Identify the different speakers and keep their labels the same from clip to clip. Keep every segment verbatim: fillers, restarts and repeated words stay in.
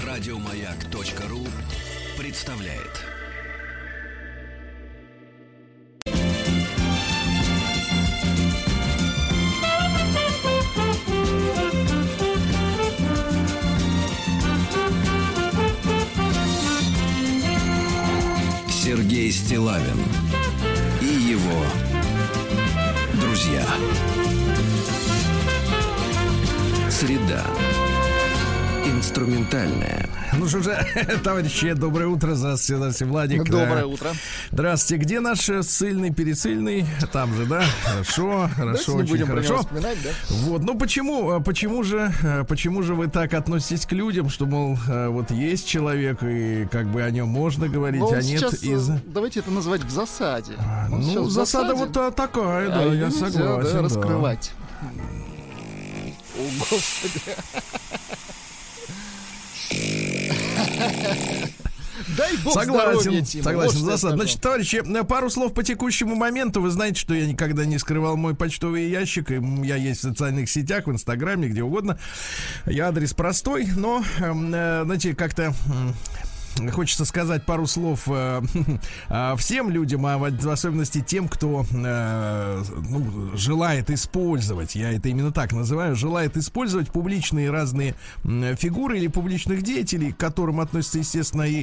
Speaker 1: Радиомаяк.ру представляет. Сергей Стиллавин и его друзья. Среда. Инструментальная.
Speaker 2: Ну что же, товарищи, доброе утро. Здравствуйте, здравствуйте, Владик.
Speaker 3: Доброе утро.
Speaker 2: Здравствуйте. Где наш ссыльный, пересыльный? Там же, да? Хорошо, хорошо, очень
Speaker 3: будем
Speaker 2: хорошо.
Speaker 3: Да?
Speaker 2: Вот, ну почему, почему же, почему же вы так относитесь к людям, что, мол, вот есть человек, и как бы о нем можно говорить,
Speaker 3: Но
Speaker 2: а нет из...
Speaker 3: Давайте это называть в засаде. Он
Speaker 2: Ну,
Speaker 3: в
Speaker 2: засада
Speaker 3: засаде.
Speaker 2: Вот а, такая, да,
Speaker 3: а
Speaker 2: я
Speaker 3: нельзя,
Speaker 2: согласен.
Speaker 3: Да,
Speaker 2: да.
Speaker 3: раскрывать. О, Господи. Дай бог
Speaker 2: согласен,
Speaker 3: здоровья, Тима.
Speaker 2: согласен,
Speaker 3: Вот
Speaker 2: засад. Значит, товарищи, пару слов по текущему моменту. Вы знаете, что я никогда не скрывал мой почтовый ящик. И я есть в социальных сетях, в Инстаграме, где угодно. Я адрес простой, но, э, знаете, как-то... Хочется сказать пару слов э, э, всем людям, а в особенности тем, кто э, ну, желает использовать, я это именно так называю, желает использовать публичные разные э, фигуры или публичных деятелей, к которым относятся, естественно, и,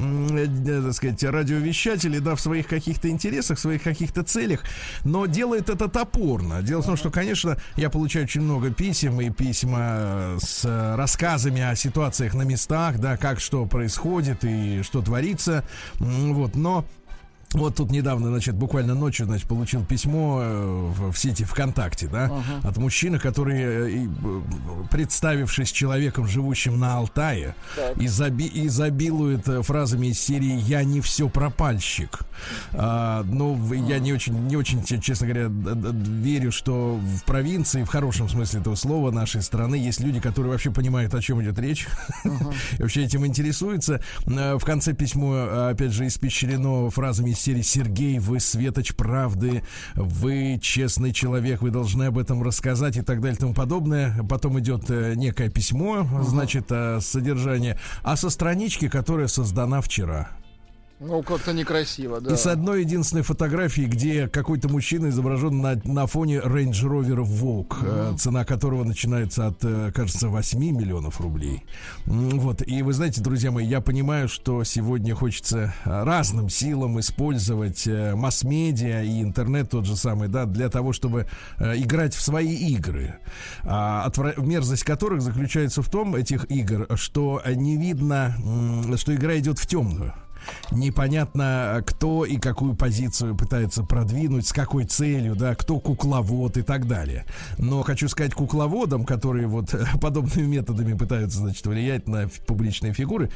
Speaker 2: э, так сказать, радиовещатели, да, в своих каких-то интересах, в своих каких-то целях, но делает это топорно. Дело в том, что, конечно, я получаю очень много писем и письма с рассказами о ситуациях на местах, да, как что происходит и что творится, вот, но вот тут недавно, значит, буквально ночью, значит, получил письмо в, в сети ВКонтакте, да, uh-huh. от мужчины, который, представившись человеком, живущим на Алтае, изоби- изобилует фразами из серии «Я не все пропальщик». А, ну, я не очень, не очень, честно говоря, верю, что в провинции, в хорошем смысле этого слова, нашей страны, есть люди, которые вообще понимают, о чем идет речь, uh-huh. и вообще этим интересуются. В конце письма, опять же, испещрено фразами из серии «Сергей, вы светоч правды, вы честный человек, вы должны об этом рассказать» и так далее и тому подобное. Потом идет э, некое письмо, uh-huh. значит, э, содержание, а со странички, которая создана вчера.
Speaker 3: Ну, как-то некрасиво, да.
Speaker 2: И с одной единственной фотографией, где какой-то мужчина изображен на, на фоне Range Rover Vogue, mm-hmm. цена которого начинается от, кажется, восемь миллионов рублей. Вот. И вы знаете, друзья мои, я понимаю, что сегодня хочется разным силам использовать масс-медиа и интернет тот же самый, да, для того, чтобы играть в свои игры. А отвра- мерзость которых заключается в том, этих игр, что не видно, что игра идет в темную. Непонятно, кто и какую позицию пытается продвинуть, с какой целью, да, кто кукловод и так далее. Но хочу сказать кукловодам, которые вот подобными методами пытаются, значит, влиять на публичные фигуры,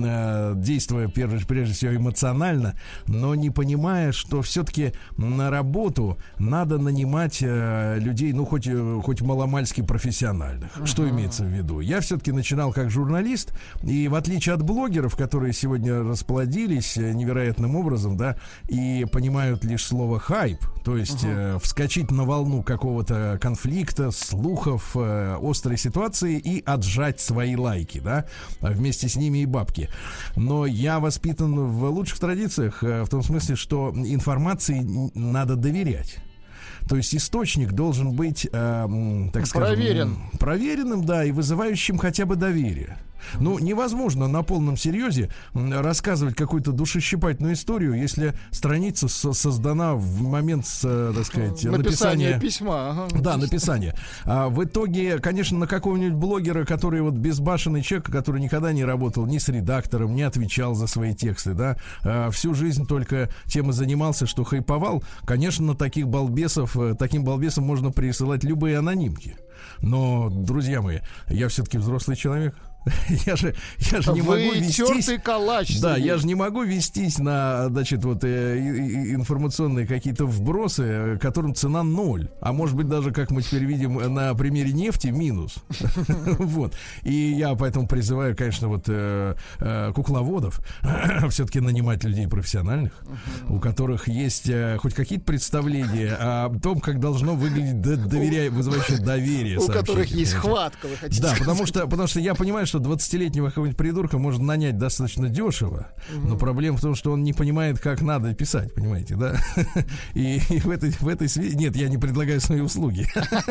Speaker 2: э, действуя прежде, прежде всего эмоционально, но не понимая, что все-таки на работу надо нанимать э, людей, ну, хоть, хоть маломальски профессиональных. Uh-huh. Что имеется в виду? Я все-таки начинал как журналист, и в отличие от блогеров, которые сегодня расплодились невероятным образом, да, и понимают лишь слово хайп, то есть uh-huh. э, вскочить на волну какого-то конфликта, слухов, э, острой ситуации и отжать свои лайки, да, вместе с ними и бабки. Но я воспитан в лучших традициях, э, в том смысле, что информации надо доверять. То есть источник должен быть, э, так скажем,
Speaker 3: проверен.
Speaker 2: проверенным, да, и вызывающим хотя бы доверие. Ну, невозможно на полном серьезе рассказывать какую-то душещипательную историю, если страница со- создана в момент, так сказать,
Speaker 3: написание
Speaker 2: написания
Speaker 3: письма. Ага.
Speaker 2: Да, написание. А в итоге, конечно, на какого-нибудь блогера, который вот безбашенный человек, который никогда не работал ни с редактором, не отвечал за свои тексты, да, а всю жизнь только тем и занимался, что хайповал, конечно, на таких балбесов, таким балбесам можно присылать любые анонимки. Но, друзья мои, я все-таки взрослый человек. Я же, я же не
Speaker 3: Вы
Speaker 2: могу вестись.
Speaker 3: тертый калач.
Speaker 2: Да,
Speaker 3: Сергей.
Speaker 2: я же не могу вестись на, значит, вот э, информационные какие-то вбросы, которым цена ноль. А может быть, даже, как мы теперь видим на примере нефти, минус. Вот. И я поэтому призываю, конечно, вот кукловодов все-таки нанимать людей профессиональных, у которых есть хоть какие-то представления о том, как должно выглядеть доверие, вызывающее доверие.
Speaker 3: У которых есть хватка, вы хотите
Speaker 2: Да, потому что, потому что я понимаю, что двадцатилетнего какого-нибудь придурка можно нанять достаточно дешево, но проблема в том, что он не понимает, как надо писать, понимаете, да? И, и в этой, в этой связи... Нет, я не предлагаю свои услуги.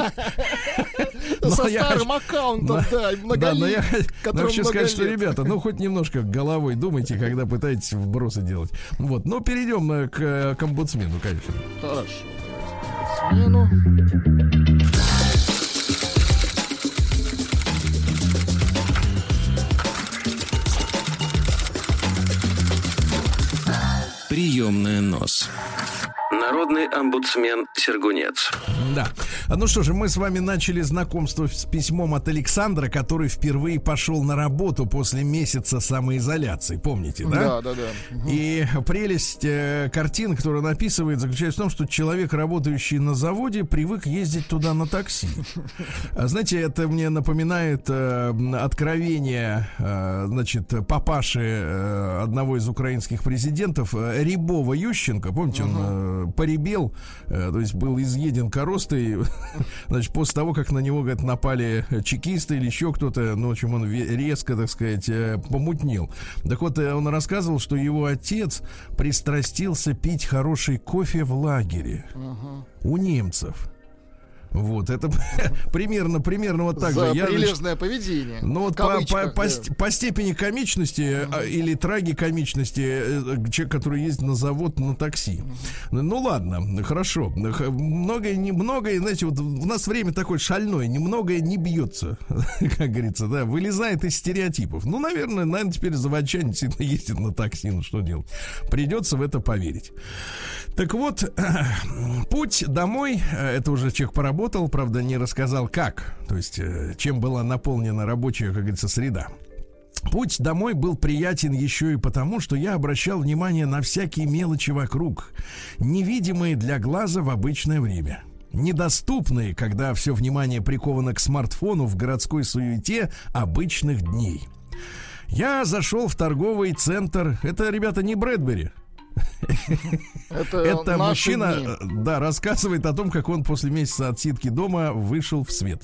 Speaker 3: Со старым аккаунтом, да,
Speaker 2: Да, но я хочу сказать, что, ребята, ну, хоть немножко головой думайте, когда пытаетесь вбросы делать. Вот, ну, перейдем к, к омбудсмену, конечно.
Speaker 3: Хорошо. Омбудсмену.
Speaker 1: Приемная нос. Народный омбудсмен Сергунец.
Speaker 2: Да. Ну что же, мы с вами начали знакомство с письмом от Александра, который впервые пошел на работу после месяца самоизоляции. Помните, да?
Speaker 3: Да, да, да. Угу.
Speaker 2: И прелесть э, картин, которую он описывает, заключается в том, что человек, работающий на заводе, привык ездить туда на такси. А, знаете, это мне напоминает э, откровение, э, значит, папаши э, одного из украинских президентов, э, Рябова Ющенко. Помните, он э, поребел, э, то есть был изъеден коростой, значит, после того, как на него, говорит, напали чекисты или еще кто-то, ну, в общем, он резко, так сказать, э, помутнел. Так вот, он рассказывал, что его отец пристрастился пить хороший кофе в лагере uh-huh. у немцев. Вот, это примерно, примерно вот так
Speaker 3: За
Speaker 2: же. Я,
Speaker 3: прилежное значит, поведение.
Speaker 2: Ну вот по, по, по, да. по степени комичности uh-huh. или трагикомичности человек, который ездит на завод на такси. Uh-huh. Ну ладно, хорошо. Многое, не многое, знаете, вот у нас время такое шальное, немногое не бьется, как говорится, да, вылезает из стереотипов. Ну, наверное, наверное, теперь заводчане действительно ездят на такси, ну что делать? Придется в это поверить. Так вот, путь домой, это уже человек поработал, правда, не рассказал как, то есть чем была наполнена рабочая, как говорится, среда. Путь домой был приятен еще и потому, что я обращал внимание на всякие мелочи вокруг, невидимые для глаза в обычное время, недоступные, когда все внимание приковано к смартфону в городской суете обычных дней. Я зашел в торговый центр, это, ребята, не Брэдбери. Это, Это мужчина, дни. да, рассказывает о том, как он после месяца отсидки дома вышел в свет.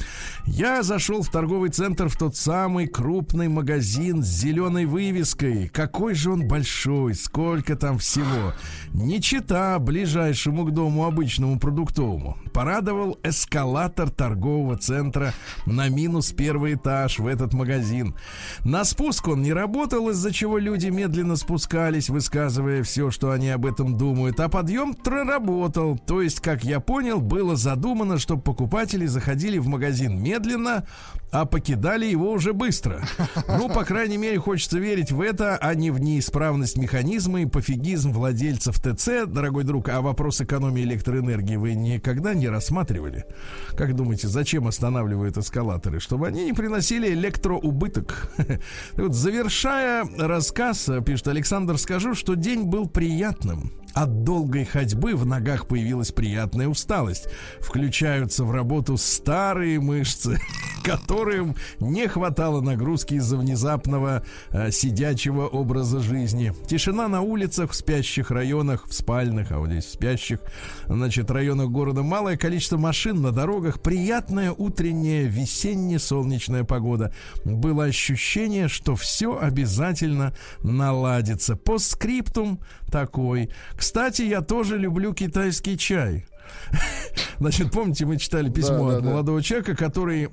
Speaker 2: Я зашел в торговый центр, в тот самый крупный магазин с зеленой вывеской. Какой же он большой, сколько там всего. Не чета ближайшему к дому обычному продуктовому. Порадовал эскалатор торгового центра на минус первый этаж в этот магазин. На спуск он не работал, из-за чего люди медленно спускались, высказывая все, что они об этом думают. А подъем работал. То есть, как я понял, было задумано, чтобы покупатели заходили в магазин медленно, а покидали его уже быстро. Ну, по крайней мере, хочется верить в это, а не в неисправность механизма и пофигизм владельцев ТЦ. Дорогой друг, а вопрос экономии электроэнергии вы никогда не рассматривали? Как думаете, зачем останавливают эскалаторы? Чтобы они не приносили электроубыток. Вот, завершая рассказ, пишет Александр, скажу, что день был приятным. От долгой ходьбы в ногах появилась приятная усталость. Включаются в работу старые мышцы, которым не хватало нагрузки из-за внезапного э, сидячего образа жизни. Тишина на улицах, в спящих районах, в спальных, а вот здесь в спящих, значит, районах города. Малое количество машин на дорогах. Приятная утренняя весенне-солнечная погода. Было ощущение, что все обязательно наладится. Постскриптум такой. Кстати, я тоже люблю китайский чай. Значит, помните, мы читали письмо да, от да, молодого да. человека, который,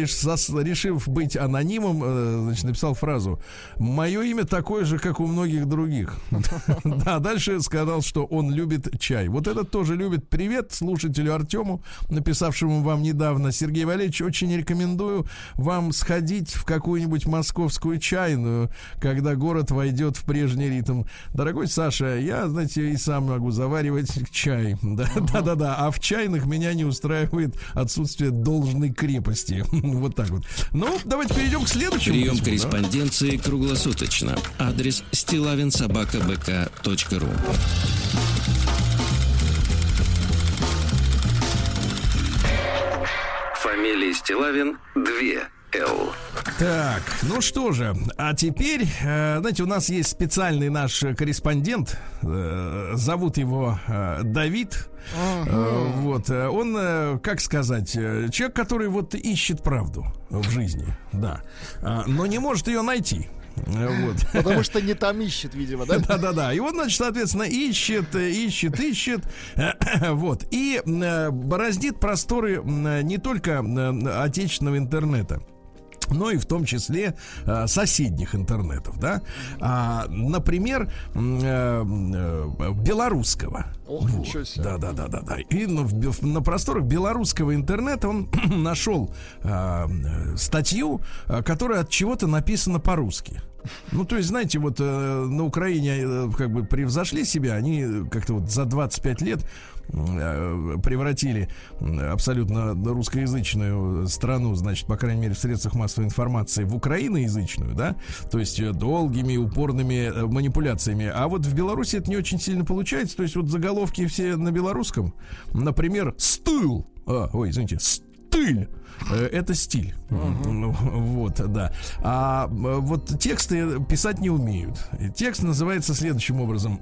Speaker 2: решив быть анонимом, значит, написал фразу: «Мое имя такое же, как у многих других». Да, дальше сказал, что он любит чай. Вот этот тоже любит. Привет слушателю Артему, написавшему вам недавно. Сергей Валерьевич, очень рекомендую вам сходить в какую-нибудь московскую чайную, когда город войдет в прежний ритм. Дорогой Саша, я, знаете, и сам могу заваривать чай. Да, да, да, да. А в чайных меня не устраивает отсутствие должной крепости. Вот так вот. Ну, давайте перейдем к следующему.
Speaker 1: Прием
Speaker 2: письму,
Speaker 1: корреспонденции да? круглосуточно. Адрес стилавин собака бэ ка точка ру. Фамилия Стилавин две.
Speaker 4: Л.
Speaker 2: Так, ну что же, а теперь, э, знаете, у нас есть специальный наш корреспондент, э, зовут его э, Давид. Э, вот, э, он, э, как сказать, э, человек, который вот ищет правду в жизни, да, э, но не может ее найти. Вот.
Speaker 3: Потому что не там ищет, видимо, да?
Speaker 2: Да-да-да. И он, значит, соответственно, ищет, ищет, ищет. Вот. И бороздит просторы не только отечественного интернета, но и в том числе э, соседних интернетов, да, а, например, э, э, белорусского.
Speaker 3: Ох,
Speaker 2: вот.
Speaker 3: ничего себе.
Speaker 2: Да, да, да, да, да. И на, в, на просторах белорусского интернета он нашел э, статью, которая от чего-то написана по-русски. Ну, то есть, знаете, вот э, на Украине э, как бы превзошли себя, они как-то вот за двадцать пять лет э, превратили абсолютно русскоязычную страну, значит, по крайней мере, в средствах массовой информации, в украиноязычную, да, то есть э, долгими, упорными э, манипуляциями. А вот в Беларуси это не очень сильно получается, то есть вот заголовки все на белорусском, например, «стыл», а, ой, извините, «стыль». Это стиль. Uh-huh. Вот, да. А вот тексты писать не умеют. Текст называется следующим образом.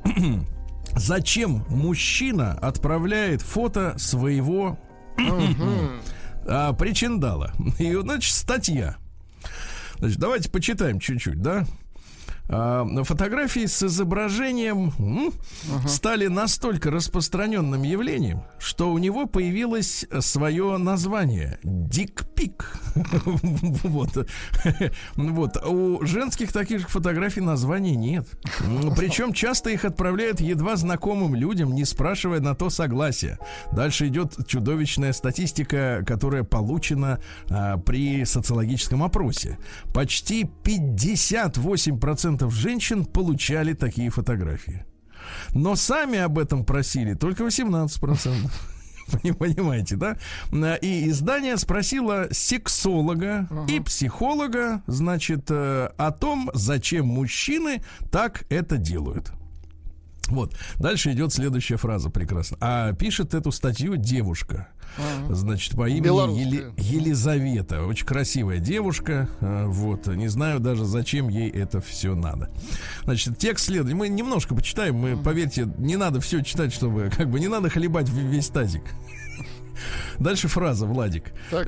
Speaker 2: Зачем мужчина отправляет фото своего uh-huh. а, причиндала? И, значит, статья. Значит, давайте почитаем чуть-чуть, да? Фотографии с изображением м, uh-huh. стали настолько распространенным явлением, что у него появилось свое название — дикпик. Вот. Вот. У женских таких же фотографий названий нет. Причем часто их отправляют едва знакомым людям, не спрашивая на то согласия. Дальше идет чудовищная статистика, которая получена а, при социологическом опросе. Почти пятьдесят восемь процентов женщин получали такие фотографии. Но сами об этом просили только восемнадцать процентов. Понимаете, да? И издание спросило сексолога uh-huh. и психолога, значит, о том, зачем мужчины так это делают. Вот. Дальше идет следующая фраза прекрасно. А пишет эту статью девушка. А-а-а. Значит, по имени Ели... Елизавета. Очень красивая девушка. Вот. Не знаю даже, зачем ей это все надо. Значит, текст следует. Мы немножко почитаем. Мы, поверьте, не надо все читать, чтобы... Как бы не надо хлебать весь тазик. Дальше фраза, Владик.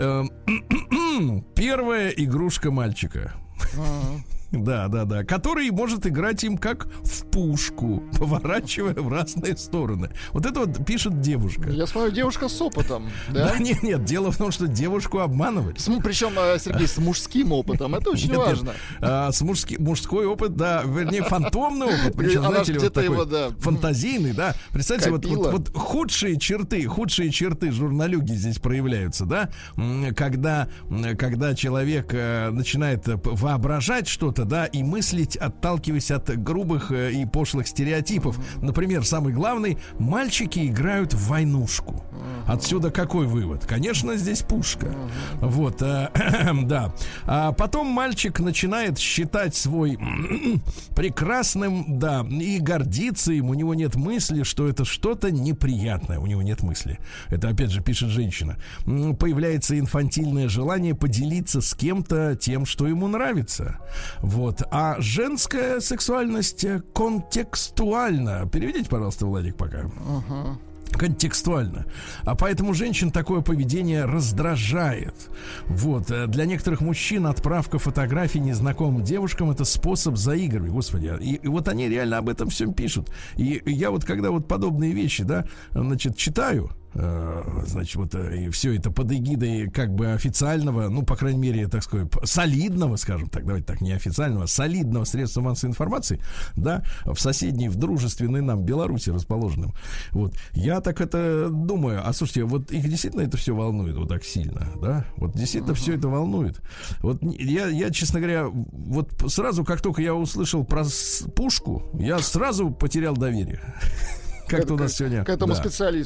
Speaker 2: Первая игрушка мальчика. Да, да, да. Который может играть им как в пушку, поворачивая в разные стороны. Вот это вот пишет девушка.
Speaker 3: Я смотрю, девушка с опытом, да?
Speaker 2: Да, нет, нет, дело в том, что девушку обманывали.
Speaker 3: С, причем, Сергей, с мужским опытом. Это очень нет, важно.
Speaker 2: Нет, а, с мужски, мужской опыт, да, вернее, фантомный опыт. Причем,
Speaker 3: она
Speaker 2: знаете ли, вот такой
Speaker 3: его, да,
Speaker 2: фантазийный, да. Представьте, вот, вот, вот худшие черты, худшие черты журналюги здесь проявляются, да. Когда, когда человек начинает воображать что-то, да, и мыслить, отталкиваясь от грубых и пошлых стереотипов. Например, самый главный: мальчики играют в войнушку. Отсюда какой вывод? Конечно, здесь пушка. Вот, э, да. А потом мальчик начинает считать свой прекрасным, да, и гордиться им. У него нет мысли, что это что-то неприятное. У него нет мысли. Это, опять же, пишет женщина. Появляется инфантильное желание поделиться с кем-то тем, что ему нравится. Вот. А женская сексуальность контекстуальна. Переведите, пожалуйста, Владик, пока. Uh-huh. Контекстуально. А поэтому женщин такое поведение раздражает. Вот. Для некоторых мужчин отправка фотографий незнакомым девушкам — это способ заигрывать. Господи. И, и вот они реально об этом всем пишут. И я вот, когда вот подобные вещи, да, значит, читаю, значит, вот и все это под эгидой как бы официального, ну, по крайней мере, так сказать, солидного, скажем так, давайте так, не официального, солидного средства массовой информации, да, в соседней, в дружественной нам Беларуси расположенном. Вот. Я так это думаю. А слушайте, вот их действительно это все волнует вот так сильно, да? Вот действительно uh-huh. все это волнует. Вот я, я, честно говоря, вот сразу, как только я услышал про пушку, я сразу потерял доверие. Как-то у нас сегодня...
Speaker 3: К этому
Speaker 2: да.
Speaker 3: специалисту.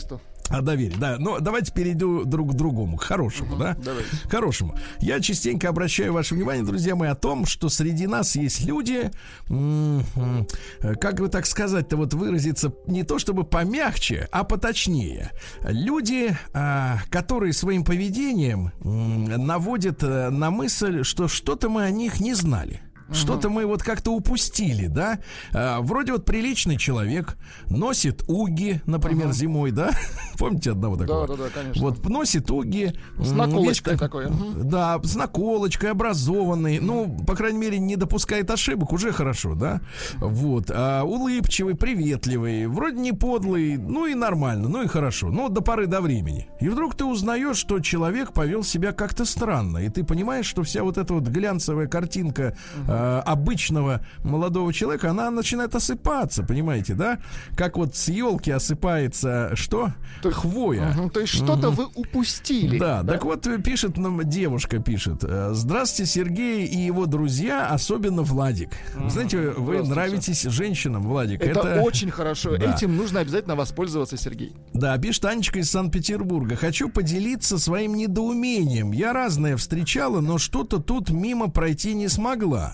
Speaker 2: О доверии, да. Но давайте перейду друг к другому, к хорошему, uh-huh, да?
Speaker 3: Давайте.
Speaker 2: К хорошему. Я частенько обращаю ваше внимание, друзья мои, о том, что среди нас есть люди, как бы так сказать-то, вот выразиться не то чтобы помягче, а поточнее. Люди, которые своим поведением наводят на мысль, что что-то мы о них не знали. Что-то мы вот как-то упустили, да? А, вроде вот приличный человек носит уги, например, ага. зимой, да? Помните одного такого?
Speaker 3: Да, да, да, конечно.
Speaker 2: Вот носит уги.
Speaker 3: С наколочкой
Speaker 2: весь,
Speaker 3: такой.
Speaker 2: Да, с наколочкой, образованный. Ну, по крайней мере, не допускает ошибок, уже хорошо, да? Вот. А, улыбчивый, приветливый, вроде не подлый, ну и нормально, ну и хорошо. Ну, до поры до времени. И вдруг ты узнаешь, что человек повел себя как-то странно. И ты понимаешь, что вся вот эта вот глянцевая картинка обычного молодого человека, она начинает осыпаться, понимаете, да? Как вот с елки осыпается что?
Speaker 3: То,
Speaker 2: хвоя.
Speaker 3: Угу, то есть что-то угу. вы упустили.
Speaker 2: Да, да, так вот пишет нам, девушка пишет: здравствуйте, Сергей и его друзья, особенно Владик. Угу. Знаете, вы нравитесь женщинам, Владик.
Speaker 3: Это,
Speaker 2: это...
Speaker 3: очень хорошо.
Speaker 2: Да.
Speaker 3: Этим нужно обязательно воспользоваться, Сергей.
Speaker 2: Да, пишет Анечка из Санкт-Петербурга. Хочу поделиться своим недоумением. Я разное встречала, но что-то тут мимо пройти не смогла.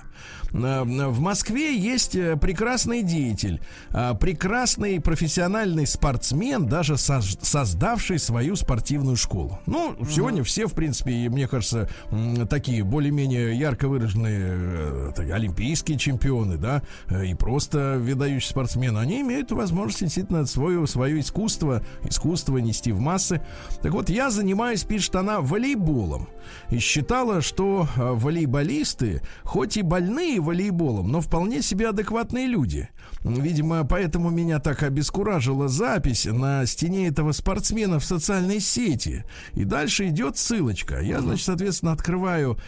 Speaker 2: В Москве есть прекрасный деятель, прекрасный профессиональный спортсмен, даже создавший свою спортивную школу. Ну, сегодня все, в принципе, мне кажется, такие более-менее ярко выраженные олимпийские чемпионы, да, и просто выдающие спортсмены, они имеют возможность действительно свое, свое искусство, искусство нести в массы. Так вот, я занимаюсь, пишет она, волейболом. И считала, что волейболисты, хоть и больные волейболом, но вполне себе адекватные люди. Видимо, поэтому меня так обескуражила запись на стене этого спортсмена в социальной сети. И дальше идет ссылочка. Я, значит, соответственно, открываю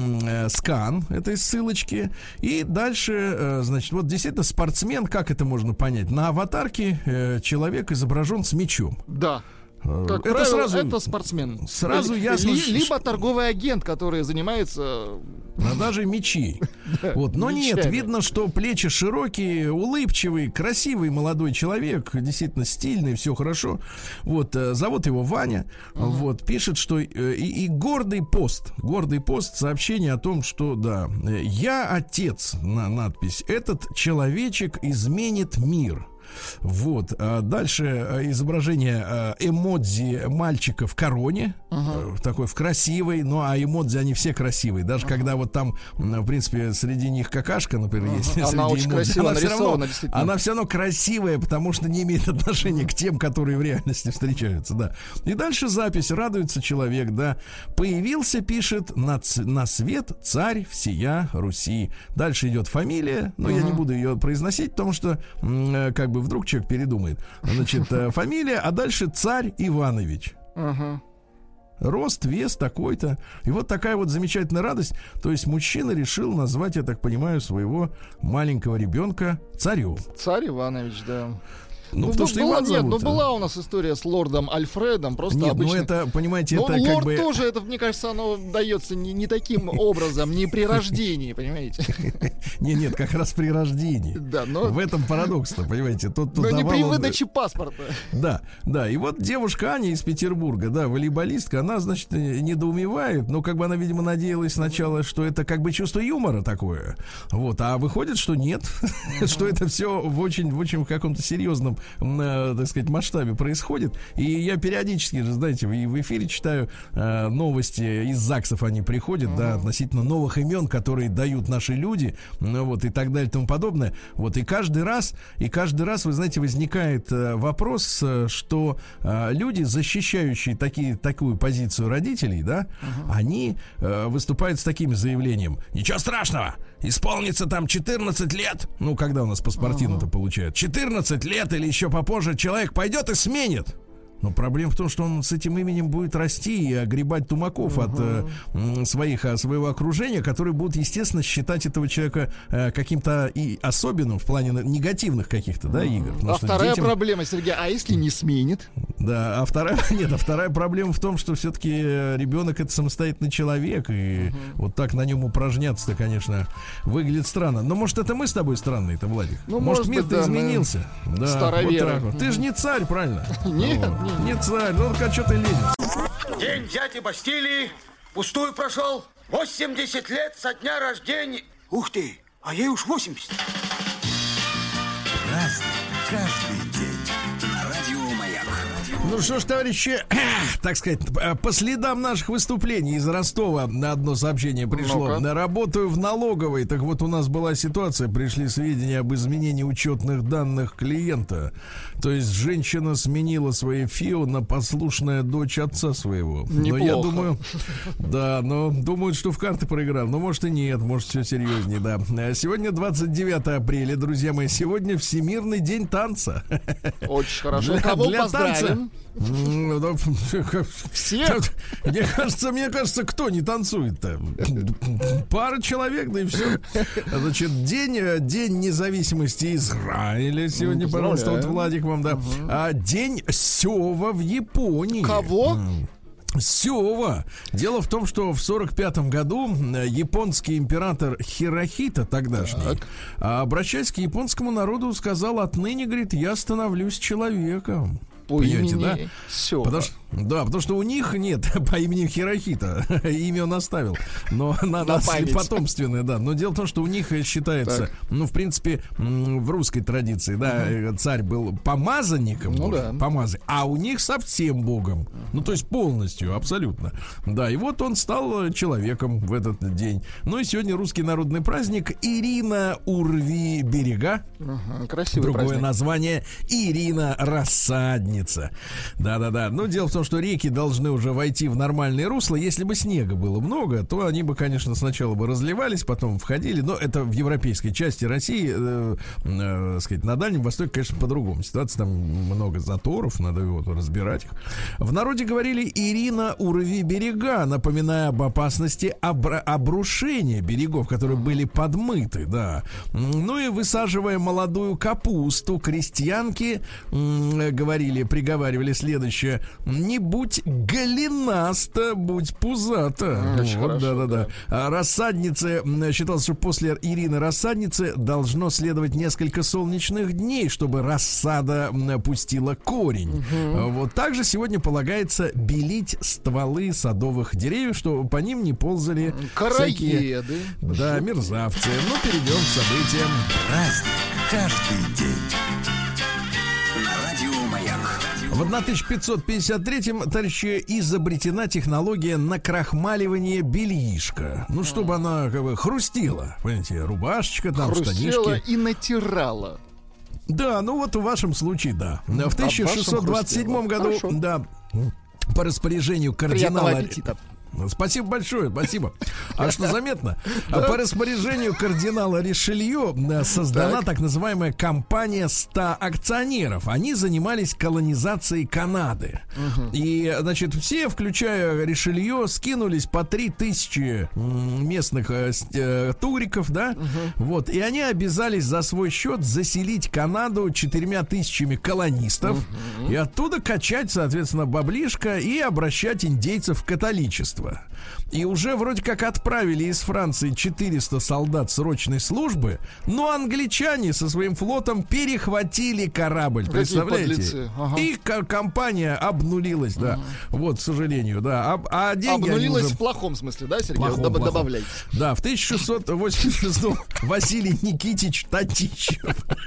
Speaker 2: э, скан этой ссылочки. И дальше, э, значит, вот действительно спортсмен, как это можно понять? На аватарке э, человек изображен с мячом.
Speaker 3: Да. Как
Speaker 2: это
Speaker 3: правило,
Speaker 2: сразу,
Speaker 3: это спортсмен.
Speaker 2: Сразу
Speaker 3: Ли,
Speaker 2: ясно,
Speaker 3: ли, либо торговый агент, который занимается...
Speaker 2: А даже мечи. Вот. Но нет, видно, что плечи широкие, улыбчивый, красивый молодой человек, действительно стильный, все хорошо. Вот, зовут его Ваня. Uh-huh. Вот, пишет, что и, и гордый пост, гордый пост, сообщение о том, что, да, я отец, на надпись, этот человечек изменит мир. Вот. А дальше изображение эмодзи мальчика в короне. Uh-huh. Такой в красивой. Ну, а эмодзи, они все красивые. Даже uh-huh. когда вот там, в принципе, среди них какашка, например, uh-huh. есть.
Speaker 3: Она очень эмодзи, красиво она нарисована,
Speaker 2: все равно, она все равно красивая, потому что не имеет отношения uh-huh. к тем, которые в реальности встречаются, да. И дальше запись. Радуется человек, да. Появился, пишет, на, ц- на свет царь всея Руси. Дальше идет фамилия, но uh-huh. я не буду ее произносить, потому что, м- как бы, вдруг человек передумает. Значит, фамилия, а дальше царь Иванович.
Speaker 3: Uh-huh.
Speaker 2: Рост, вес такой-то. И вот такая вот замечательная радость. То есть мужчина решил назвать, я так понимаю, своего маленького ребенка царем.
Speaker 3: Царь Иванович, да.
Speaker 2: Ну, ну, потому что
Speaker 3: была,
Speaker 2: Иван
Speaker 3: нет,
Speaker 2: зовут,
Speaker 3: ну была у нас история с лордом Альфредом, просто
Speaker 2: нет,
Speaker 3: обычный...
Speaker 2: ну это, понимаете,
Speaker 3: но
Speaker 2: это
Speaker 3: лорд
Speaker 2: как бы...
Speaker 3: тоже, это, мне кажется, оно дается не, не таким образом, не при рождении, понимаете?
Speaker 2: Не, нет, как раз при рождении.
Speaker 3: Да, но...
Speaker 2: В этом парадокс-то, понимаете. Тот,
Speaker 3: но не при выдаче паспорта.
Speaker 2: Да, да, и вот девушка Аня из Петербурга, да, волейболистка, она, значит, недоумевает, но как бы она, видимо, надеялась сначала, что это как бы чувство юмора такое, вот, а выходит, что нет, что это все в очень, в очень каком-то серьезном, так сказать, масштабе происходит. И я периодически же, знаете, в эфире читаю э, новости из ЗАГСов, они приходят, uh-huh. да, относительно новых имен, которые дают наши люди, ну, вот, и так далее, и тому подобное. Вот, и каждый раз, и каждый раз, вы знаете, возникает э, вопрос, э, что э, люди, защищающие такие, такую позицию родителей, да, uh-huh. они э, выступают с таким заявлением: ничего страшного, исполнится там четырнадцать лет, ну, когда у нас паспортину-то uh-huh. получают, четырнадцать лет или еще попозже, человек пойдет и сменит. Но проблема в том, что он с этим именем будет расти и огребать тумаков uh-huh. от э, своих, своего окружения, которые будут, естественно, считать этого человека э, каким-то и особенным в плане негативных каких-то, да, игр.
Speaker 3: А вторая детям... проблема, Сергей, а если не сменит?
Speaker 2: Да, а вторая, нет, а вторая проблема в том, что все-таки ребенок — это самостоятельный человек, и uh-huh. вот так на нем упражняться-то, конечно, выглядит странно. Но может, это мы с тобой странные-то, Владик?
Speaker 3: Ну,
Speaker 2: может,
Speaker 3: может
Speaker 2: мир-то
Speaker 3: быть, да,
Speaker 2: изменился? Да,
Speaker 3: староверы.
Speaker 2: Вот вот. Ты же не царь, правильно?
Speaker 3: Нет,
Speaker 2: Нет, царь, ну а что ты лезешь?
Speaker 4: День дяди Бастилии пустую прошел. восемьдесят лет со дня рождения. Ух ты, а ей уж восемьдесят.
Speaker 5: Разный, каждый день. Радио Маяк.
Speaker 2: Ну что ж, товарищи, так сказать, по следам наших выступлений из Ростова на одно сообщение пришло.
Speaker 3: Ну-ка.
Speaker 2: Работаю в налоговой. Так вот, у нас была ситуация, пришли сведения об изменении учетных данных клиента. То есть женщина сменила свои ФИО на послушная дочь отца своего.
Speaker 3: Неплохо.
Speaker 2: Но я думаю, да, но думают, что в карты проиграл. Но может и нет, может все серьезнее, да. Сегодня двадцать девятое апреля, друзья мои. Сегодня Всемирный день танца.
Speaker 3: Очень хорошо.
Speaker 2: Для-
Speaker 3: Кого
Speaker 2: для
Speaker 3: поздравим?
Speaker 2: Ну, да,
Speaker 3: Всех?
Speaker 2: Мне кажется, мне кажется, кто не танцует-то? Пара человек, да и все. Значит, день, день независимости Израиля. Сегодня,
Speaker 3: Ну,
Speaker 2: пожалуйста, вот
Speaker 3: поздравляю.
Speaker 2: Владик вам, да. А день Сёва в Японии.
Speaker 3: Кого?
Speaker 2: Сёва. Дело в том, что в сорок пятом году э, японский император Хирохита тогдашний,
Speaker 3: Так.
Speaker 2: а, обращаясь к японскому народу, сказал: отныне, говорит, я становлюсь человеком.
Speaker 3: По
Speaker 2: Понимаете,
Speaker 3: имени
Speaker 2: да?
Speaker 3: Сёва.
Speaker 2: Потому что, да, потому что у них нет по имени Хирохита. Имя он оставил. Но на,
Speaker 3: На
Speaker 2: нас
Speaker 3: память.
Speaker 2: потомственное, да. Но дело в том, что у них считается,
Speaker 3: Так.
Speaker 2: ну, в принципе, м, в русской традиции, да, э, царь был помазанником,
Speaker 3: Ну
Speaker 2: Божьим,
Speaker 3: да.
Speaker 2: помазан, а у них совсем богом. Ну, то есть полностью, абсолютно. Да, и вот он стал э, человеком в этот день. Ну и сегодня русский народный праздник Ирина Урви берега.
Speaker 3: Ага, красивый
Speaker 2: Другое
Speaker 3: праздник.
Speaker 2: название Ирина Рассадница. Да-да-да. Но дело в том, что реки должны уже войти в нормальное русло. Если бы снега было много, то они бы, конечно, сначала бы разливались, потом входили. Но это в европейской части России, э, э, сказать, на Дальнем Востоке, конечно, по-другому ситуация. Там много заторов, надо вот разбирать их. В народе говорили Ирина Урви берега, напоминая об опасности обра- обрушения берегов, которые были подмыты, да. Ну и высаживая молодую капусту, крестьянки м, говорили, приговаривали следующее: не будь голенаста, будь пузата.
Speaker 3: Очень
Speaker 2: Вот,
Speaker 3: хорошо,
Speaker 2: да-да-да. А рассадницы, м, считалось, что после Ирины Рассадницы должно следовать несколько солнечных дней, чтобы рассада м, пустила корень. А Вот также сегодня полагается белить стволы садовых деревьев, чтобы по ним не ползали всякие,
Speaker 3: Короеды.
Speaker 2: да, мерзавцы. Ну, перейдем к событиям.
Speaker 5: Праздник каждый день. На радио Маяк.
Speaker 2: В тысяча пятьсот пятьдесят третьем, товарищи, изобретена технология накрахмаливания бельишка. Ну, чтобы она как бы хрустела. Понимаете, рубашечка, там,
Speaker 3: Хрустела
Speaker 2: штанишки.
Speaker 3: и натирала.
Speaker 2: Да, ну вот в вашем случае, да. В тысяча шестьсот двадцать седьмом году,
Speaker 3: Хорошо.
Speaker 2: да, по распоряжению
Speaker 3: Приятного
Speaker 2: кардинала...
Speaker 3: аппетита.
Speaker 2: Спасибо большое, спасибо. А что заметно? По распоряжению кардинала Ришелье э, создана
Speaker 3: Так.
Speaker 2: так называемая компания ста акционеров. Они занимались колонизацией Канады. И, значит, все, включая Ришелье, скинулись по три тысячи м, местных э, с- э, туриков, да? Вот. И они обязались за свой счет заселить Канаду четырьмя тысячами колонистов и оттуда качать, соответственно, баблишко и обращать индейцев в католичество. И уже вроде как отправили из Франции четыреста солдат срочной службы, но англичане со своим флотом перехватили корабль.
Speaker 3: Какие
Speaker 2: Представляете?
Speaker 3: подлецы. Ага.
Speaker 2: И ко- компания обнулилась, да. Вот, к сожалению, да. А, а деньги они
Speaker 3: Обнулилась
Speaker 2: уже...
Speaker 3: в плохом смысле, да, Сергей?
Speaker 2: Плохом,
Speaker 3: Доб-
Speaker 2: плохом.
Speaker 3: Добавляйте.
Speaker 2: Да, в тысяча шестьсот восемьдесят шестом Василий Никитич Татищев.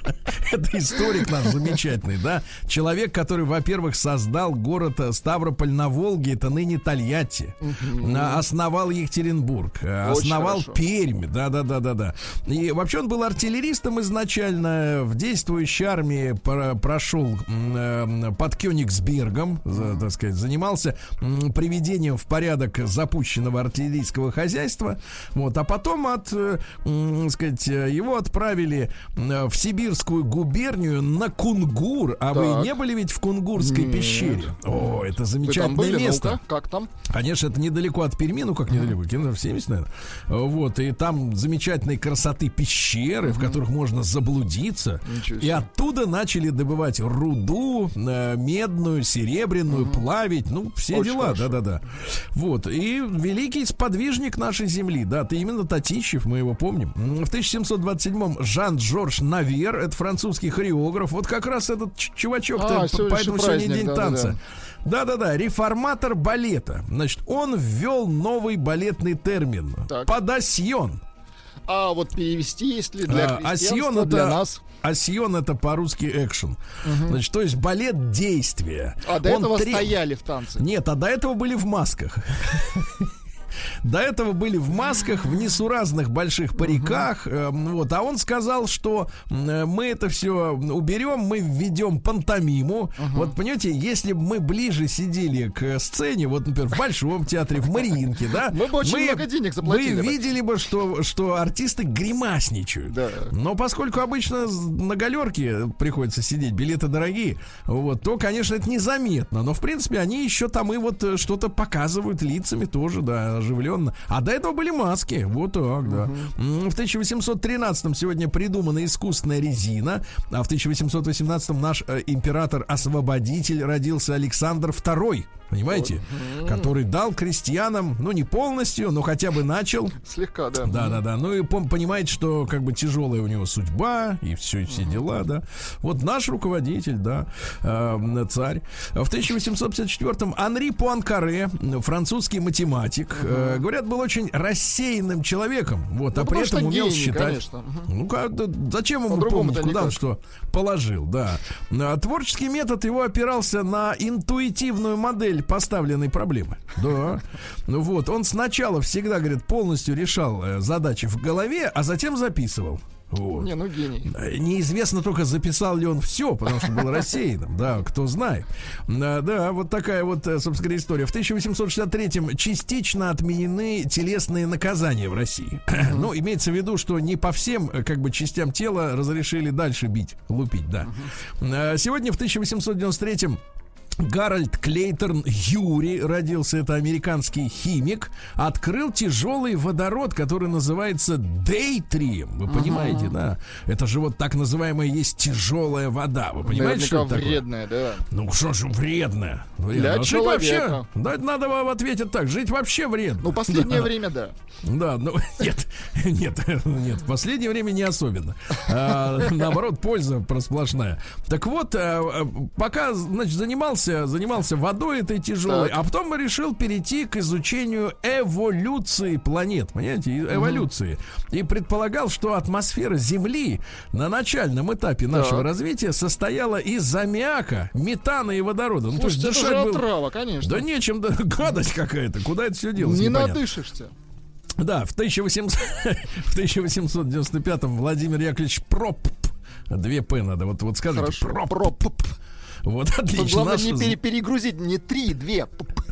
Speaker 2: Это историк наш замечательный, да. Человек, который, во-первых, создал город Ставрополь на Волге, это ныне Тольятти. А, Основал Екатеринбург, а,
Speaker 3: Очень
Speaker 2: основал
Speaker 3: хорошо.
Speaker 2: Пермь. Да-да-да-да-да. И вообще он был артиллеристом изначально. В действующей армии про- прошел м, э, под Кёнигсбергом, за- так сказать, занимался м, приведением в порядок запущенного артиллерийского хозяйства. Вот, а потом от, э, м, сказать, э, его отправили э, в сибирскую губернию на Кунгур. А вы
Speaker 3: Так.
Speaker 2: не были ведь в Кунгурской
Speaker 3: Нет.
Speaker 2: пещере? О, это
Speaker 3: Вы там
Speaker 2: замечательное
Speaker 3: были?
Speaker 2: место.
Speaker 3: Ну-ка, как там?
Speaker 2: Конечно, это недалеко от Перми, ну как недалеко, километров семьдесят, наверное. Вот, и там замечательной красоты пещеры, в которых можно заблудиться.
Speaker 3: Ничего
Speaker 2: И
Speaker 3: себе.
Speaker 2: оттуда начали добывать руду, э, медную, серебряную, плавить, ну, все
Speaker 3: Очень
Speaker 2: дела,
Speaker 3: хорошо.
Speaker 2: да-да-да. Вот, и великий сподвижник нашей земли, да, ты именно Татищев, мы его помним. М, В тысяча семьсот двадцать седьмом Жан-Жорж Навьер, это французский хореограф. Вот как раз этот чувачок-то,
Speaker 3: а,
Speaker 2: поэтому сегодня день
Speaker 3: да,
Speaker 2: танца.
Speaker 3: Да, да.
Speaker 2: Да-да-да, реформатор балета. Значит, он ввел новый балетный термин.
Speaker 3: Так.
Speaker 2: Подасьон.
Speaker 3: А вот перевести, если для
Speaker 2: а,
Speaker 3: христианства, для
Speaker 2: это,
Speaker 3: нас.
Speaker 2: Асьон это по-русски экшен. Угу. Значит, то есть балет действия.
Speaker 3: А до
Speaker 2: он
Speaker 3: этого
Speaker 2: три...
Speaker 3: стояли в танце.
Speaker 2: Нет, а до этого были в масках. До этого были в масках, в несуразных больших париках. Uh-huh. Вот. А он сказал, что мы это все уберем, мы введем пантомиму. Uh-huh. Вот, понимаете, если бы мы ближе сидели к сцене, вот, например, в Большом театре, в Мариинке, да,
Speaker 3: мы бы очень
Speaker 2: мы,
Speaker 3: много денег заплатили.
Speaker 2: Мы видели бы, что, что артисты гримасничают.
Speaker 3: Да.
Speaker 2: Но поскольку обычно на галерке приходится сидеть, билеты дорогие, вот, то, конечно, это незаметно. Но, в принципе, они еще там и вот что-то показывают лицами тоже, да, оживленно. А до этого были маски. Вот так, да. Uh-huh. В тысяча восемьсот тринадцатом сегодня придумана искусственная резина, а в тысяча восемьсот восемнадцатом наш э, император-освободитель родился Александр второй. Понимаете? Uh-huh. Который дал крестьянам, ну, не полностью, но хотя бы начал.
Speaker 3: Слегка, да.
Speaker 2: Да-да-да. Ну, и понимаете, что как бы тяжелая у него судьба, и все, и все uh-huh. дела, да. Вот наш руководитель, да, э, царь. В тысяча восемьсот пятьдесят четвёртом Анри Пуанкаре, французский математик, uh-huh. э, говорят, был очень рассеянным человеком, вот, ну, а при этом умел гений, считать. Uh-huh. Ну, как, да, зачем ему помнить, куда никак. Он что положил, да. А, творческий метод его опирался на интуитивную модель поставленной проблемы. Да. Ну вот, он сначала всегда, говорит, полностью решал э, задачи в голове, а затем записывал. Вот.
Speaker 3: Не, ну гений.
Speaker 2: Неизвестно только, записал ли он все, потому что был рассеянным. Да, кто знает. Да, да, вот такая вот, собственно говоря, история. В тысяча восемьсот шестьдесят третьем частично отменены телесные наказания в России. Uh-huh. Ну, имеется в виду, что не по всем, как бы, частям тела разрешили дальше бить, лупить, да. Uh-huh. Сегодня в тысяча восемьсот девяносто третьем Гарольд Клейторн Юри родился, это американский химик, открыл тяжелый водород, который называется дейтрий. Вы понимаете, uh-huh. да? Это же вот так называемая есть тяжелая вода. Вы понимаете, что это
Speaker 3: вредная, такое? Да.
Speaker 2: Ну что же вредная?
Speaker 3: Для
Speaker 2: а
Speaker 3: человека.
Speaker 2: Вообще, да, надо вам ответить так, жить вообще вредно.
Speaker 3: Ну, последнее да. время, да.
Speaker 2: Да, ну, нет, нет, нет, в последнее время не особенно. А, наоборот, польза сплошная. Так вот, пока, значит, занимался занимался водой этой тяжелой, так. а потом решил перейти к изучению эволюции планет, понимаете, эволюции. Uh-huh. И предполагал, что атмосфера Земли на начальном этапе так. нашего развития состояла из аммиака, метана и водорода.
Speaker 3: Слушайте, ну, то есть это же был... отрава, конечно.
Speaker 2: Да нечем, да, гадость какая-то. Куда это все делать?
Speaker 3: Не
Speaker 2: непонятно.
Speaker 3: Надышишься.
Speaker 2: Да, в тысяча восемьсот девяносто пятом Владимир Яковлевич Проп, две П надо, вот, вот скажите,
Speaker 3: Хорошо.
Speaker 2: Проп. Проп. Вот, отлично.
Speaker 3: Тут главное не пере- перегрузить, не три, две.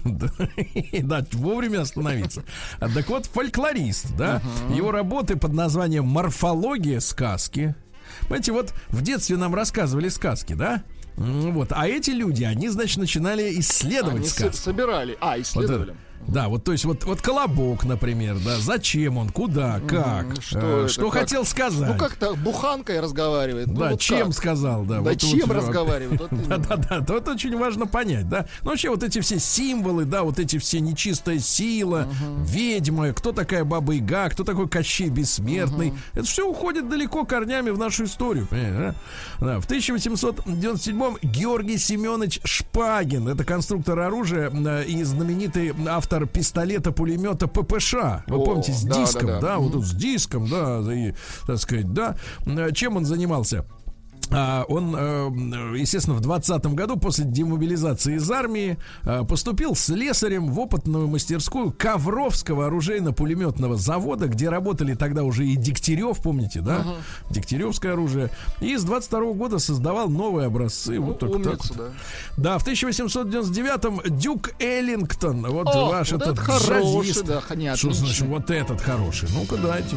Speaker 2: Да, вовремя остановиться. Так вот, фольклорист, да, его работы под названием «Морфология сказки». Понимаете, вот в детстве нам рассказывали сказки, да? Вот, а эти люди, они, значит, начинали исследовать
Speaker 3: они
Speaker 2: сказку.
Speaker 3: собирали, а, исследовали.
Speaker 2: Вот, да, вот, то есть, вот, вот колобок, например, да, зачем он, куда, как, mm, что, э, что как? Хотел сказать.
Speaker 3: Ну, как-то буханкой разговаривает.
Speaker 2: Да,
Speaker 3: ну, вот
Speaker 2: чем
Speaker 3: как?
Speaker 2: сказал, да.
Speaker 3: Да,
Speaker 2: вот,
Speaker 3: чем
Speaker 2: вот,
Speaker 3: разговаривает. Вот
Speaker 2: да, да, да, то это очень важно понять, да. Ну, вообще, вот эти все символы, да, вот эти все нечистая сила, uh-huh. ведьма, кто такая Баба-Яга, кто такой Кощей Бессмертный. Uh-huh. Это все уходит далеко корнями в нашу историю, понимаете, да? Да, в тысяча восемьсот девяносто седьмом Георгий Семенович Шпагин, это конструктор оружия и знаменитый автор пистолета, пулемета ППШ. Вы О, помните, с да, диском, да, да, да. вот тут с диском, да, и, так сказать, да. Чем он занимался? А, он, естественно, в двадцатом году после демобилизации из армии поступил слесарем в опытную мастерскую Ковровского оружейно-пулеметного завода, где работали тогда уже и Дегтярев, помните, да? Uh-huh. Дегтяревское оружие. И с двадцать второго года создавал новые образцы. Ну, вот так,
Speaker 3: умница,
Speaker 2: так вот.
Speaker 3: Да.
Speaker 2: Да, в тысяча восемьсот девяносто девятом Дюк Эллингтон. Вот
Speaker 3: О,
Speaker 2: ваш
Speaker 3: вот
Speaker 2: этот
Speaker 3: хороший, да,
Speaker 2: Что значит вот этот хороший? Ну-ка дайте.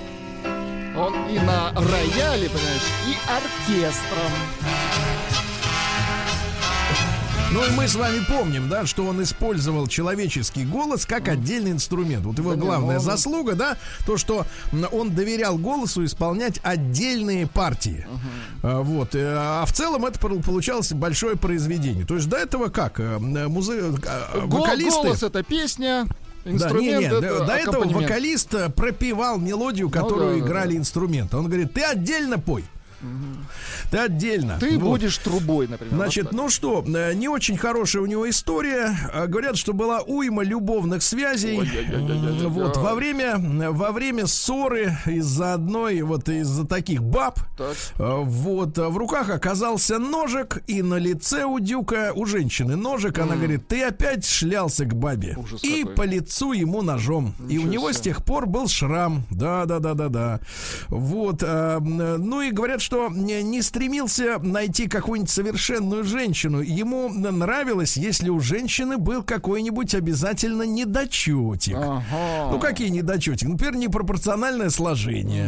Speaker 3: Он и на рояле, понимаешь, и оркестром.
Speaker 2: Ну и мы с вами помним, да, что он использовал человеческий голос как отдельный инструмент. Вот его главная заслуга, да, то, что он доверял голосу исполнять отдельные партии. Uh-huh. Вот. А в целом это получалось большое произведение. То есть до этого как? Музы... Вокалисты...
Speaker 3: Голос — это песня.
Speaker 2: Инструмент, да, не, не, до, до этого вокалист пропевал мелодию, которую ну, да, играли да. инструменты. Он говорит, ты отдельно пой. Ты отдельно.
Speaker 3: Ты
Speaker 2: вот.
Speaker 3: будешь трубой, например.
Speaker 2: Значит,
Speaker 3: вот
Speaker 2: ну что, не очень хорошая у него история. Говорят, что была уйма любовных связей.
Speaker 3: Ой-ой-ой-ой-ой-ой.
Speaker 2: Вот во время, во время ссоры из-за одной, вот из-за таких баб,
Speaker 3: Так.
Speaker 2: вот в руках оказался ножик, и на лице у Дюка, у женщины ножик. Она говорит: ты опять шлялся к бабе.
Speaker 3: Ужас
Speaker 2: И
Speaker 3: какой.
Speaker 2: по лицу ему ножом. И у
Speaker 3: Ничего
Speaker 2: него
Speaker 3: себе.
Speaker 2: с тех пор был шрам. Да, да, да, да, да. Вот. а, Ну и говорят, что не, не стремился найти какую-нибудь совершенную женщину. Ему нравилось, если у женщины был какой-нибудь обязательно недочетик.
Speaker 3: Ага.
Speaker 2: Ну, какие недочетики? Например, непропорциональное сложение.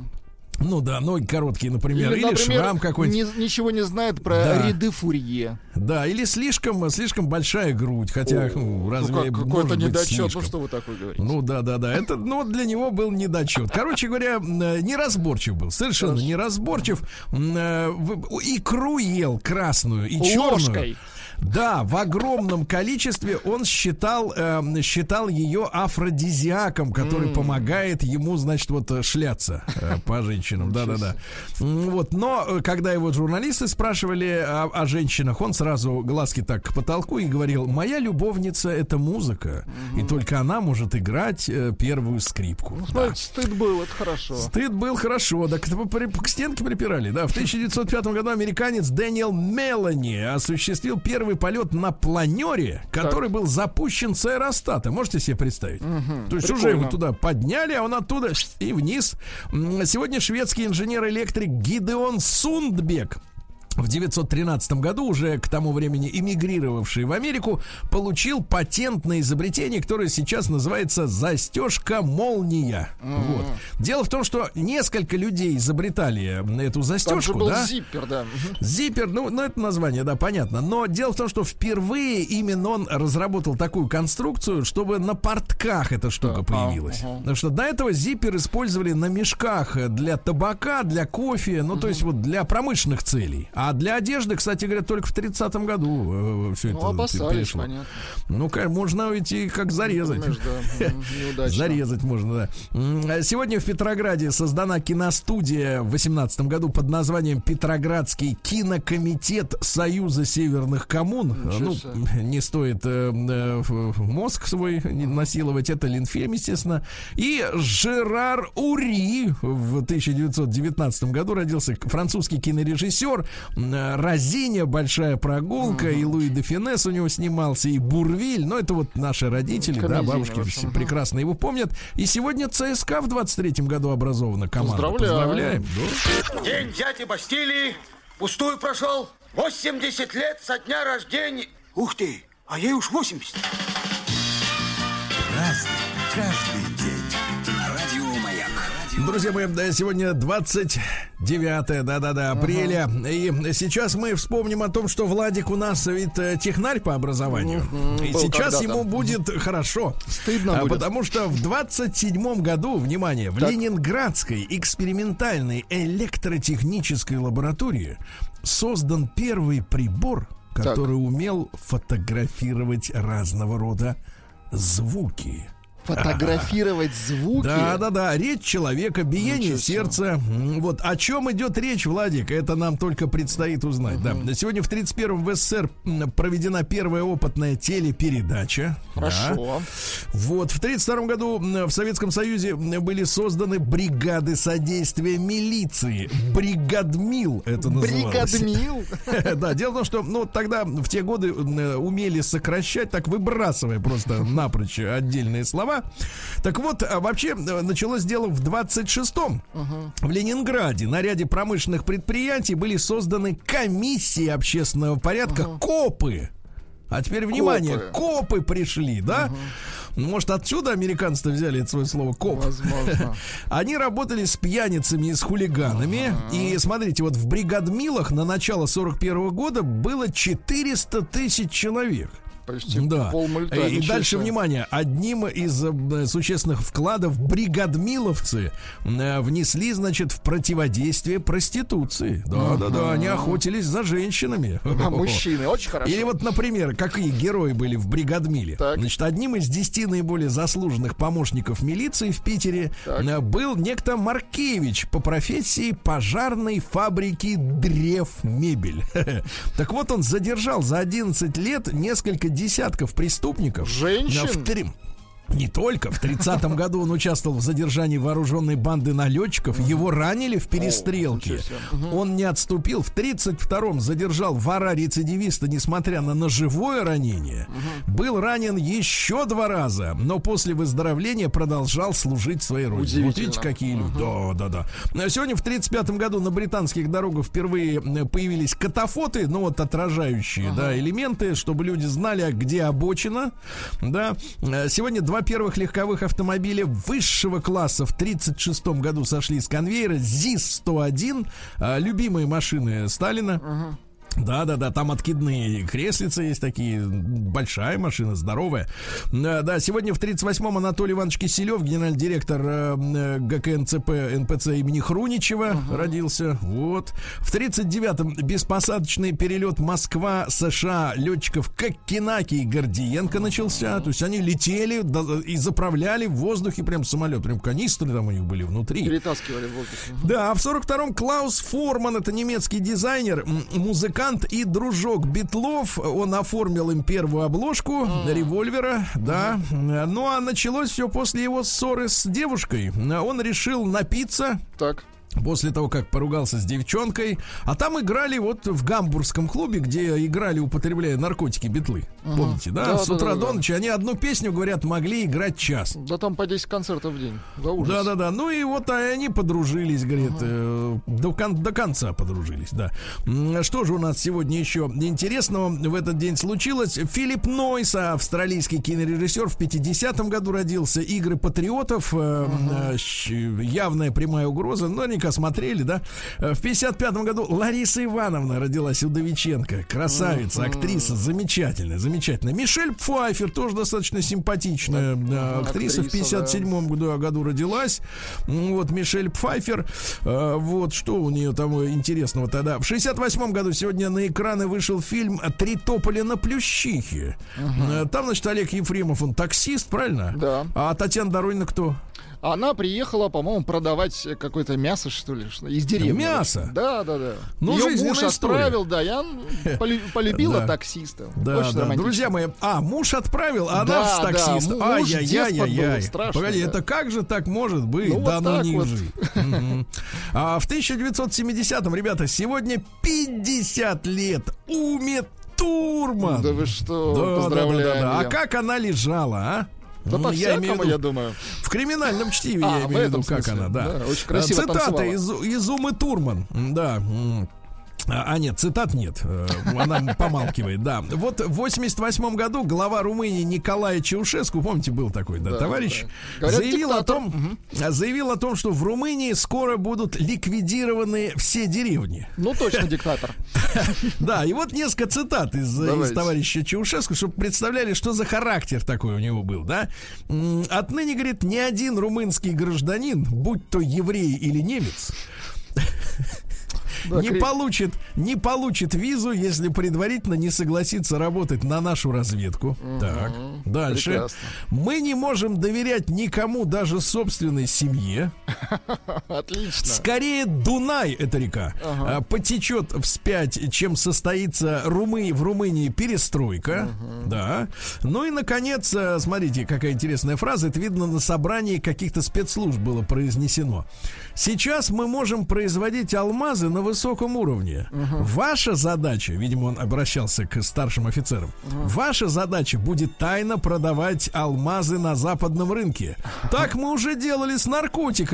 Speaker 2: Ну да, ноги короткие, например. Или,
Speaker 3: например,
Speaker 2: шрам какой-нибудь.
Speaker 3: не- ничего не знает про
Speaker 2: Да.
Speaker 3: ряды Фурье.
Speaker 2: Да, или слишком, слишком большая грудь. Хотя, ну, разве
Speaker 3: Ну, как- какой-то
Speaker 2: может быть
Speaker 3: недочет, ну
Speaker 2: слишком?
Speaker 3: что вы такое говорите?
Speaker 2: Ну да, да, да. Это, ну, вот для него был недочет. Короче говоря, э, неразборчив был. Совершенно
Speaker 3: Хорошо.
Speaker 2: неразборчив. М, э, в- Икру ел красную и черную.
Speaker 3: Ложкой.
Speaker 2: Да, в огромном количестве он считал, э, считал ее афродизиаком, который mm. помогает ему, значит, вот шляться э, по женщинам. Да-да-да. Вот. Но э, когда его журналисты спрашивали о, о женщинах, он сразу глазки так к потолку и говорил: моя любовница — это музыка, mm-hmm. и только она может играть э, первую скрипку.
Speaker 3: Ну,
Speaker 2: да.
Speaker 3: знаете, стыд был, это хорошо.
Speaker 2: Стыд был, хорошо. Так к стенке припирали. Да, в тысяча девятьсот пятом году американец Дэниел Мелани осуществил первый полет на планере, который так. был запущен с аэростата. Можете себе представить? Угу, то есть прикольно. Уже его туда подняли, а он оттуда и вниз. Сегодня шведский инженер-электрик Гидеон Сундбек, в девятьсот тринадцатом году, уже к тому времени эмигрировавший в Америку, получил патент на изобретение, которое сейчас называется застежка-молния. Mm-hmm. Вот. Дело в том, что несколько людей изобретали эту застежку. Там же
Speaker 3: был
Speaker 2: да?
Speaker 3: зиппер, да.
Speaker 2: Зиппер, ну, ну, это название, да, понятно. Но дело в том, что впервые именно он разработал такую конструкцию, чтобы на портках эта штука yeah. появилась. Uh-huh. Потому что до этого зиппер использовали на мешках для табака, для кофе, ну, uh-huh. то есть вот для промышленных целей. А для одежды, кстати говоря, только в тридцатом году э, все
Speaker 3: ну,
Speaker 2: это
Speaker 3: опасались,
Speaker 2: перешло.
Speaker 3: Понятно.
Speaker 2: Ну, можно ведь и как зарезать.
Speaker 3: Думаешь, да,
Speaker 2: зарезать можно, да. Сегодня в Петрограде создана киностудия в восемнадцатом году под названием Петроградский кинокомитет Союза Северных коммун. Ну, не стоит э, э, мозг свой насиловать. Это Ленфильм, естественно. И Жерар Ури в тысяча девятьсот девятнадцатом году родился, французский кинорежиссер. Розиня, большая прогулка, uh-huh. и Луи де Финес у него снимался, и Бурвиль. Но это вот наши родители, да, бабушки все uh-huh. прекрасно его помнят. И сегодня ЦСКА в двадцать третьем году образована команда.
Speaker 3: Поздравляем.
Speaker 2: Поздравляем. Да.
Speaker 4: День дяди Бастилии пустую прошел. восемьдесят лет со дня рождения. Ух ты, а ей уж восемьдесят.
Speaker 5: Разный, каждый день.
Speaker 2: Друзья мои, сегодня двадцать девятое, да-да-да, апреля. Uh-huh. И сейчас мы вспомним о том, что Владик у нас ведь технарь по образованию. Uh-huh. И Был сейчас когда-то. Ему будет uh-huh. хорошо.
Speaker 3: Стыдно будет.
Speaker 2: Потому что в двадцать седьмом году, внимание, в так. Ленинградской экспериментальной электротехнической лаборатории создан первый прибор, который так. умел фотографировать разного рода звуки.
Speaker 3: Фотографировать звуки.
Speaker 2: Да, да, да. Речь человека, биение сердца. Вот о чем идет речь, Владик, это нам только предстоит узнать. Uh-huh. Да. Сегодня в тридцать первом в СССР проведена первая опытная телепередача.
Speaker 3: Хорошо.
Speaker 2: Да. Вот в тридцать втором году в Советском Союзе были созданы бригады содействия милиции. Бригадмил это называлось.
Speaker 3: Бригадмил?
Speaker 2: Да, дело в том, что ну тогда в те годы умели сокращать, так выбрасывая просто напрочь отдельные слова. Так вот, вообще началось дело в двадцать шестом. Uh-huh. В Ленинграде на ряде промышленных предприятий были созданы комиссии общественного порядка, uh-huh. КОПы. А теперь, внимание, копы, копы пришли, да? Uh-huh. Может, отсюда американцы взяли это свое слово коп?
Speaker 3: Возможно.
Speaker 2: Они работали с пьяницами и с хулиганами. Uh-huh. И смотрите, вот в бригадмилах на начало сорок первого года было четыреста тысяч человек.
Speaker 3: Почти
Speaker 2: Да.
Speaker 3: полмульта.
Speaker 2: И дальше,
Speaker 3: себе.
Speaker 2: внимание, одним из э, существенных вкладов бригадмиловцы э, внесли, значит, в противодействие проституции. Да-да-да, они охотились за женщинами.
Speaker 3: А мужчины, очень хорошо.
Speaker 2: Или вот, например, какие герои были в бригадмиле.
Speaker 3: Так.
Speaker 2: Значит, одним из десяти наиболее заслуженных помощников милиции в Питере
Speaker 3: Так.
Speaker 2: э, был некто Маркевич по профессии пожарной фабрики Древмебель. Так вот, он задержал за одиннадцать лет несколько десятков преступников.
Speaker 3: Женщин?
Speaker 2: В три- Не только. В тридцатом году он участвовал в задержании вооруженной банды налетчиков. Его ранили в перестрелке.
Speaker 3: О,
Speaker 2: Он не отступил. В тридцать втором задержал вора-рецидивиста, несмотря на ножевое ранение. Был ранен еще два раза, но после выздоровления продолжал служить своей родине. Вот
Speaker 3: Удивительно.
Speaker 2: видите, какие люди. Да, да, да. Сегодня в тридцать пятом году на британских дорогах впервые появились катафоты, ну вот отражающие, да, элементы, чтобы люди знали, где обочина. Да. Сегодня два первых легковых автомобиля высшего класса в тридцать шестом году сошли с конвейера. ЗИС сто один, любимые машины Сталина. Да-да-да, там откидные креслица есть такие, большая машина, здоровая. Да, сегодня в тридцать восьмом Анатолий Иванович Киселев, генеральный директор э, ГКНЦП НПЦ имени Хруничева, uh-huh. родился. Вот. В тридцать девятом беспосадочный перелет Москва-США летчиков Кокенаки и Гордиенко начался. То есть они летели да, и заправляли в воздухе прям самолет, прям канистры там у них были внутри.
Speaker 3: Перетаскивали в воздух. Uh-huh.
Speaker 2: Да, а в сорок втором Клаус Форман, это немецкий дизайнер, музыкант и дружок Битлов. Он оформил им первую обложку mm. револьвера, да. Mm. Ну а началось все после его ссоры с девушкой. Он решил напиться.
Speaker 3: Так.
Speaker 2: После того, как поругался с девчонкой. А там играли вот в гамбургском клубе, где играли, употребляя наркотики, битлы. Uh-huh. Помните, да?
Speaker 3: да
Speaker 2: С
Speaker 3: да,
Speaker 2: утра
Speaker 3: да,
Speaker 2: до
Speaker 3: да.
Speaker 2: ночи. Они одну песню, говорят, могли играть час.
Speaker 3: Да там по десять концертов в день. За ужас.
Speaker 2: Да-да-да. Ну и вот они подружились, говорит, uh-huh. э, до, кон- до конца подружились, да. Что же у нас сегодня еще интересного в этот день случилось? Филипп Нойс, австралийский кинорежиссер, в пятидесятом году родился. «Игры патриотов». Uh-huh. э, явная прямая угроза. Но они смотрели, да? В пятьдесят пятом году Лариса Ивановна родилась, Удовиченко. Красавица, актриса, замечательная, замечательная. Мишель Пфайфер, тоже достаточно симпатичная да, актриса, актриса. В пятьдесят седьмом да. году, году родилась. Вот, Мишель Пфайфер. Вот, что у нее там интересного тогда. В шестьдесят восьмом году сегодня на экраны вышел фильм «Три тополя на Плющихе». Uh-huh. Там, значит, Олег Ефремов, он таксист, правильно?
Speaker 3: Да.
Speaker 2: А Татьяна Доронина кто?
Speaker 3: Она приехала, по-моему, продавать какое-то мясо, что ли, из деревни.
Speaker 2: Мясо?
Speaker 3: Да, да, да.
Speaker 2: Ну,
Speaker 3: ее муж
Speaker 2: история.
Speaker 3: отправил, да, я полюбила
Speaker 2: да.
Speaker 3: таксиста.
Speaker 2: Да,
Speaker 3: Очень
Speaker 2: да.
Speaker 3: романтично.
Speaker 2: Друзья мои, а, муж отправил, а
Speaker 3: да,
Speaker 2: она в таксист.
Speaker 3: Да,
Speaker 2: Ай-яй-яй-яй-яй. Погоди,
Speaker 3: да.
Speaker 2: это как же так может быть?
Speaker 3: Ну,
Speaker 2: да
Speaker 3: вот
Speaker 2: ну
Speaker 3: так
Speaker 2: не
Speaker 3: вот.
Speaker 2: жи. А в тысяча девятьсот семидесятом, ребята, сегодня пятьдесят лет Уме Турман.
Speaker 3: Да вы что,
Speaker 2: да,
Speaker 3: поздравляем.
Speaker 2: Да, да, да, да. А
Speaker 3: я.
Speaker 2: как она лежала, а?
Speaker 3: Да
Speaker 2: ну,
Speaker 3: по-всякому,
Speaker 2: я, виду,
Speaker 3: я думаю.
Speaker 2: В криминальном чтиве
Speaker 3: а,
Speaker 2: я имею в виду, как
Speaker 3: смысле.
Speaker 2: она, да.
Speaker 3: да очень красиво
Speaker 2: Цитата из, из Умы Турман, да. А нет, цитат нет. Она помалкивает, да. Вот в восемьдесят восьмом году глава Румынии Николай Чаушеску, помните, был такой, да,
Speaker 3: да
Speaker 2: товарищ,
Speaker 3: да. Говорят,
Speaker 2: заявил о, том,
Speaker 3: угу.
Speaker 2: заявил о том, что в Румынии скоро будут ликвидированы все деревни.
Speaker 3: Ну, точно диктатор.
Speaker 2: Да, и вот несколько цитат из, из товарища Чаушеску, чтобы представляли, что за характер такой у него был, да. Отныне, говорит, ни один румынский гражданин, будь то еврей или немец, Да, не, крик. получит, не получит визу, если предварительно не согласится работать на нашу разведку. Угу. Так, дальше. Прекрасно. Мы не можем доверять никому, даже собственной семье.
Speaker 3: Отлично.
Speaker 2: Скорее Дунай, это река, ага. потечет вспять, чем состоится Румы... в Румынии перестройка. Угу. Да. Ну и, наконец, смотрите, какая интересная фраза. Это видно на собрании каких-то спецслужб было произнесено. Сейчас мы можем производить алмазы на высоком уровне. Uh-huh. Ваша задача, видимо, он обращался к старшим офицерам, uh-huh. ваша задача будет тайно продавать алмазы на западном рынке. Так мы уже делали с наркотиками,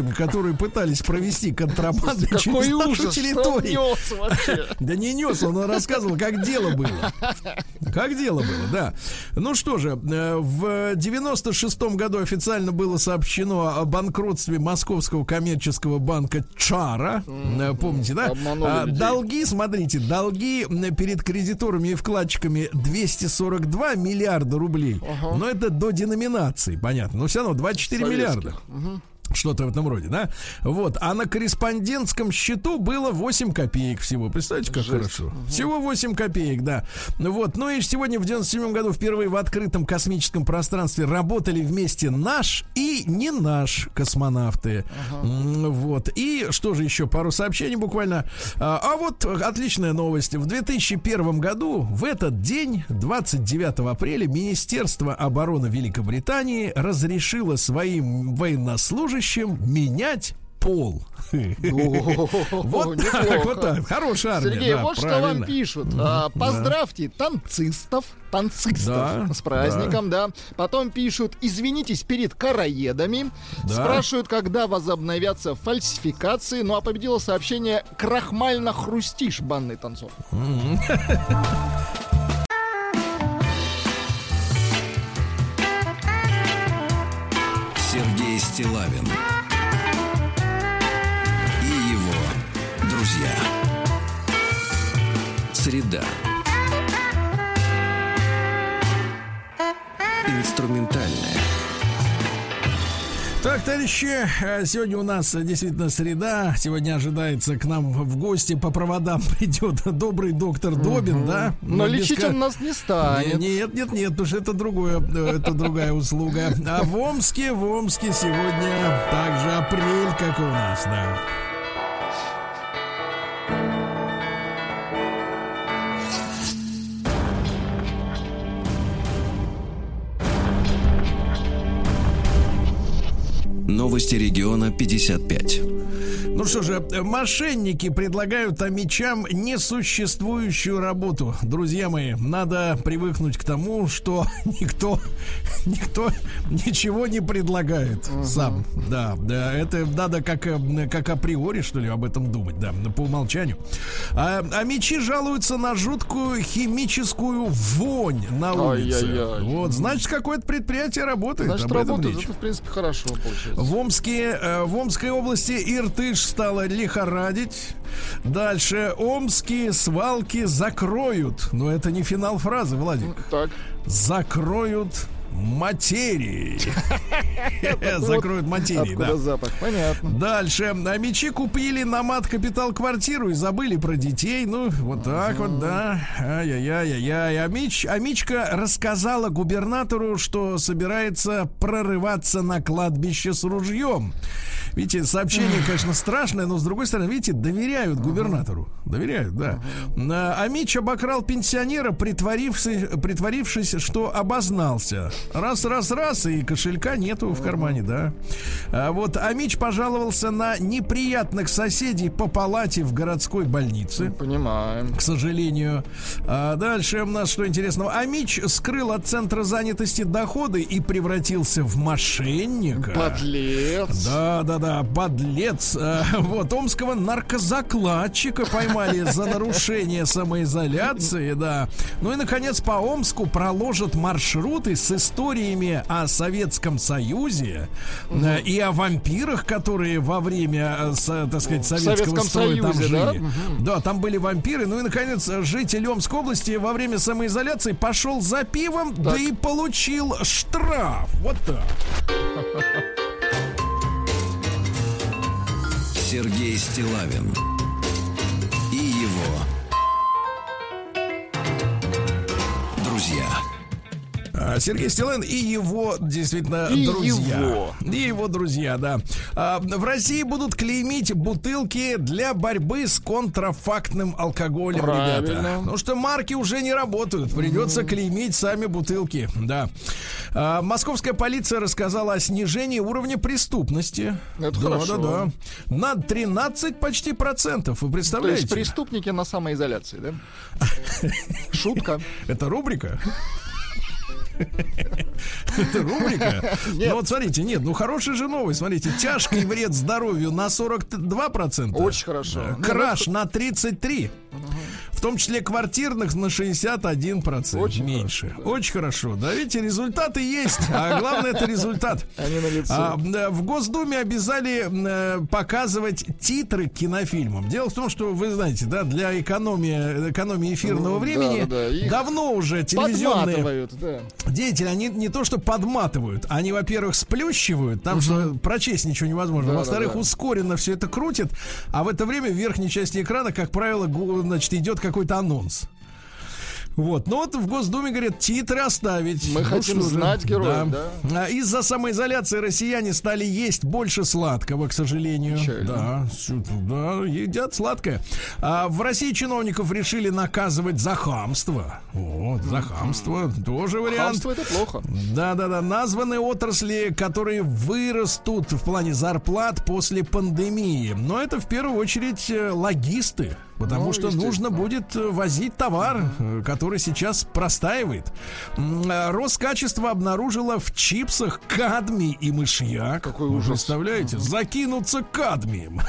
Speaker 2: налетчиками, которые пытались провести контрабанду через
Speaker 3: Какой
Speaker 2: нашу
Speaker 3: ужас,
Speaker 2: территорию.
Speaker 3: что он нес вообще?
Speaker 2: Да не нес, он рассказывал, как дело было. Как дело было, да. Ну что же, в девяносто шестом году официально было сообщено о банкротстве Московского коммерческого банка Чара. Помните, да? А, долги, смотрите, долги перед кредиторами и вкладчиками двести сорок два миллиарда рублей. Ага. Но это до деноминации, понятно. Но все равно двадцать четыре миллиарда. Угу. Что-то в этом роде, да? Вот. А на корреспондентском счету было восемь копеек всего. Представляете, как Жесть. Хорошо? Угу. Всего восемь копеек, да. Вот. Ну и сегодня в девяносто седьмом году впервые в открытом космическом пространстве работали вместе наш и не наш космонавты. Ага. Вот. И что же еще? Пару сообщений буквально. А, а вот отличная новость. В две тысячи первом году в этот день, двадцать девятого апреля, Министерство обороны Великобритании разрешило своим военнослужащим менять пол. Вот так, вот так. Хорошая армия.
Speaker 3: Сергей, вот что вам пишут. Поздравьте танцистов, танцистов с праздником, да. Потом пишут: извинитесь перед караедами. Спрашивают, когда возобновятся фальсификации. Ну а победило сообщение: крахмально хрустишь, банный танцор.
Speaker 1: Сергей Стиллавин и его друзья. Среда. Инструментальная.
Speaker 2: Так, товарищи, сегодня у нас действительно среда. Сегодня ожидается к нам в гости по проводам придет добрый доктор Добин, угу. да?
Speaker 3: Но, Но лечить без... он нас не станет.
Speaker 2: Нет, нет, нет, потому что это другое, это другая услуга. А в Омске, в Омске сегодня также апрель, как у нас, да.
Speaker 1: Новости региона пятьдесят пять.
Speaker 2: Ну что же, мошенники предлагают омичам несуществующую работу. Друзья мои, надо привыкнуть к тому, что никто, никто ничего не предлагает uh-huh. сам. Да, да, это надо как, как априори, что ли, об этом думать, да, по умолчанию. А, омичи жалуются на жуткую химическую вонь на улице. Ай-яй-яй. Вот, значит, какое-то предприятие работает.
Speaker 3: Значит, работает, это, в принципе, хорошо получается.
Speaker 2: В Омске, в Омской области Иртыш стало лихорадить. Дальше. Омские свалки закроют. Но это не финал фразы, Владик.
Speaker 3: Так.
Speaker 2: Закроют материи. Закроют материи, да.
Speaker 3: Запах, понятно.
Speaker 2: Дальше. Омичи купили на мат-капитал квартиру и забыли про детей. Ну, вот так вот, да. Ай-яй-яй-яй. Омич, Омичка рассказала губернатору, что собирается прорываться на кладбище с ружьем. Видите, сообщение, конечно, страшное, но, с другой стороны, видите, доверяют губернатору. Доверяют, да. Омич обокрал пенсионера, притворившись, притворившись, что обознался. Раз, раз, раз, и кошелька нету в кармане, да. А вот Омич пожаловался на неприятных соседей по палате в городской больнице.
Speaker 3: Понимаем.
Speaker 2: К сожалению. А дальше у нас что интересного. Омич скрыл от центра занятости доходы и превратился в мошенника.
Speaker 3: Подлец.
Speaker 2: Да, да, да, подлец. А, вот, омского наркозакладчика поймали за нарушение самоизоляции, да. Ну и, наконец, по Омску проложат маршруты с историями о Советском Союзе угу. и о вампирах, которые во время, так сказать, советского строя там жили. Да? Угу. Да, там были вампиры. Ну и, наконец, житель Омской области во время самоизоляции пошел за пивом, так. да и получил штраф. Вот так.
Speaker 1: Сергей Стиллавин и его друзья.
Speaker 2: Сергей Стиллавин и его, действительно,
Speaker 3: и
Speaker 2: друзья.
Speaker 3: Его.
Speaker 2: И его друзья, да. А, в России будут клеймить бутылки для борьбы с контрафактным алкоголем,
Speaker 3: Правильно.
Speaker 2: ребята. Потому что марки уже не работают. Придется mm-hmm. клеймить сами бутылки, да. А, московская полиция рассказала о снижении уровня преступности.
Speaker 3: Это
Speaker 2: да,
Speaker 3: хорошо.
Speaker 2: Да, да. На тринадцать почти процентов. Вы представляете?
Speaker 3: То есть преступники на самоизоляции, да? Шутка.
Speaker 2: Это рубрика? Это рубрика? Ну вот смотрите, нет, ну хорошая же новость. Смотрите, тяжкий вред здоровью на сорок два процента.
Speaker 3: Очень хорошо.
Speaker 2: Краш на тридцать три процента. В том числе квартирных на шестьдесят один процент. Очень меньше. Хорошо, да. Очень хорошо. Да, видите, результаты есть. А главное, это результат.
Speaker 3: Они налицо.
Speaker 2: А, в Госдуме обязали а, показывать титры к кинофильмам. Дело в том, что, вы знаете, да, для экономии, экономии эфирного ну, времени да, да. давно уже телевизионные да. деятели, они не то что подматывают, они, во-первых, сплющивают, там угу. что прочесть ничего невозможно. Да, Во-вторых, да, да. ускоренно все это крутят, а в это время в верхней части экрана, как правило, значит, идет какой-то анонс. Вот, но вот в Госдуме говорят, титры оставить.
Speaker 3: Мы ну, хотим знать героев, да.
Speaker 2: да. Из-за самоизоляции россияне стали есть больше сладкого, к сожалению. Да, да, едят сладкое. А в России чиновников решили наказывать за хамство. Вот, за хамство тоже вариант.
Speaker 3: Хамство — это плохо.
Speaker 2: Да-да-да, названы отрасли, которые вырастут в плане зарплат после пандемии. Но это в первую очередь логисты. Потому ну, что нужно будет возить товар, который сейчас простаивает. Роскачество обнаружило в чипсах кадмий и мышьяк.
Speaker 3: Какой
Speaker 2: Вы
Speaker 3: ужас.
Speaker 2: Представляете? Угу. Закинуться кадмием.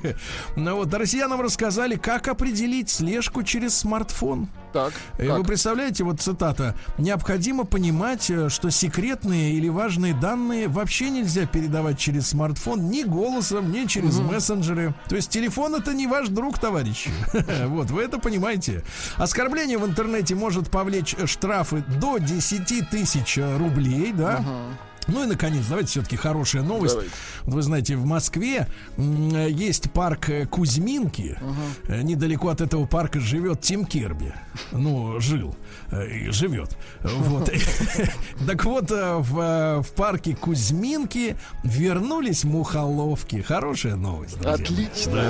Speaker 2: Ну вот, россиянам рассказали, как определить слежку через смартфон.
Speaker 3: Так,
Speaker 2: и вы представляете, вот цитата: необходимо понимать, что секретные или важные данные вообще нельзя передавать через смартфон ни голосом, ни через угу. мессенджеры. То есть телефон — это не ваш друг, товарищи. Вот, вы это понимаете. Оскорбление в интернете может повлечь штрафы до десять тысяч рублей, да? Ну и, наконец, давайте все-таки хорошая новость. Вот вы знаете, в Москве м- есть парк Кузьминки. Uh-huh. Недалеко от этого парка живет Тим Керби. Ну, жил. И живет. Вот. Так вот, в парке Кузьминки вернулись мухоловки. Хорошая новость.
Speaker 3: Отлично.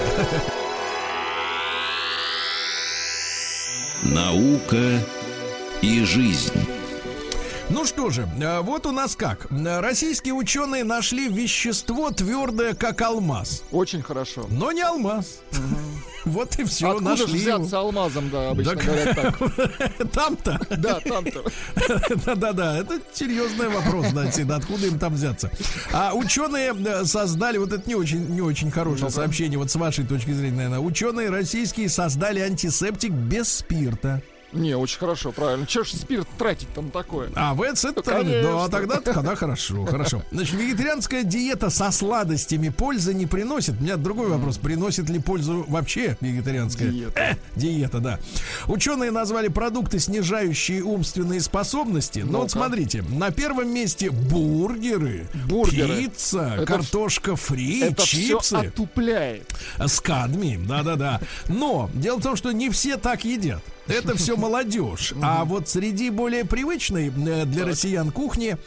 Speaker 1: Наука и жизнь.
Speaker 2: Ну что же, вот у нас как. Российские ученые нашли вещество твердое, как алмаз.
Speaker 3: Очень хорошо.
Speaker 2: Но не алмаз. Угу. Вот и все.
Speaker 3: Откуда
Speaker 2: нашли.
Speaker 3: Откуда взяться его алмазом, да, обычно так, говорят так.
Speaker 2: Там-то?
Speaker 3: Да, там-то.
Speaker 2: Да-да-да, это серьезный вопрос, да, всегда. Откуда им там взяться? А ученые создали, вот это не очень, не очень хорошее сообщение, вот с вашей точки зрения, наверное. Ученые российские создали антисептик без спирта.
Speaker 3: Не, очень хорошо, правильно. Че ж спирт тратить там такое?
Speaker 2: А, вы с этой стороны? Да, тогда, тогда хорошо, хорошо. Значит, вегетарианская диета со сладостями пользы не приносит. У меня другой вопрос. Приносит ли пользу вообще вегетарианская
Speaker 3: диета?
Speaker 2: Э, диета, да. Ученые назвали продукты, снижающие умственные способности. Ну, вот смотрите, на первом месте бургеры, бургеры. пицца, это картошка фри,
Speaker 3: это
Speaker 2: чипсы.
Speaker 3: Все отупляет.
Speaker 2: С кадмием, да-да-да. Но дело в том, что не все так едят. Это все молодежь. А вот среди более привычной для россиян кухни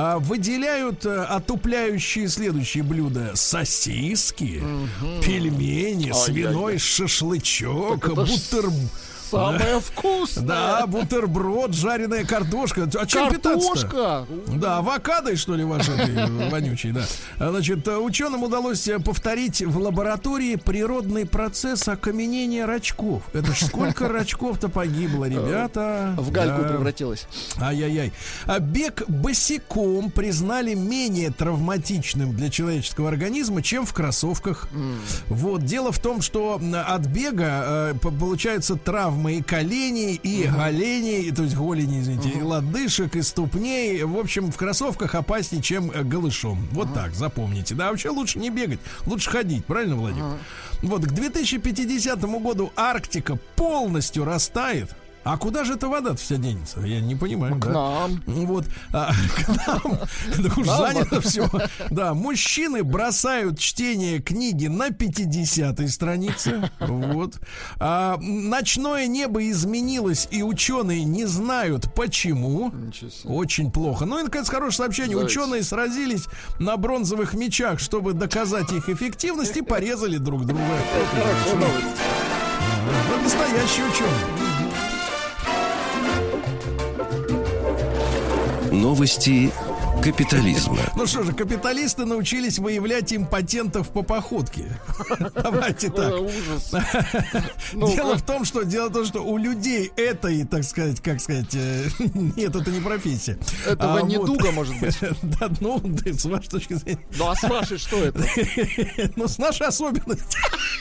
Speaker 2: выделяют отупляющие следующие блюда: сосиски, пельмени, свиной шашлычок, бутерброд.
Speaker 3: Самое вкусное.
Speaker 2: Да, бутерброд, жареная картошка. А чем питаться-то? Да, авокадой, что ли, вашей вонючей, да. Значит, ученым удалось повторить в лаборатории природный процесс окаменения рачков. Это ж сколько рачков-то погибло, ребята.
Speaker 3: В гальку да. превратилось.
Speaker 2: Ай-яй-яй. А бег босиком признали менее травматичным для человеческого организма, чем в кроссовках. Mm. Вот. Дело в том, что от бега э, получаются травмы и коленей, и uh-huh. голеней, то есть голени, извините, uh-huh. и лодыжек, и ступней. В общем, в кроссовках опаснее, чем голышом. Вот uh-huh. так, запомните. Да, вообще лучше не бегать, лучше ходить, правильно, Владимир? Uh-huh. Вот, к две тысячи пятидесятому году Арктика полностью растает. А куда же эта вода-то вся денется? Я не понимаю.
Speaker 3: К
Speaker 2: да?
Speaker 3: нам.
Speaker 2: Вот. А, к нам. Да уж занято все. Да, мужчины бросают чтение книги на пятидесятой странице. Вот. А, ночное небо изменилось, и ученые не знают, почему. Очень плохо. Ну и, наконец, хорошее сообщение. Давайте. Ученые сразились на бронзовых мечах, чтобы доказать их эффективность, и порезали друг друга. Вот настоящие ученые.
Speaker 1: Новости капитализма.
Speaker 2: Ну что же, капиталисты научились выявлять импотентов по походке. Давайте так. Дело в том, что дело в том, что у людей этой, так сказать, как сказать, нет, это не профессия.
Speaker 3: Этого недуга, может быть.
Speaker 2: Да, ну, с вашей точки зрения.
Speaker 3: Ну, а с вашей что это?
Speaker 2: Ну, с нашей особенностью.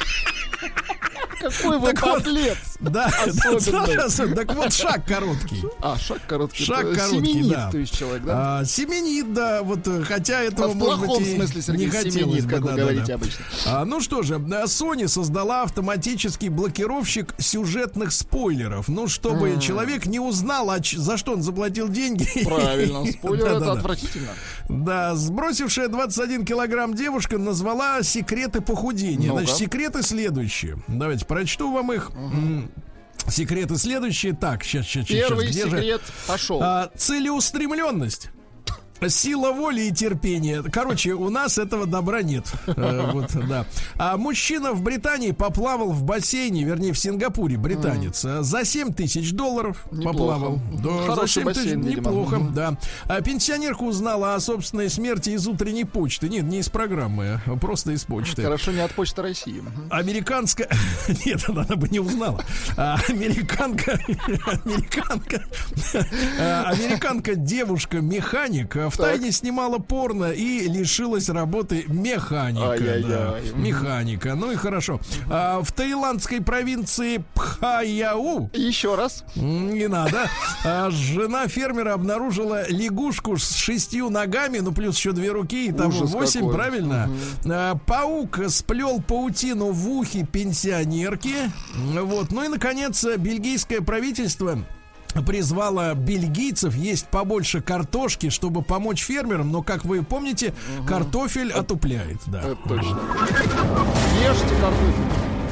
Speaker 3: Какой вы подлец!
Speaker 2: Да, особенный. Так вот, шаг короткий.
Speaker 3: А, шаг короткий.
Speaker 2: Шаг короткий,
Speaker 3: семенит,
Speaker 2: да.
Speaker 3: то есть человек, да?
Speaker 2: А, семенит, да, вот, хотя этого,
Speaker 3: в
Speaker 2: может
Speaker 3: плохом
Speaker 2: быть, и
Speaker 3: смысле, Сергей,
Speaker 2: не хотелось
Speaker 3: семенит,
Speaker 2: бы,
Speaker 3: как
Speaker 2: да,
Speaker 3: вы
Speaker 2: да,
Speaker 3: говорите
Speaker 2: да.
Speaker 3: обычно.
Speaker 2: А, ну что же, Sony создала автоматический блокировщик сюжетных спойлеров. Ну, чтобы mm. человек не узнал, а ч- за что он заплатил деньги.
Speaker 3: Правильно, спойлер это отвратительно.
Speaker 2: Да, сбросившая двадцать один килограмм девушка назвала секреты похудения.
Speaker 3: Ну-ка.
Speaker 2: Значит, секреты следующие. Давайте прочту вам их. Угу. Секреты следующие. Так, сейчас, сейчас, сейчас.
Speaker 3: Первый
Speaker 2: Где
Speaker 3: секрет
Speaker 2: же?
Speaker 3: пошел.
Speaker 2: А, целеустремленность. Сила воли и терпения. Короче, у нас этого добра нет. Э, вот, да. А мужчина в Британии поплавал в бассейне, вернее, в Сингапуре, британец, mm. за семь тысяч долларов неплохо. Поплавал. Да,
Speaker 3: хороший
Speaker 2: за семь
Speaker 3: бассейн,
Speaker 2: тысяч,
Speaker 3: видимо.
Speaker 2: неплохо,
Speaker 3: Mm-hmm.
Speaker 2: да. А пенсионерка узнала о собственной смерти из утренней почты. Нет, не из программы, а просто из почты.
Speaker 3: Хорошо, не от Почты России.
Speaker 2: Американская... Нет, она бы не узнала. А, американка... Американка... Американка девушка-механик втайне снимала порно и лишилась работы механика. Да. Механика. Ну и хорошо. А, в таиландской провинции Пхаяу.
Speaker 3: Еще раз.
Speaker 2: Не надо. А, жена фермера обнаружила лягушку с шестью ногами, ну плюс еще две руки, и там восемь, какой. Правильно? Угу. А, паук сплел паутину в ухе пенсионерки. Вот. Ну и, наконец, бельгийское правительство призвала бельгийцев есть побольше картошки, чтобы помочь фермерам, но, как вы помните, угу. картофель это, отупляет. Да.
Speaker 3: Это точно. Ешьте картофель.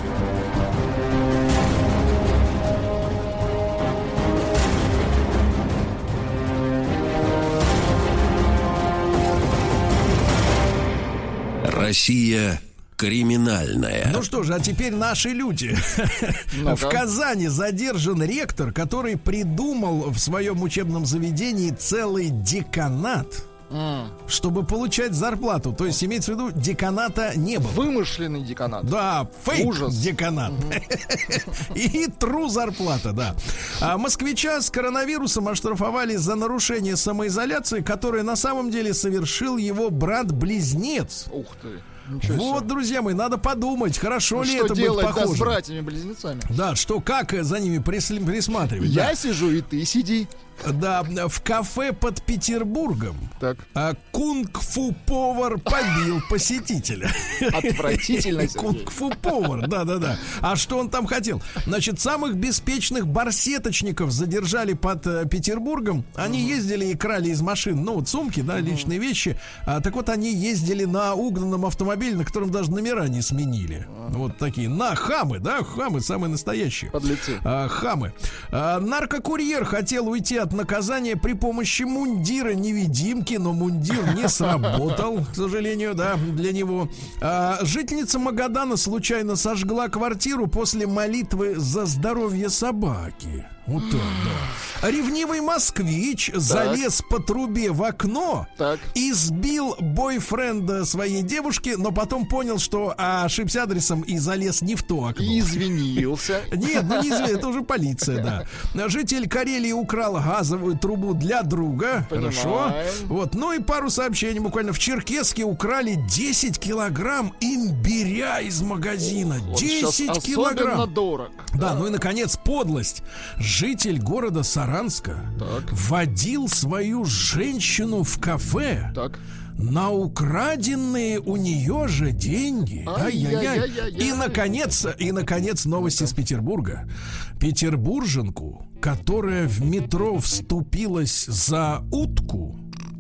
Speaker 1: Россия криминальная.
Speaker 2: Ну что же, а теперь наши люди. Ну-ка. В Казани задержан ректор, который придумал в своем учебном заведении целый деканат, mm. чтобы получать зарплату. То есть, имеется в виду, деканата не было.
Speaker 3: Вымышленный деканат.
Speaker 2: Да, фейк
Speaker 3: Ужас.
Speaker 2: Деканат. Mm-hmm. И тру зарплата, да. А москвича с коронавирусом оштрафовали за нарушение самоизоляции, которое на самом деле совершил его брат-близнец.
Speaker 3: Ух ты.
Speaker 2: Вот, друзья мои, надо подумать, хорошо ну, ли это быть похоже. Что
Speaker 3: делать с братьями-близнецами?
Speaker 2: Да, что, как за ними присл- присматривать.
Speaker 3: Я
Speaker 2: да.
Speaker 3: сижу, и ты сиди.
Speaker 2: Да, в кафе под Петербургом
Speaker 3: так.
Speaker 2: а, кунг-фу повар побил посетителя.
Speaker 3: Отвратительно.
Speaker 2: Кунг-фу повар, да-да-да. А что он там хотел? Значит, самых беспечных барсеточников задержали под uh, Петербургом. Они uh-huh. ездили и крали из машин, ну вот сумки, да, uh-huh. личные вещи. А, так вот они ездили на угнанном автомобиле, на котором даже номера не сменили. Uh-huh. Вот такие, на хамы, да, хамы самые настоящие.
Speaker 3: Подлецы.
Speaker 2: А, хамы. А, наркокурьер хотел уйти от наказания при помощи мундира-невидимки, но мундир не сработал, к сожалению, да, для него. А, жительница Магадана случайно сожгла квартиру после молитвы за здоровье собаки. Вот так, да. Ревнивый москвич так. залез по трубе в окно
Speaker 3: так.
Speaker 2: и сбил бойфренда своей девушки, но потом понял, что ошибся адресом и залез не в то окно.
Speaker 3: И извинился.
Speaker 2: Нет, ну не извинился, это уже полиция, да. Житель Карелии украл газовую трубу для друга.
Speaker 3: Понимаем.
Speaker 2: Хорошо. Вот, ну и пару сообщений буквально. В Черкесске украли десять килограмм имбиря из магазина. десять килограмм.
Speaker 3: Особенно дорог.
Speaker 2: Да, ну и, наконец, подлость. Житель города Саранска так. водил свою женщину в кафе так. на украденные у нее же деньги. Ай-яй-яй. И, наконец, и, наконец, новость из Петербурга. Петербурженку, которая в метро вступилась за утку,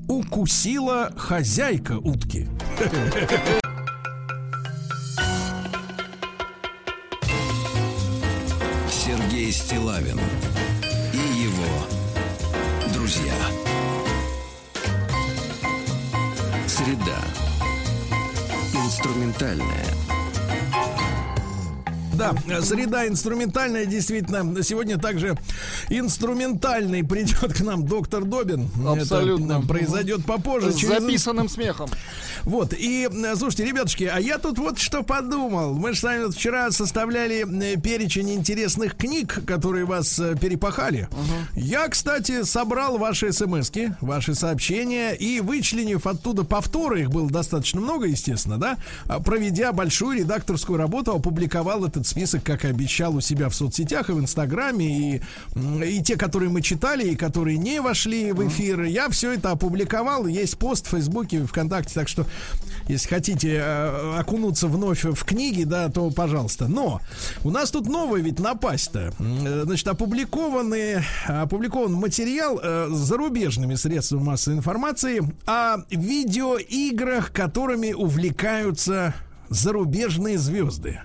Speaker 2: укусила хозяйка утки.
Speaker 1: Сергей Стиллавин и его друзья. Среда. Инструментальная.
Speaker 2: Да, среда инструментальная, действительно. Сегодня также инструментальный придет к нам доктор Добин.
Speaker 3: Абсолютно.
Speaker 2: Это произойдет попозже.
Speaker 3: С
Speaker 2: через...
Speaker 3: записанным смехом.
Speaker 2: Вот, и, слушайте, ребятушки, а я тут вот что подумал. Мы же с вами вот вчера составляли перечень интересных книг, которые вас перепахали. Uh-huh. Я, кстати, собрал ваши смски, ваши сообщения, и, вычленив оттуда повторы, их было достаточно много, естественно, да, проведя большую редакторскую работу, опубликовал этот список, как и обещал, у себя в соцсетях и в Инстаграме, и, и те, которые мы читали, и которые не вошли в эфир. Я все это опубликовал, есть пост в Фейсбуке, ВКонтакте, так что если хотите э, окунуться вновь в книги, да, то пожалуйста. Но у нас тут новое ведь напасть-то. Значит, опубликованный, опубликован материал э, с зарубежными средствами массовой информации о видеоиграх, которыми увлекаются зарубежные звезды.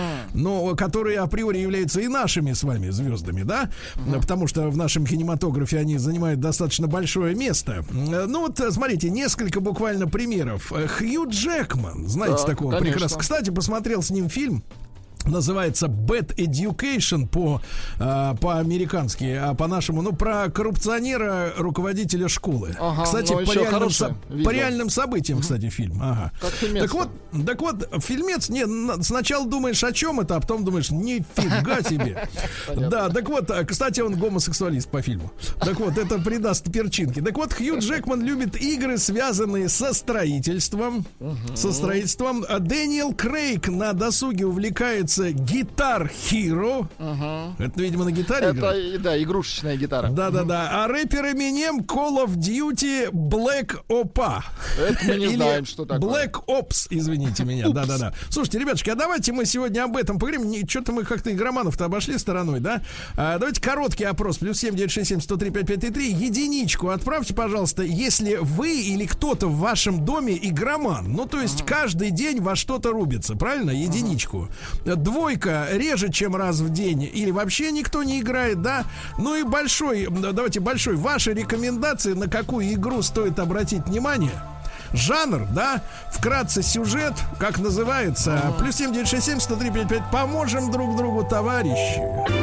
Speaker 2: Но которые априори являются и нашими с вами звездами, да? Uh-huh. Потому что в нашем кинематографе они занимают достаточно большое место. Ну вот, смотрите, несколько буквально примеров. Хью Джекман, знаете, да, такого прекрасного. Кстати, посмотрел с ним фильм. Называется Bad Education по, э, по-американски, а по-нашему, ну, про коррупционера, руководителя школы. Ага, кстати, по реальным, со- по реальным событиям, кстати, фильм. Ага. Так вот, так вот, фильмец, не, сначала думаешь, о чем это, а потом думаешь, нифига себе. Да, так вот, кстати, он гомосексуалист по фильму. Так вот, это придаст перчинки. Так вот, Хью Джекман любит игры, связанные со строительством. Со строительством. Дэниел Крейг на досуге увлекается Guitar Hero. Uh-huh. Это, видимо, на гитаре
Speaker 3: это, играет. Да, игрушечная гитара.
Speaker 2: Да-да-да. А рэпер Eminem Call of Duty Black Ops.
Speaker 3: Это мы не знаем, что такое.
Speaker 2: Black Ops, извините меня. Да-да-да. Слушайте, ребятушки, а давайте мы сегодня об этом поговорим. Что-то мы как-то игроманов-то обошли стороной, да? А, давайте короткий опрос. Плюс семь девять шесть семь сто три пять пять три. Единичку отправьте, пожалуйста, если вы или кто-то в вашем доме игроман. Ну, то есть uh-huh. каждый день во что-то рубится, правильно? Единичку. Uh-huh. Двойка реже, чем раз в день, или вообще никто не играет, да? Ну и большой, давайте большой, ваши рекомендации, на какую игру стоит обратить внимание? Жанр, да? Вкратце сюжет, как называется? А-а-а. Плюс семь девять шесть семь сто три пять пять. Поможем друг другу, товарищи.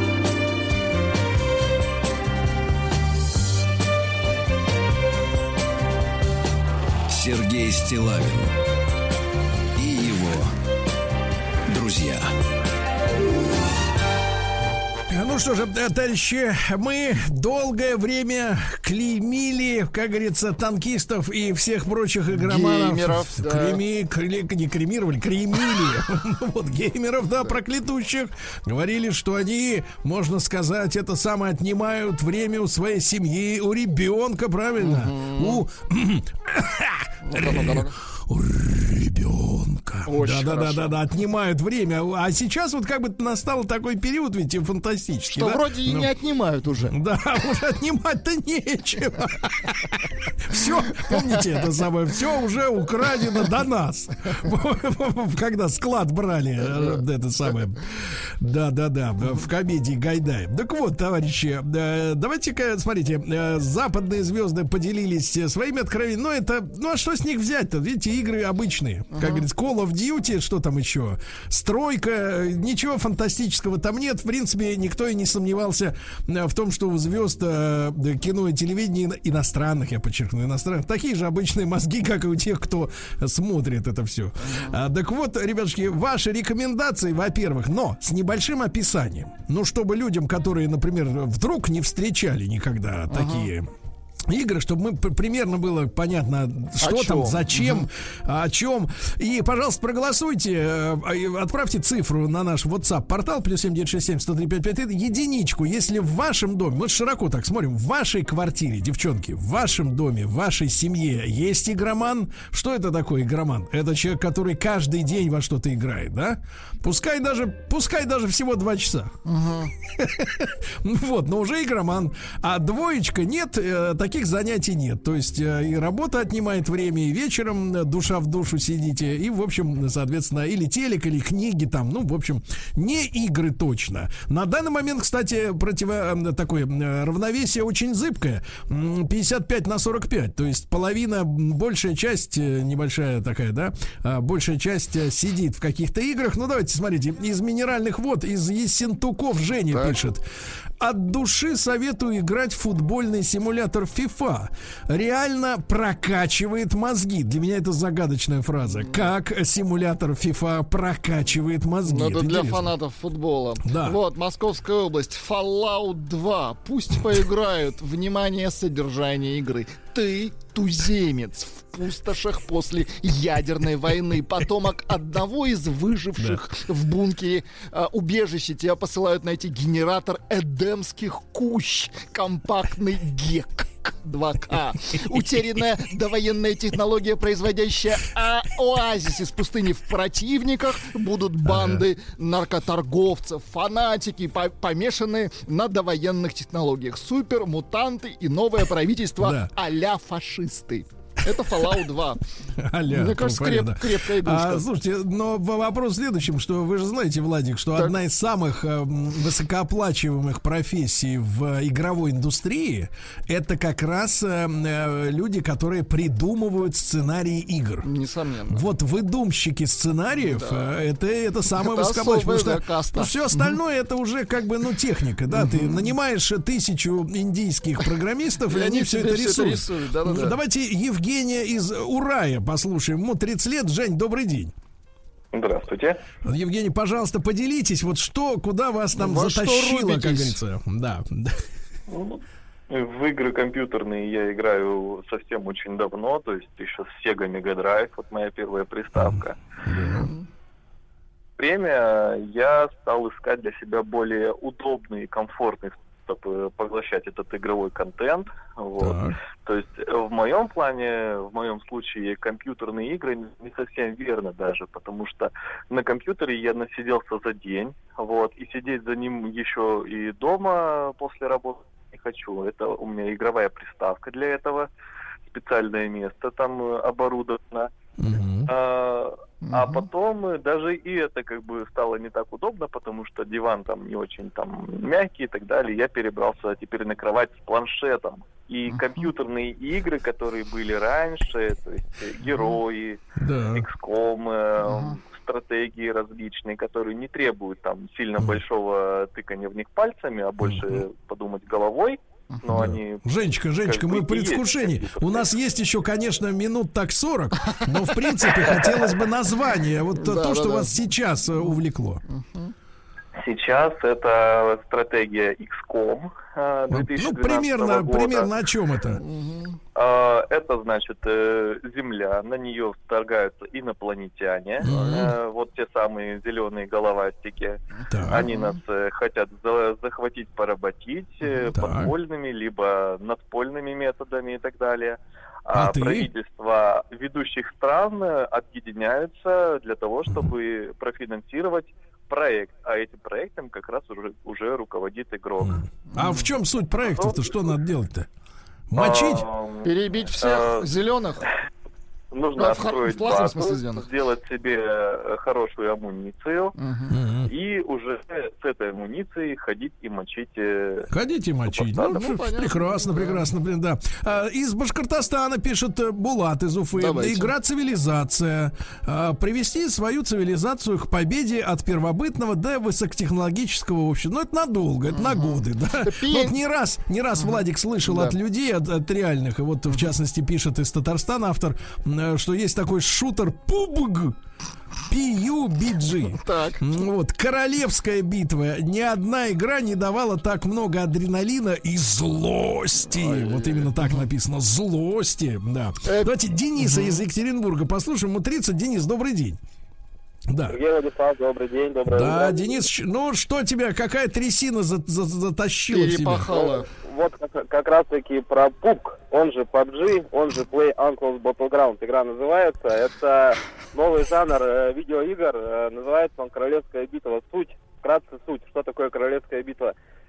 Speaker 1: Сергей Стиллавин и его друзья.
Speaker 2: Ну что же, товарищи, мы долгое время клеймили, как говорится, танкистов и всех прочих игроманов.
Speaker 3: Геймеров, да.
Speaker 2: Креми, кре, не кремировали, кремили. Вот, геймеров, да, проклятущих. Говорили, что они, можно сказать, это самое, отнимают время у своей семьи, у ребенка, правильно? У... У ребенка. Да-да-да-да, отнимают время. А сейчас вот как бы настал такой период, ведь фантастический.
Speaker 3: Что да? вроде и ну, не отнимают уже.
Speaker 2: Да, уже отнимать-то нечего. Все, помните это самое, все уже украдено до нас. Когда склад брали, это самое. Да-да-да, в комедии Гайдай. Так вот, товарищи, давайте-ка, смотрите, западные звезды поделились своими откровениями. Ну это, ну а что с них взять-то? Видите, игры обычные. Как uh-huh. говорится, Call of Duty, что там еще? Стройка, ничего фантастического там нет. В принципе, никто и не сомневался в том, что у звезд кино и телевидения иностранных, я подчеркну, иностранных, такие же обычные мозги, как и у тех, кто смотрит это все. Uh-huh. А, так вот, ребятушки, ваши рекомендации, во-первых, но с небольшим описанием. Ну, чтобы людям, которые, например, вдруг не встречали никогда uh-huh. такие игры, чтобы мы примерно было понятно, что о там, чем? Зачем, угу. о чем. И, пожалуйста, проголосуйте, отправьте цифру на наш WhatsApp-портал плюс семь девять шесть семь сто три пять пять три, единичку, если в вашем доме, мы широко так смотрим, в вашей квартире, девчонки, в вашем доме, в вашей семье есть игроман. Что это такое игроман? Это человек, который каждый день во что-то играет, да? Пускай даже, пускай даже всего два часа. Угу. Вот, но уже игроман. А двоечка нет, таких никаких занятий нет. То есть э, и работа отнимает время, и вечером душа в душу сидите, и, в общем, соответственно, или телек, или книги там, ну, в общем, не игры точно. На данный момент, кстати, противо, такое равновесие очень зыбкое. пятьдесят пять на сорок пять, то есть половина, большая часть, небольшая такая, да, большая часть сидит в каких-то играх. Ну, давайте, смотрите, из минеральных вод, из Ессентуков Женя так. пишет. От души советую играть в футбольный симулятор FIFA. Реально прокачивает мозги. Для меня это загадочная фраза. Как симулятор FIFA прокачивает мозги?
Speaker 3: Ну, это, это для
Speaker 2: интересно.
Speaker 3: Фанатов футбола.
Speaker 2: Да.
Speaker 3: Вот, Московская область. Fallout два. Пусть поиграют. Внимание, содержание игры. Ты туземец в пустошах после ядерной войны, потомок одного из выживших да. в бункере э, убежища. Тебя посылают найти генератор эдемских кущ, компактный гек два ка. Утерянная довоенная технология, производящая а- оазис из пустыни в противниках. Будут банды наркоторговцев, фанатики, по- помешанные на довоенных технологиях. Супер, мутанты и новое правительство да. а-ля фашисты. Это Fallout два.
Speaker 2: Аля,
Speaker 3: мне кажется, креп, крепкая игрушка.
Speaker 2: А, слушайте, но вопрос в следующем, что вы же знаете, Владик, что так. одна из самых э, высокооплачиваемых профессий в игровой индустрии это как раз э, люди, которые придумывают сценарии игр.
Speaker 3: Несомненно.
Speaker 2: Вот выдумщики сценариев да. э, это, это самое
Speaker 3: это
Speaker 2: высокооплачиваемое. Потому что ну, все остальное
Speaker 3: mm-hmm.
Speaker 2: это уже как бы ну техника, да, mm-hmm. ты нанимаешь тысячу индийских программистов, и они все это рисуют. Давайте Евгений Евгения из Урая послушаем. Ему тридцать лет. Жень, добрый день.
Speaker 6: Здравствуйте.
Speaker 2: Евгений, пожалуйста, поделитесь, вот что, куда вас там Во затащило, как говорится. Да.
Speaker 6: В игры компьютерные я играю совсем очень давно, то есть еще с Sega Mega Drive, вот моя первая приставка. Mm-hmm. Время я стал искать для себя более удобный и комфортный чтобы поглощать этот игровой контент. Вот. То есть в моем плане, в моем случае, компьютерные игры не совсем верно даже, потому что на компьютере я насиделся за день, вот, и сидеть за ним еще и дома после работы не хочу. Это у меня игровая приставка для этого, специальное место там оборудовано. Uh-huh. А, uh-huh. а потом даже и это как бы стало не так удобно, потому что диван там не очень там мягкий и так далее. Я перебрался теперь на кровать с планшетом. И uh-huh. компьютерные игры, которые были раньше, то есть герои, uh-huh. икс ком, uh-huh. стратегии различные, которые не требуют там сильно uh-huh. большого тыкания в них пальцами, а больше uh-huh. подумать головой. Но да. они...
Speaker 2: Женечка, Женечка, мы в предвкушении. У нас есть еще, конечно, минут так сорок, но в принципе хотелось бы название. Вот да, то, да, что да. вас сейчас увлекло.
Speaker 6: Сейчас это стратегия икс ком две тысячи двенадцатого
Speaker 2: ну, примерно,
Speaker 6: года.
Speaker 2: примерно о чем это?
Speaker 6: Это, значит, Земля, на нее вторгаются инопланетяне, mm-hmm. вот те самые зеленые головастики. Так. Они нас хотят захватить, поработить так. подпольными, либо надпольными методами и так далее. А, а правительства ведущих стран объединяются для того, чтобы профинансировать проект, а этим проектом как раз уже, уже руководит игрок.
Speaker 2: А в чем суть проекта-то? Что надо делать-то? Мочить?
Speaker 3: А, Перебить всех а, зеленых?
Speaker 6: Нужно ну, отстроить базу, сделать себе хорошую амуницию uh-huh. и уже с этой амуницией ходить и мочить.
Speaker 2: Ходить и мочить. Ну, ну, прекрасно, прекрасно, блин, да. А, из Башкортостана пишет Булат из Уфы. Давайте. Игра «Цивилизация». А, привести свою цивилизацию к победе от первобытного до высокотехнологического общества. Ну, это надолго, это uh-huh. на годы, да. Вот не раз, не раз uh-huh. Владик слышал да. от людей, от, от реальных, и вот в частности пишет из Татарстана автор, что есть такой шутер пубг пи ю би джи. Так. Вот, королевская битва. Ни одна игра не давала так много адреналина и злости. Ой, вот именно так написано. Злости. Да. Э, Давайте Дениса угу. из Екатеринбурга послушаем. Ему тридцать. Денис, добрый день. Да.
Speaker 7: Сергей Владислав, добрый день, добрый день.
Speaker 2: Да, Денис, ну что тебя, какая трясина за, за, затащила
Speaker 3: Перепахала.
Speaker 2: в тебя?
Speaker 7: Вот как, как раз таки про пубг, он же пабг, он же Play Uncle's Battleground игра называется. Это новый жанр э, видеоигр, э, называется он Королевская битва. Суть, вкратце суть, что такое Королевская битва.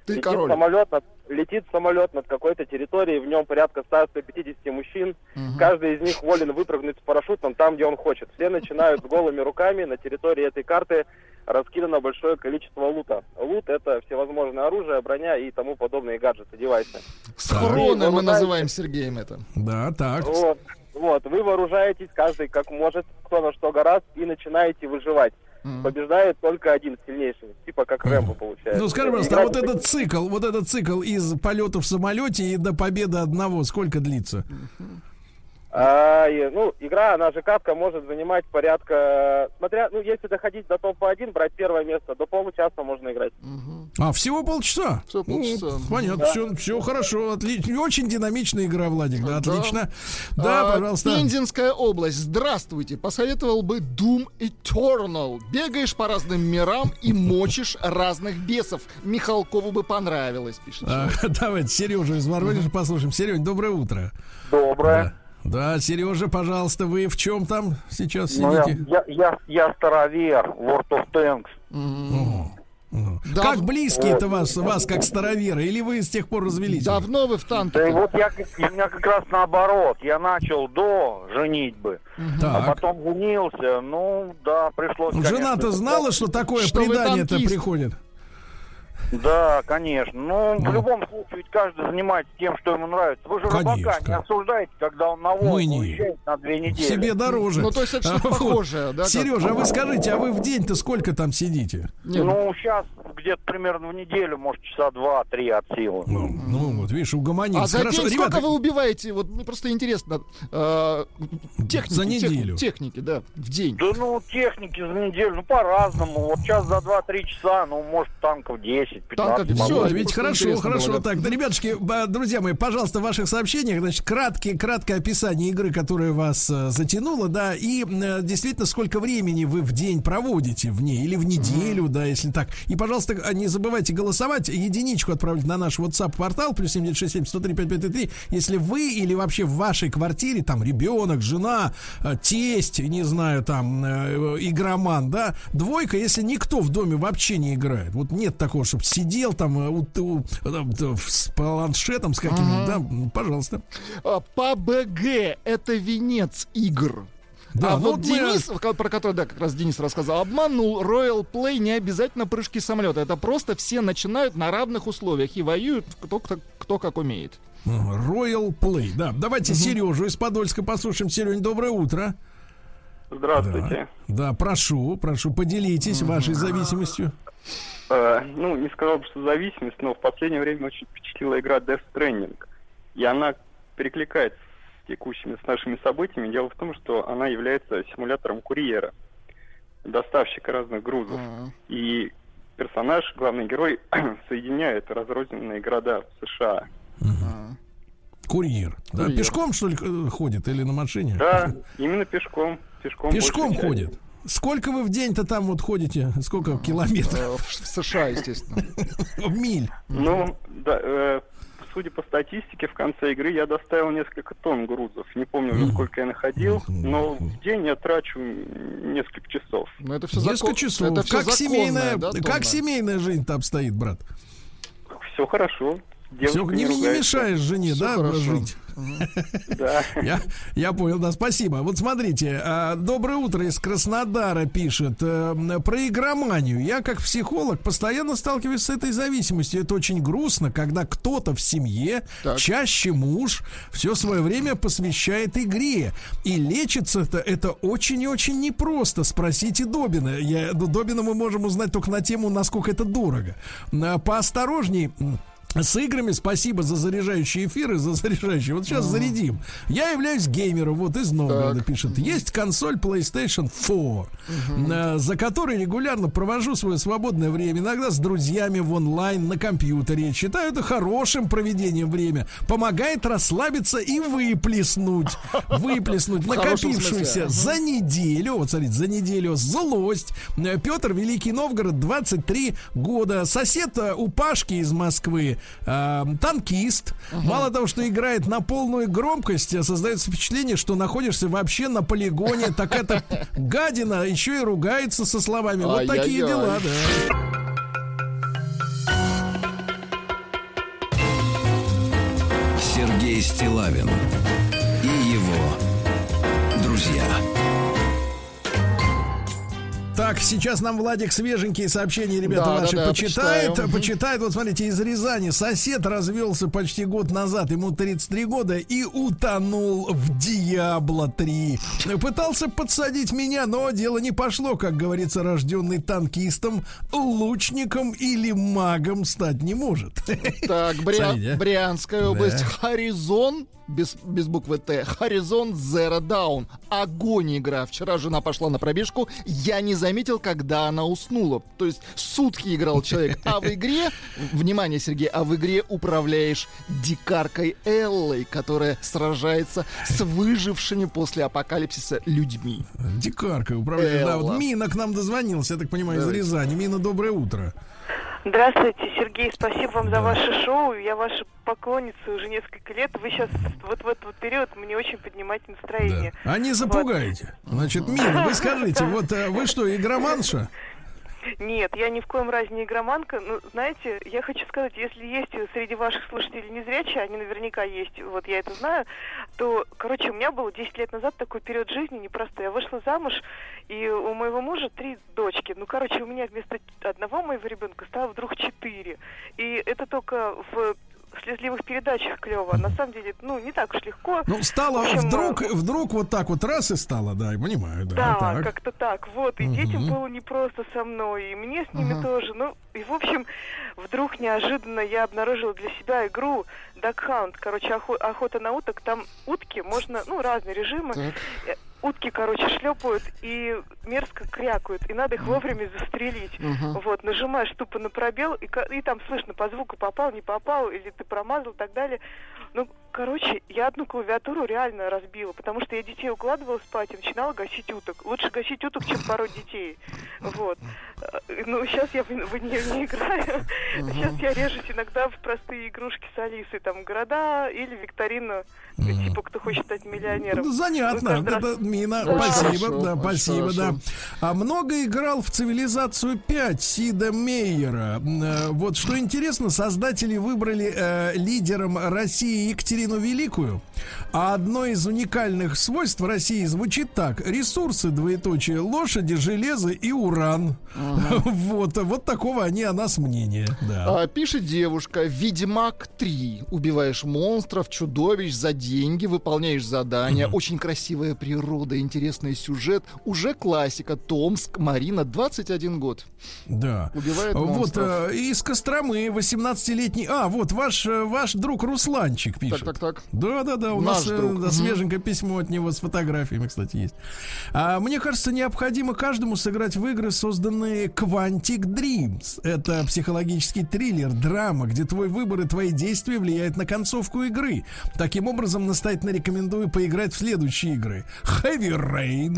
Speaker 3: Ты
Speaker 7: летит
Speaker 3: король.
Speaker 7: самолет, над, летит самолет над какой-то территорией, в нем порядка ста — ста пятидесяти мужчин.
Speaker 3: Угу.
Speaker 7: Каждый из них волен выпрыгнуть с парашютом там, где он хочет. Все начинают с голыми руками. На территории этой карты раскидано большое количество лута. Лут — это всевозможное оружие, броня и тому подобные гаджеты, девайсы.
Speaker 3: Схроны мы называем Сергеем это.
Speaker 2: Да, так.
Speaker 7: Вот, вот, вы вооружаетесь, каждый как может, кто на что гораст, и начинаете выживать. Mm. Побеждает только один сильнейший, типа как Рэмбо получается.
Speaker 2: Ну скажи, пожалуйста, а вот этот цикл, вот этот цикл из полета в самолете и до победы одного, сколько длится?
Speaker 7: А, и, ну, игра, она же катка, может занимать порядка, смотря, ну, если доходить до топ один, брать первое место, до получаса можно играть.
Speaker 2: Угу. А, всего полчаса?
Speaker 3: Всего полчаса.
Speaker 2: Ну, понятно, да. все, все хорошо, отлично. Очень динамичная игра, Владик, да, да. Отлично. Да,
Speaker 3: а,
Speaker 2: пожалуйста.
Speaker 3: Пензенская область, здравствуйте. Посоветовал бы Doom Eternal. Бегаешь по разным мирам и мочишь разных бесов. Михалкову бы понравилось, пишет.
Speaker 2: А, давайте Сережу из Воронежа послушаем. Серёнь, доброе утро.
Speaker 6: Доброе.
Speaker 2: Да. Да, Сережа, пожалуйста, вы в чем там сейчас
Speaker 6: ну,
Speaker 2: сидите?
Speaker 6: Я, я, я старовер, World of Tanks.
Speaker 2: Mm-hmm. Mm-hmm.
Speaker 3: Да,
Speaker 2: как близкие это вот. вас, вас как старовера, или вы с тех пор развелись?
Speaker 3: Давно вы в танке?
Speaker 6: Да и вот я, у меня как раз наоборот. Я начал до женитьбы, mm-hmm. а потом женился. Ну, да, пришлось...
Speaker 2: Жена-то знала, что такое что предание-то приходит?
Speaker 6: Да, конечно. Ну, ну, в любом случае, ведь каждый занимается тем, что ему нравится. Вы же рыбака не осуждаете, когда он на волну уезжает на две недели.
Speaker 2: Себе дороже.
Speaker 3: Ну, то есть это что-то похожее, да?
Speaker 2: Сережа, а вы скажите, а вы в день-то сколько там сидите?
Speaker 6: Ну, сейчас где-то примерно в неделю, может, часа два-три от силы.
Speaker 2: Ну, ну вот, видишь, угомониться.
Speaker 3: А за
Speaker 2: Хорошо,
Speaker 3: день
Speaker 2: ребята...
Speaker 3: сколько вы убиваете? Вот мне просто интересно. Э, техники,
Speaker 2: за неделю.
Speaker 3: Тех, техники, да, в день.
Speaker 6: Да, ну, техники за неделю, ну, по-разному. Вот сейчас за два-три часа, ну, может, танков десять-пятнадцать.
Speaker 2: Все, вот, видите, хорошо, хорошо. Было, да. Так, да, ребятушки, друзья мои, пожалуйста, в ваших сообщениях, значит, краткие, краткое описание игры, которая вас э, затянула, да, и э, действительно, сколько времени вы в день проводите в ней, или в неделю, mm-hmm. да, если так. И, пожалуйста, не забывайте голосовать, единичку отправить на наш WhatsApp-портал, плюс семь девять шесть семь сто три пять пять три, если вы или вообще в вашей квартире, там, ребенок, жена, э, тесть, не знаю, там, э, игроман, да, двойка, если никто в доме вообще не играет, вот нет такого, чтобы сидел там у, у, у, с планшетом, с каким-нибудь, uh-huh. да, пожалуйста.
Speaker 3: ПАБГ — это венец игр.
Speaker 2: Да,
Speaker 3: а вот
Speaker 2: мы...
Speaker 3: Денис, про который, да, как раз Денис рассказал, обманул. Royal Play не обязательно прыжки самолета. Это просто все начинают на равных условиях и воюют кто, кто, кто как умеет.
Speaker 2: Royal Play, да. Давайте uh-huh. Сережу из Подольска послушаем. Серёнь, доброе утро.
Speaker 8: Здравствуйте.
Speaker 2: Да, да, прошу, прошу, поделитесь uh-huh. вашей зависимостью.
Speaker 8: Uh, ну, не сказал бы, что зависимость, но в последнее время очень впечатлила игра Death Stranding. И она перекликается с текущими, с нашими событиями. Дело в том, что она является симулятором курьера, доставщика разных грузов. Uh-huh. И персонаж, главный герой, соединяет разрозненные города в США.
Speaker 2: Uh-huh. Курьер. Да, Курьер. Пешком, что ли, ходит или на машине?
Speaker 8: Да, именно пешком. Пешком,
Speaker 2: пешком ходит. Сколько вы в день-то там вот ходите? Сколько километров?
Speaker 3: В США, естественно.
Speaker 2: Миль.
Speaker 8: Ну, да, э, судя по статистике, в конце игры я доставил несколько тонн грузов. Не помню уже, сколько я находил, но в день я трачу несколько часов.
Speaker 3: Но это все
Speaker 2: несколько
Speaker 3: закон...
Speaker 2: часов.
Speaker 3: Это
Speaker 2: как,
Speaker 3: все
Speaker 2: семейная,
Speaker 3: да,
Speaker 2: как семейная жизнь-то обстоит, брат?
Speaker 8: Все хорошо.
Speaker 2: Все, не, не мешаешь жене,
Speaker 8: все
Speaker 2: да,
Speaker 8: хорошо.
Speaker 2: Жить?
Speaker 8: Да.
Speaker 2: Я, я понял, да, спасибо. Вот смотрите, а, доброе утро из Краснодара пишет а, про игроманию. Я как психолог постоянно сталкиваюсь с этой зависимостью. Это очень грустно, когда кто-то в семье, так. чаще муж, все свое время посвящает игре. И лечиться-то это очень и очень непросто. Спросите Добина. Я, Добина мы можем узнать только на тему, насколько это дорого. Поосторожней с играми. Спасибо за заряжающие эфиры, за заряжающие. Вот сейчас uh-huh. зарядим. Я являюсь геймером, вот из Новгорода так. пишет. Есть консоль PlayStation четыре, uh-huh. за которой регулярно провожу свое свободное время. Иногда с друзьями в онлайн, на компьютере. Считаю это хорошим проведением времени. Помогает расслабиться и выплеснуть. Выплеснуть накопившуюся за неделю. Вот смотрите, за неделю злость. Петр, Великий Новгород, двадцать три года. Сосед у Пашки из Москвы. Э, танкист. Uh-huh. Мало того, что играет на полную громкость, создается впечатление, что находишься вообще на полигоне. Так это гадина еще и ругается со словами. Вот такие дела, да.
Speaker 1: Стиллавин и его друзья.
Speaker 2: Так, сейчас нам Владик свеженькие сообщения, ребята,
Speaker 3: да,
Speaker 2: ваши
Speaker 3: да, да,
Speaker 2: почитает.
Speaker 3: почитаем.
Speaker 2: Почитает, вот смотрите, из Рязани. Сосед развелся почти год назад, ему тридцать три года, и утонул в Диабло три. Пытался подсадить меня, но дело не пошло, как говорится, рожденный танкистом, лучником или магом стать не может.
Speaker 3: Так, Бря...
Speaker 2: Смотрите,
Speaker 3: Брянская область,
Speaker 2: да.
Speaker 3: Хоризон, без, без буквы Т, Хоризон Zero Dawn. Огонь игра. Вчера жена пошла на пробежку, я не заметил, когда она уснула. То есть сутки играл человек. А в игре, внимание, Сергей, а в игре управляешь дикаркой Эллой, которая сражается с выжившими после апокалипсиса людьми.
Speaker 2: Дикаркой управляешь. Да,
Speaker 3: Элла.
Speaker 2: вот Мина к нам дозвонился, я так понимаю, из Рязани. Мина, доброе утро.
Speaker 9: Здравствуйте, Сергей, спасибо вам за ваше шоу. Я ваша поклонница уже несколько лет. Вы сейчас вот в этот вот период мне очень поднимаете настроение.
Speaker 2: Да. А не запугайте. Вот. Значит, Мина, вы скажите, вот вы что, игроманша?
Speaker 9: Нет, я ни в коем разе не игроманка. Ну, знаете, я хочу сказать, если есть среди ваших слушателей незрячие, они наверняка есть, вот я это знаю, то, короче, у меня было десять лет назад такой период жизни непростой. Я вышла замуж, и у моего мужа три дочки. Ну, короче, у меня вместо одного моего ребенка стало вдруг четыре. И это только в слезливых передачах клево. На самом деле, ну, не так уж легко.
Speaker 2: Ну, стало
Speaker 9: в общем,
Speaker 2: вдруг, вдруг вот так вот раз и стало, да, я понимаю, да.
Speaker 9: Да,
Speaker 2: так.
Speaker 9: как-то так. Вот, и
Speaker 2: Угу.
Speaker 9: детям было непросто со мной, и мне с ними
Speaker 3: Ага.
Speaker 9: тоже. Ну, и, в общем, вдруг неожиданно я обнаружила для себя игру Duck Hunt. Короче, охо- охота на уток. Там утки, можно, ну, разные режимы.
Speaker 3: Так.
Speaker 9: Утки, короче, шлепают и мерзко крякают, и надо их вовремя застрелить.
Speaker 3: Мгм.
Speaker 9: Вот, нажимаешь тупо на пробел, и, ка- и там слышно по звуку попал, не попал, или ты промазал и так далее. Ну, короче, я одну клавиатуру реально разбила, потому что я детей укладывала спать и начинала гасить уток. Лучше гасить уток, чем пороть детей. Вот. Э, Ну, сейчас я в, в нее не играю. Сейчас я режусь иногда в простые игрушки с Алисой, там, города или викторину, типа, кто хочет стать миллионером.
Speaker 2: Ну, занятно.
Speaker 9: Ну, каждый
Speaker 2: Это,
Speaker 9: раз-
Speaker 2: Мина,
Speaker 9: Да.
Speaker 2: спасибо,
Speaker 3: Хорошо,
Speaker 2: да,
Speaker 3: очень
Speaker 2: спасибо, да.
Speaker 3: хорошо.
Speaker 2: А много играл в «Цивилизацию пять» Сида Мейера. Э, Вот что интересно, создатели выбрали э, лидером России Екатерину Великую. А одно из уникальных свойств России звучит так: ресурсы, двоеточие, лошади, железо и уран. Вот, вот такого они о нас мнения. Да.
Speaker 3: А, пишет девушка: Ведьмак три. Убиваешь монстров, чудовищ за деньги, выполняешь задания. Очень красивая природа, интересный сюжет. Уже классика. Томск, Марина, двадцать один год.
Speaker 2: Да.
Speaker 3: Убивает
Speaker 2: Вот
Speaker 3: монстров.
Speaker 2: э, из Костромы восемнадцатилетний. А, вот ваш, э, ваш друг Русланчик пишет.
Speaker 3: Так, так, так.
Speaker 2: Да, да, да. У
Speaker 3: Наш
Speaker 2: нас э,
Speaker 3: друг.
Speaker 2: да, свеженькое письмо от него с фотографиями, кстати, есть. А, мне кажется, необходимо каждому сыграть в игры, созданные Quantic Dreams. Это психологический триллер, драма, где твой выбор и твои действия влияют на концовку игры. Таким образом, настоятельно рекомендую поиграть в следующие игры: Heavy Rain,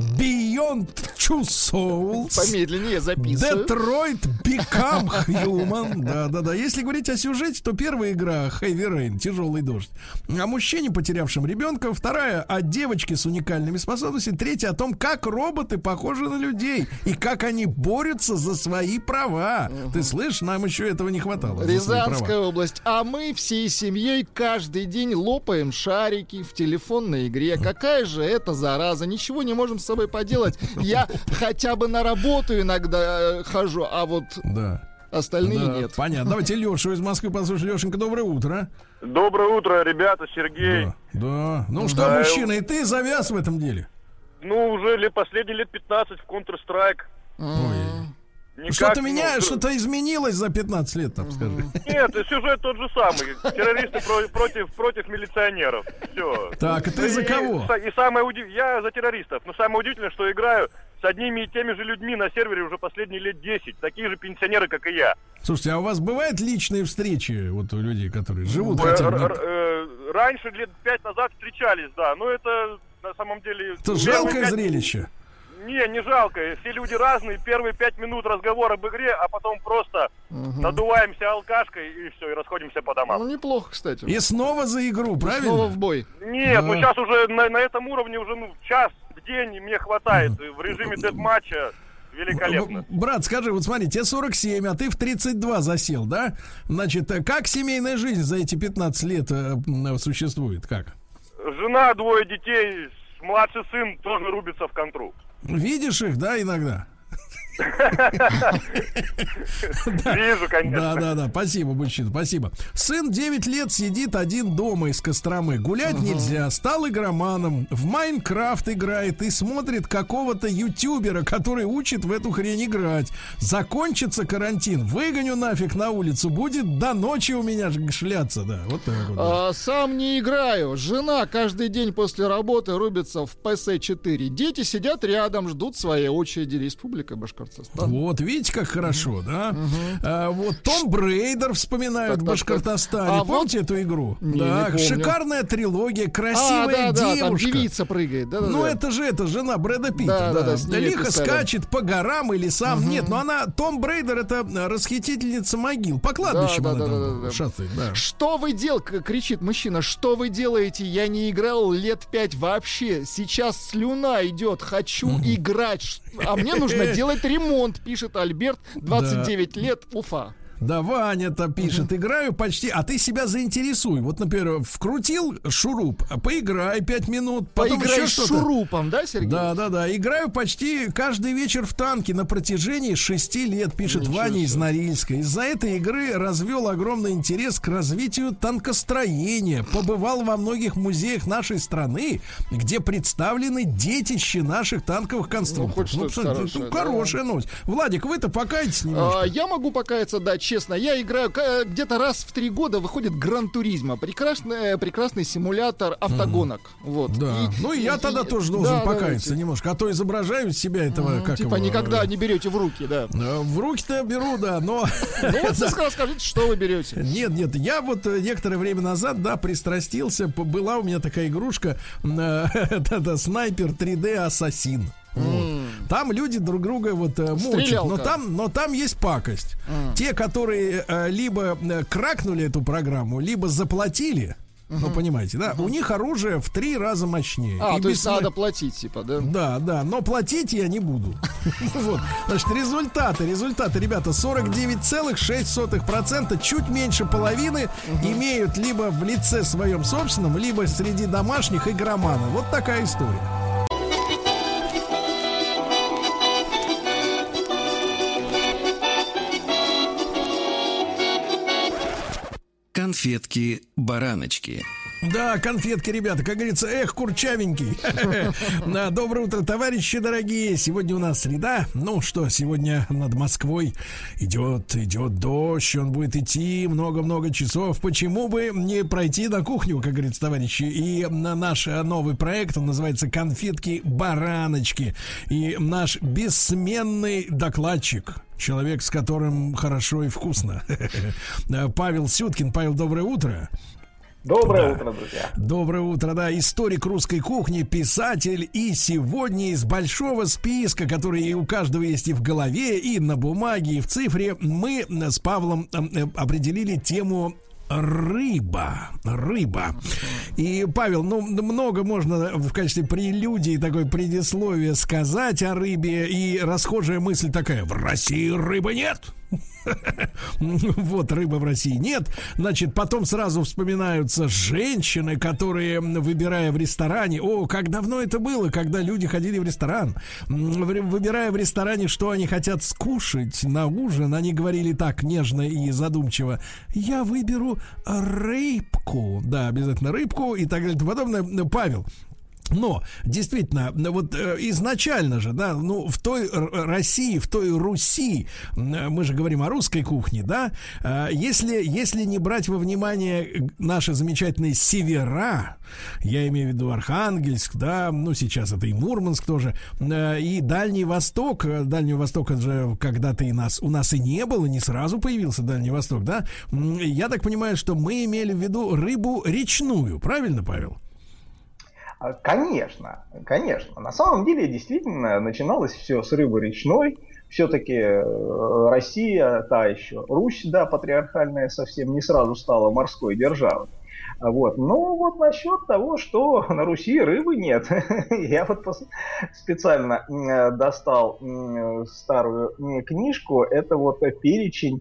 Speaker 2: Beyond Two Souls,
Speaker 3: Помедленнее записываю.
Speaker 2: Detroit Become Human. Да, да, да. Если говорить о сюжете, то первая игра Heavy Rain, тяжелый дождь, о мужчине, потерявшем ребенка. Вторая о девочке с уникальными способностями. Третья о том, как роботы похожи на людей и как они борются за свои права. Угу. Ты слышишь, нам еще этого не хватало.
Speaker 3: Рязанская область. А мы всей семьей каждый день лопаем шарики в телефонной игре. Какая же это зараза? Ничего не можем с собой поделать. Я хотя бы на работу иногда э, хожу, а вот
Speaker 2: да.
Speaker 3: остальные
Speaker 2: да,
Speaker 3: нет.
Speaker 2: Понятно. Давайте Лешу из Москвы послушаем. Лешенька, доброе утро.
Speaker 6: Доброе утро, ребята, Сергей.
Speaker 2: Да, да. Ну
Speaker 6: Да,
Speaker 2: что, мужчина, и ты завяз в этом деле?
Speaker 6: Ну, уже ли последние лет пятнадцать в Counter-Strike.
Speaker 2: Ой.
Speaker 6: Никак,
Speaker 2: Что-то
Speaker 6: ну,
Speaker 2: меня,
Speaker 6: что-
Speaker 2: что-то изменилось за пятнадцать лет, там, скажи.
Speaker 6: Нет, сюжет тот же самый. Террористы про- против, против милиционеров. Все.
Speaker 2: Так, а ты за кого?
Speaker 6: И самое удив... Я за террористов. Но самое удивительное, что играю с одними и теми же людьми на сервере уже последние лет десять. Такие же пенсионеры, как и я.
Speaker 2: Слушайте, а у вас бывают личные встречи вот у людей, которые живут
Speaker 6: Э,
Speaker 2: хотя бы?
Speaker 6: р- э, Раньше, лет пять назад встречались, да. Но это на самом деле...
Speaker 2: Это
Speaker 6: первые
Speaker 2: жалкое
Speaker 6: пять-
Speaker 2: зрелище.
Speaker 6: Не, не жалко. Все люди разные. Первые пять минут разговора об игре, а потом просто надуваемся алкашкой и все, и расходимся по домам.
Speaker 3: Ну, неплохо, кстати.
Speaker 2: И снова за игру, правильно?
Speaker 3: Снова в бой.
Speaker 6: Нет,
Speaker 2: Да.
Speaker 6: ну сейчас уже на, на этом уровне уже ну час в день мне хватает. В режиме дедматча
Speaker 10: великолепно.
Speaker 2: Брат, скажи, вот смотри, тебе сорок семь, а ты в тридцать два засел, да? Значит, как семейная жизнь за эти пятнадцать лет э, существует? Как?
Speaker 10: Жена, двое детей, младший сын тоже рубится в контру.
Speaker 2: Видишь их, да, иногда?
Speaker 10: Вижу, конечно.
Speaker 2: Да, да, да, спасибо, мужчина, спасибо. Сын девять лет сидит один дома из Костромы. Гулять uh-huh. нельзя, стал игроманом. В Майнкрафт играет и смотрит какого-то ютубера, который учит в эту хрень играть. Закончится карантин, выгоню нафиг на улицу. Будет до ночи у меня шляться, да. Вот так вот.
Speaker 3: А, сам не играю. Жена каждый день после работы рубится в пэ эс четыре. Дети сидят рядом, ждут своей очереди. Республика Башкортостан.
Speaker 2: Вот, видите, как хорошо, да? Uh-huh. А, вот Том Брейдер вспоминают так, в Башкортостане. Так, так. А помните вот... эту игру?
Speaker 3: Не,
Speaker 2: да,
Speaker 3: не
Speaker 2: шикарная трилогия, красивая
Speaker 3: а, да,
Speaker 2: девушка.
Speaker 3: Да, там певица прыгает. Да, да,
Speaker 2: ну,
Speaker 3: да.
Speaker 2: это же это жена Брэда Питта. Да, да, да, да. Лихо скачет по горам или сам. Uh-huh. Нет, но она, Том Брейдер, это расхитительница могил. По кладбищам да, она да, там да, да, шастает. Да.
Speaker 3: Что вы делаете? Кричит мужчина. Что вы делаете? Я не играл лет пять вообще. Сейчас слюна идет. Хочу uh-huh. играть. А мне нужно делать ремонт, пишет Альберт, двадцать девять да. лет, Уфа.
Speaker 2: Да, Ваня-то пишет, uh-huh. играю почти, а ты себя заинтересуй. Вот, например, вкрутил шуруп, поиграй пять минут, потом
Speaker 3: поиграй
Speaker 2: еще
Speaker 3: с
Speaker 2: что-то.
Speaker 3: Шурупом, да, Сергей?
Speaker 2: Да, да, да. Играю почти каждый вечер в танки на протяжении шести лет, пишет Ничего Ваня себе. Из Норильска. Из-за этой игры развел огромный интерес к развитию танкостроения. Побывал во многих музеях нашей страны, где представлены детища наших танковых конструкторов. Ну, ну, хорошее, ну, хорошая да. новость. Владик, вы-то покаетесь немножко?
Speaker 3: А, я могу покаяться, да, честно. Я играю где-то раз в три года выходит Гран-туризмо. Прекрасный, прекрасный симулятор автогонок. Mm. Вот.
Speaker 2: Да. И, ну и я и, тогда и, тоже должен да, покаяться давайте. Немножко. А то изображаю себя этого, mm, как
Speaker 3: типа
Speaker 2: его,
Speaker 3: никогда не берете в руки, да.
Speaker 2: В руки-то беру, да, но...
Speaker 3: Ну вот расскажите, что вы берете.
Speaker 2: Нет, нет, я вот некоторое время назад, да, пристрастился. Была у меня такая игрушка это Снайпер три дэ Ассасин. Вот. Mm. Там люди друг друга вот мучат, но там, но там есть пакость. Mm. Те, которые э, либо кракнули эту программу, либо заплатили. Uh-huh. Ну, понимаете, да? Uh-huh. У них оружие в три раза мощнее.
Speaker 3: А,
Speaker 2: и
Speaker 3: то есть сна... надо платить, типа, да?
Speaker 2: Да, да, но платить я не буду. Вот. Значит, результаты, результаты, ребята, сорок девять целых шесть сотых процента, чуть меньше половины имеют либо в лице своем собственном, либо среди домашних игроманов. Вот такая история.
Speaker 1: Конфетки-бараночки.
Speaker 2: Да, конфетки, ребята, как говорится, эх, курчавенький. Доброе утро, товарищи дорогие. Сегодня у нас среда. Ну что, сегодня над Москвой идет, идет дождь. Он будет идти много-много часов. Почему бы не пройти на кухню, как говорится, товарищи? И наш новый проект, он называется «Конфетки-бараночки». И наш бессменный докладчик, человек, с которым хорошо и вкусно, Павел Сюткин. Павел, доброе утро.
Speaker 11: Доброе
Speaker 2: да.
Speaker 11: утро, друзья.
Speaker 2: Доброе утро, да. Историк русской кухни, писатель. И сегодня из большого списка, который у каждого есть и в голове, и на бумаге, и в цифре, мы с Павлом определили тему рыба. Рыба. И, Павел, ну, много можно в качестве прелюдии, такой предисловия сказать о рыбе. И расхожая мысль такая: в России рыбы нет. Вот, рыбы в России нет. Значит, потом сразу вспоминаются женщины, которые, выбирая в ресторане, о, как давно это было, когда люди ходили в ресторан, выбирая в ресторане, что они хотят скушать на ужин, они говорили так нежно и задумчиво: я выберу рыбку. Да, обязательно рыбку и так далее и тому подобное. Павел, но действительно, вот э, изначально же, да, ну, в той России, в той Руси, мы же говорим о русской кухне, да, э, если, если не брать во внимание наши замечательные севера, я имею в виду Архангельск, да, ну, сейчас это и Мурманск тоже, э, и Дальний Восток, Дальний Восток, это же когда-то и нас, у нас и не было, не сразу появился Дальний Восток, да, я так понимаю, что мы имели в виду рыбу речную, правильно, Павел?
Speaker 11: Конечно, конечно. На самом деле, действительно, начиналось все с рыбы речной. Все-таки Россия, та еще Русь, да, патриархальная, совсем не сразу стала морской державой. Вот. Ну, вот насчет того, что на Руси рыбы нет. Я вот специально достал старую книжку. Это вот перечень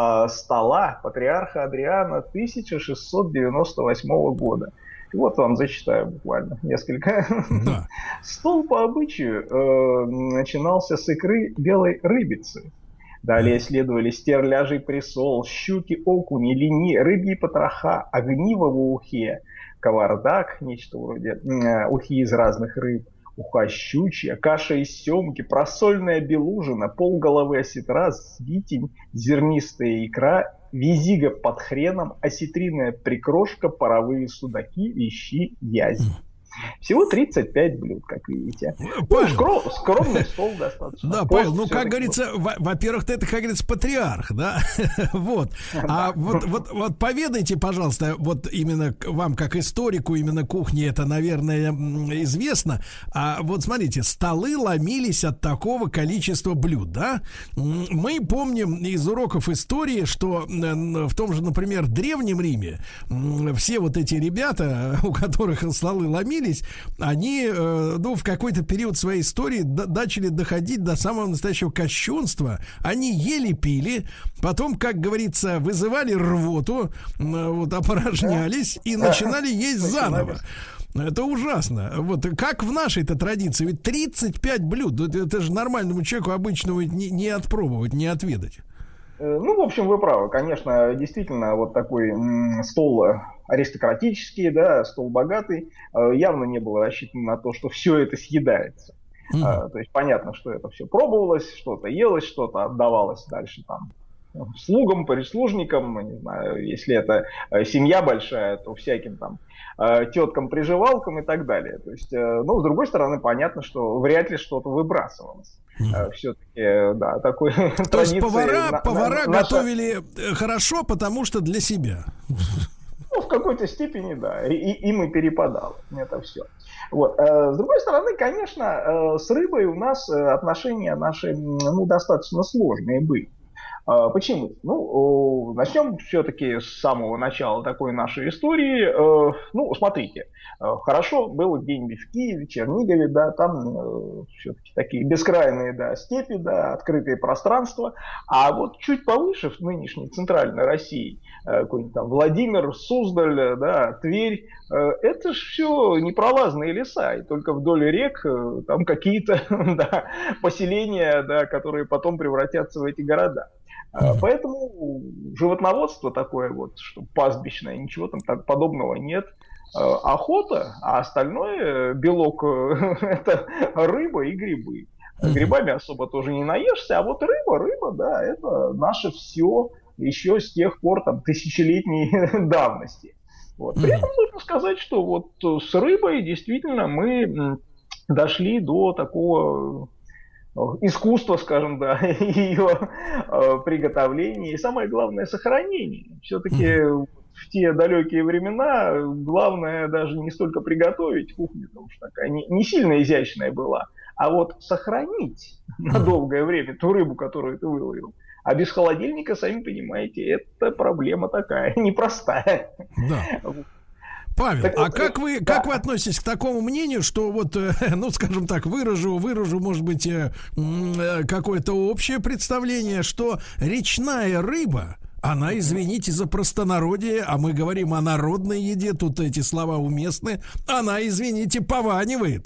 Speaker 11: стола патриарха Адриана тысяча шестьсот девяносто восьмого года. И вот вам зачитаю буквально несколько. Да. Стол по обычаю э, начинался с икры белой рыбицы. Далее следовали стерляжий присол, щуки, окуни, лини, рыбьи потроха, огниво в ухе, кавардак, нечто вроде э, ухи из разных рыб, уха щучья, каша из семги, просольная белужина, полголовы осетра, свитень, зернистая икра, визига под хреном, осетриная прикрошка, паровые судаки, лещи, язь. Всего тридцать пять блюд, как видите. Ну, скром, скромный стол достаточно.
Speaker 2: Да, Павел, ну, как говорится, во- во-первых, это, как говорится, патриарх, да? Вот. А вот, вот, вот поведайте, пожалуйста, вот именно вам, как историку, именно кухни это, наверное, известно. А вот смотрите, столы ломились от такого количества блюд, да? Мы помним из уроков истории, что в том же, например, Древнем Риме все вот эти ребята, у которых столы ломились, они, ну, в какой-то период своей истории д- начали доходить до самого настоящего кощунства. Они ели, пили, потом, как говорится, вызывали рвоту, вот, опорожнялись и начинали есть заново. Это ужасно. Вот как в нашей-то традиции, ведь тридцать пять блюд, это же нормальному человеку обычному не, не отпробовать, не отведать.
Speaker 11: Ну, в общем, вы правы. Конечно, действительно, вот такой м, стол аристократический, да, стол богатый, э, явно не был рассчитан на то, что все это съедается. Mm-hmm. А, то есть понятно, что это все пробовалось, что-то елось, что-то отдавалось дальше там слугам, прислужникам, не знаю, если это э, семья большая, то всяким там э, теткам, приживалкам и так далее. То есть, э, ну, с другой стороны, понятно, что вряд ли что-то выбрасывалось. Mm-hmm. Все-таки, да, такой традиции.
Speaker 2: То есть повара,
Speaker 11: на,
Speaker 2: повара
Speaker 11: на,
Speaker 2: готовили наша... хорошо, потому что для себя.
Speaker 11: Ну, в какой-то степени, да, и, и им и перепадало это все. Вот. С другой стороны, конечно, с рыбой у нас отношения наши, ну, достаточно сложные были. Почему? Ну, начнем все-таки с самого начала такой нашей истории. Ну, смотрите, хорошо было где-нибудь в Киеве, Чернигове, да, там все-таки такие бескрайные, да, степи, да, открытые пространства. А вот чуть повыше, в нынешней центральной России, какой-нибудь там Владимир, Суздаль, да, Тверь, это же все непролазные леса, и только вдоль рек там какие-то, да, поселения, да, которые потом превратятся в эти города. Поэтому животноводство такое вот, что пастбищное, ничего там так подобного нет. Охота, а остальное белок это рыба и грибы. Грибами особо тоже не наешься, а вот рыба, рыба, да, это наше все еще с тех пор там тысячелетней давности. Вот. При этом нужно сказать, что вот с рыбой действительно мы дошли до такого искусство, скажем, да, ее э, приготовления и самое главное сохранение. Все-таки mm-hmm. в те далекие времена главное даже не столько приготовить кухню, потому что такая не, не сильно изящная была, а вот сохранить mm-hmm. на долгое время ту рыбу, которую ты выловил. А без холодильника, сами понимаете, это проблема такая непростая. Да.
Speaker 2: Павел, так, а вот, как вы, да. как вы относитесь к такому мнению, что вот, ну, скажем так, выражу, выражу, может быть, какое-то общее представление, что речная рыба, она, извините за простонародье, а мы говорим о народной еде, тут эти слова уместны, она, извините, пованивает.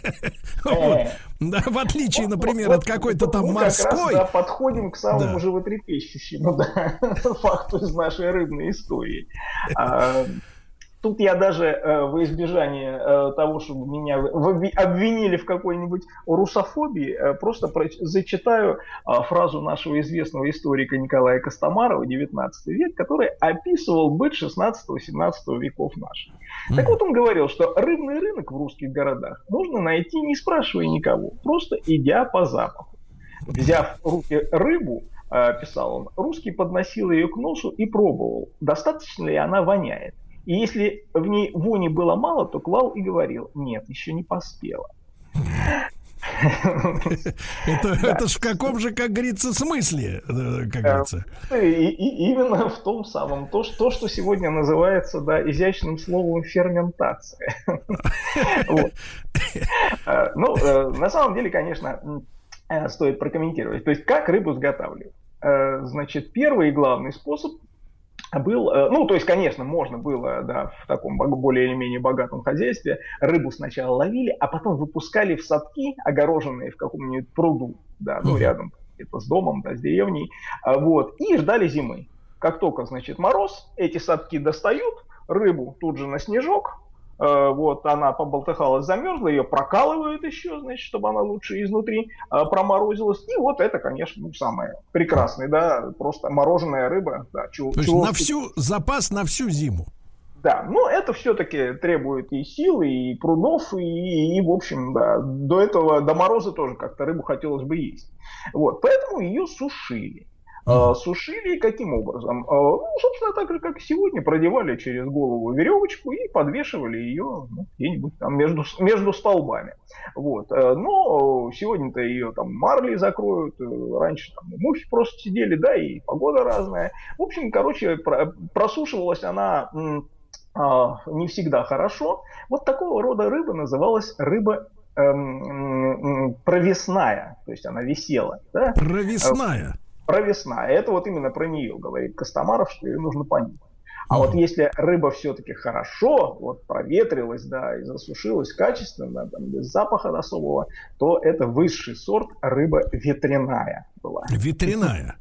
Speaker 2: В отличие, например, от какой-то там морской.
Speaker 11: Мы подходим к самому животрепещущему факту из нашей рыбной истории. Тут я даже э, во избежание э, того, чтобы меня в, обвинили в какой-нибудь русофобии, э, просто про, зачитаю э, фразу нашего известного историка Николая Костомарова, девятнадцатый век, который описывал быт шестнадцатого-семнадцатого веков наших. Mm-hmm. Так вот он говорил, что рыбный рынок в русских городах можно найти, не спрашивая никого, просто идя по запаху. Взяв в руки рыбу, э, писал он, русский подносил ее к носу и пробовал, достаточно ли она воняет. И если в ней вони было мало, то клал и говорил: нет, еще не поспела.
Speaker 2: Это, это ж в каком же, как говорится, смысле, как говорится?
Speaker 11: И, и именно в том самом, то, что, то, что сегодня называется, да, изящным словом ферментация. Ну, на самом деле, конечно, стоит прокомментировать. То есть, как рыбу изготавливать? Значит, первый и главный способ был, ну, то есть, конечно, можно было, да, в таком более или менее богатом хозяйстве рыбу сначала ловили, а потом выпускали в садки, огороженные в каком-нибудь пруду, да, ну, рядом это с домом, да, с деревней, вот, и ждали зимы. Как только, значит, мороз, эти садки достают, рыбу тут же на снежок, вот, она поболтыхалась, замерзла, ее прокалывают еще, значит, чтобы она лучше изнутри проморозилась. И вот это, конечно, ну, самое прекрасное, да, просто мороженая рыба. Да, чего,
Speaker 2: То есть
Speaker 11: чего...
Speaker 2: на всю, запас на всю зиму.
Speaker 11: Да, но это все-таки требует и сил, и прудов, и, и в общем, да, до этого, до мороза тоже как-то рыбу хотелось бы есть. Вот, поэтому ее сушили. Uh-huh. Сушили каким образом? Ну, собственно, так же, как и сегодня, продевали через голову веревочку и подвешивали ее, ну, где-нибудь там между, между столбами. Вот. Но сегодня-то ее там марлей закроют, раньше там мухи просто сидели, да, и погода разная. В общем, короче, просушивалась она не всегда хорошо. Вот такого рода рыба называлась рыба эм, провесная, то есть она висела. Да?
Speaker 2: Провесная?
Speaker 11: Провесная. Это вот именно про нее говорит Костомаров, что ее нужно понять. А mm-hmm. вот если рыба все-таки хорошо вот проветрилась, да, и засушилась качественно, там, без запаха особого, то это высший сорт рыба ветряная была.
Speaker 2: Ветряная?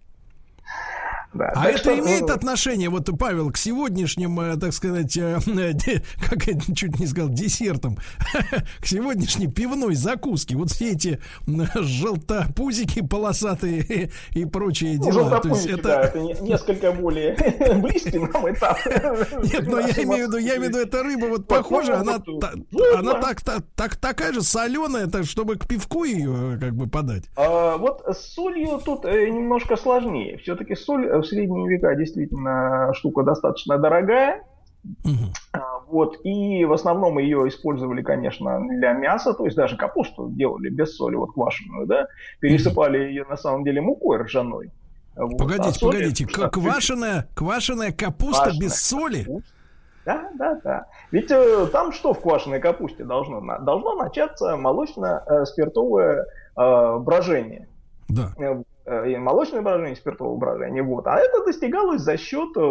Speaker 11: Да,
Speaker 2: а это
Speaker 11: что,
Speaker 2: имеет
Speaker 11: ну,
Speaker 2: отношение, вот, Павел, к сегодняшним, так сказать, как я чуть не сказал, десертам, к сегодняшней пивной закуске? Вот все эти желтопузики полосатые и прочие
Speaker 11: ну,
Speaker 2: дела.
Speaker 11: То есть это... Да, это несколько более близкий нам этап.
Speaker 2: Нет, но я имею в виду, я имею в виду, эта рыба вот похожа, она, она так, так, так, такая же соленая, так, чтобы к пивку ее как бы подать.
Speaker 11: А, вот с солью тут немножко сложнее. Все-таки соль в средние века действительно штука достаточно дорогая. Uh-huh. Вот, и в основном ее использовали, конечно, для мяса, то есть даже капусту делали без соли, вот квашеную, да, пересыпали uh-huh. ее на самом деле мукой ржаной. Вот.
Speaker 2: Погодите, а соли, погодите,
Speaker 11: что,
Speaker 2: квашеная, квашеная капуста квашеная без соли?
Speaker 11: Капуста. Да, да, да. Ведь э, там что в квашеной капусте должно? Должно начаться молочно-спиртовое э, брожение.
Speaker 2: Да.
Speaker 11: И молочное брожение, спиртовое брожение. Вот. А это достигалось за счет э,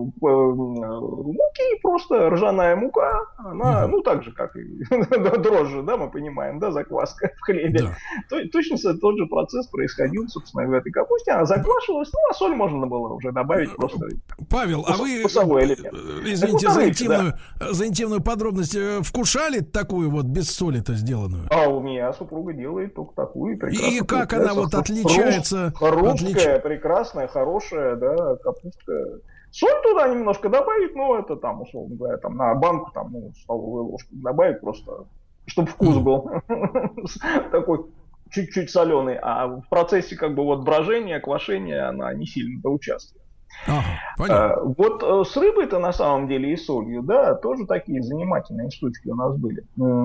Speaker 11: муки, просто ржаная мука, она, ну так же, как и дрожжи, да, мы понимаем, да, закваска в хлебе. Да. То, точно тот же процесс происходил, собственно, в этой капусте. Она заквашивалась, ну, а соль можно было уже добавить просто.
Speaker 2: Павел, а вы, извините за интимную, да. за интимную подробность, вкушали такую вот без соли-то сделанную?
Speaker 11: А у меня супруга делает только такую.
Speaker 2: И как она вот отличается?
Speaker 11: Русская, прекрасная, хорошая, да, капустка. Соль туда немножко добавить, но это там, условно говоря, там на банку, там, ну, столовую ложку добавить просто, чтобы вкус был такой чуть-чуть соленый. А в процессе как бы вот брожения, квашения она не сильно-то участвует.
Speaker 2: Ага, понятно.
Speaker 11: Вот с рыбой-то на самом деле и солью, да, тоже такие занимательные штучки у нас были.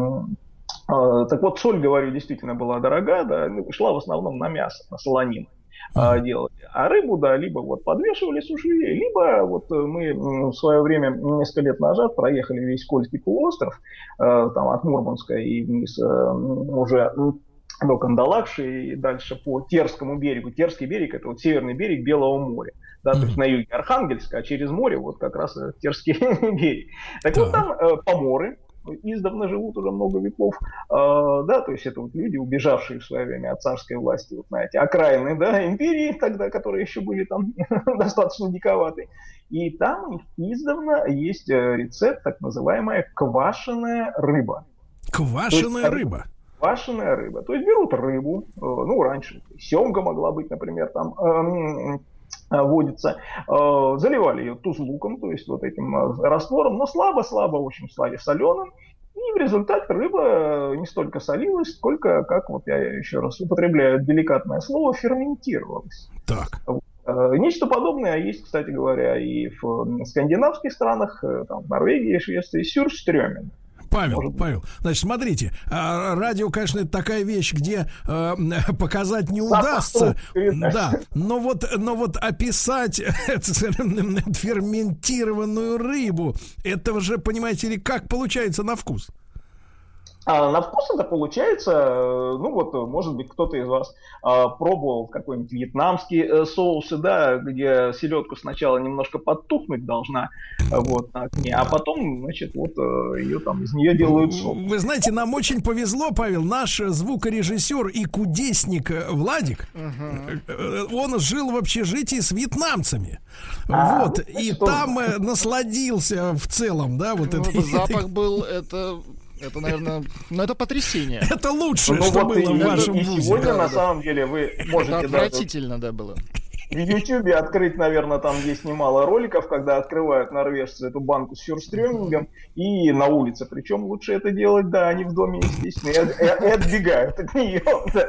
Speaker 11: Так вот, соль, говорю, действительно была дорогая, да, шла в основном на мясо, на солонину mm-hmm. делали. А рыбу, да, либо вот подвешивали, сушили, либо вот мы в свое время, несколько лет назад, проехали весь Кольский полуостров, там от Мурманска и вниз уже до Кандалакши и дальше по Терскому берегу. Терский берег — это вот северный берег Белого моря. Да, mm-hmm. то есть на юге Архангельска, а через море вот как раз Терский берег. Так вот там поморы издавна живут уже много веков, э, да, то есть это вот люди, убежавшие в свое время от царской власти, вот знаете, окраины, да, империи тогда, которые еще были там достаточно диковаты. И там у них издавна есть рецепт, так называемая квашеная рыба.
Speaker 2: Квашеная есть, рыба?
Speaker 11: Квашеная рыба. То есть берут рыбу, э, ну, раньше семга могла быть, например, там... Э, водится, э, заливали ее тузлуком, то есть вот этим э, раствором, но слабо-слабо, очень соленым, и в результате рыба не столько солилась, сколько, как вот я еще раз употребляю деликатное слово, ферментировалась.
Speaker 2: Так.
Speaker 11: Э, нечто подобное есть, кстати говоря, и в скандинавских странах, э, там, в Норвегии, Швеции, сюрстрёмен.
Speaker 2: Павел, Павел, значит, смотрите, радио, конечно, это такая вещь, где э, показать не удастся, да, но вот, но вот описать ферментированную рыбу, это же, понимаете ли, как получается на вкус?
Speaker 11: А на вкус это получается, ну вот, может быть, кто-то из вас а, пробовал какой-нибудь вьетнамский э, соусы, да, где селедку сначала немножко подтухнуть должна, вот, на окне, а потом, значит, вот ее там, из нее делают соус.
Speaker 2: Вы знаете, нам очень повезло, Павел, наш звукорежиссер и кудесник Владик, угу. он жил в общежитии с вьетнамцами, а, вот, ну, и что? Там насладился в целом, да, вот
Speaker 3: ну,
Speaker 2: это.
Speaker 3: Запах был, это... Это, наверное, ну это потрясение.
Speaker 2: Это лучшее, ну, что вот было в вашем вузе.
Speaker 11: Сегодня,
Speaker 2: да,
Speaker 11: на
Speaker 2: да.
Speaker 11: самом деле, вы можете...
Speaker 3: Это отвратительно, да, было.
Speaker 11: В Ютьюбе открыть, наверное, там есть немало роликов, когда открывают норвежцы эту банку с сюрстрёмингом и на улице. Причем лучше это делать, да, они в доме, естественно, и, и, и отбегают от нее, да,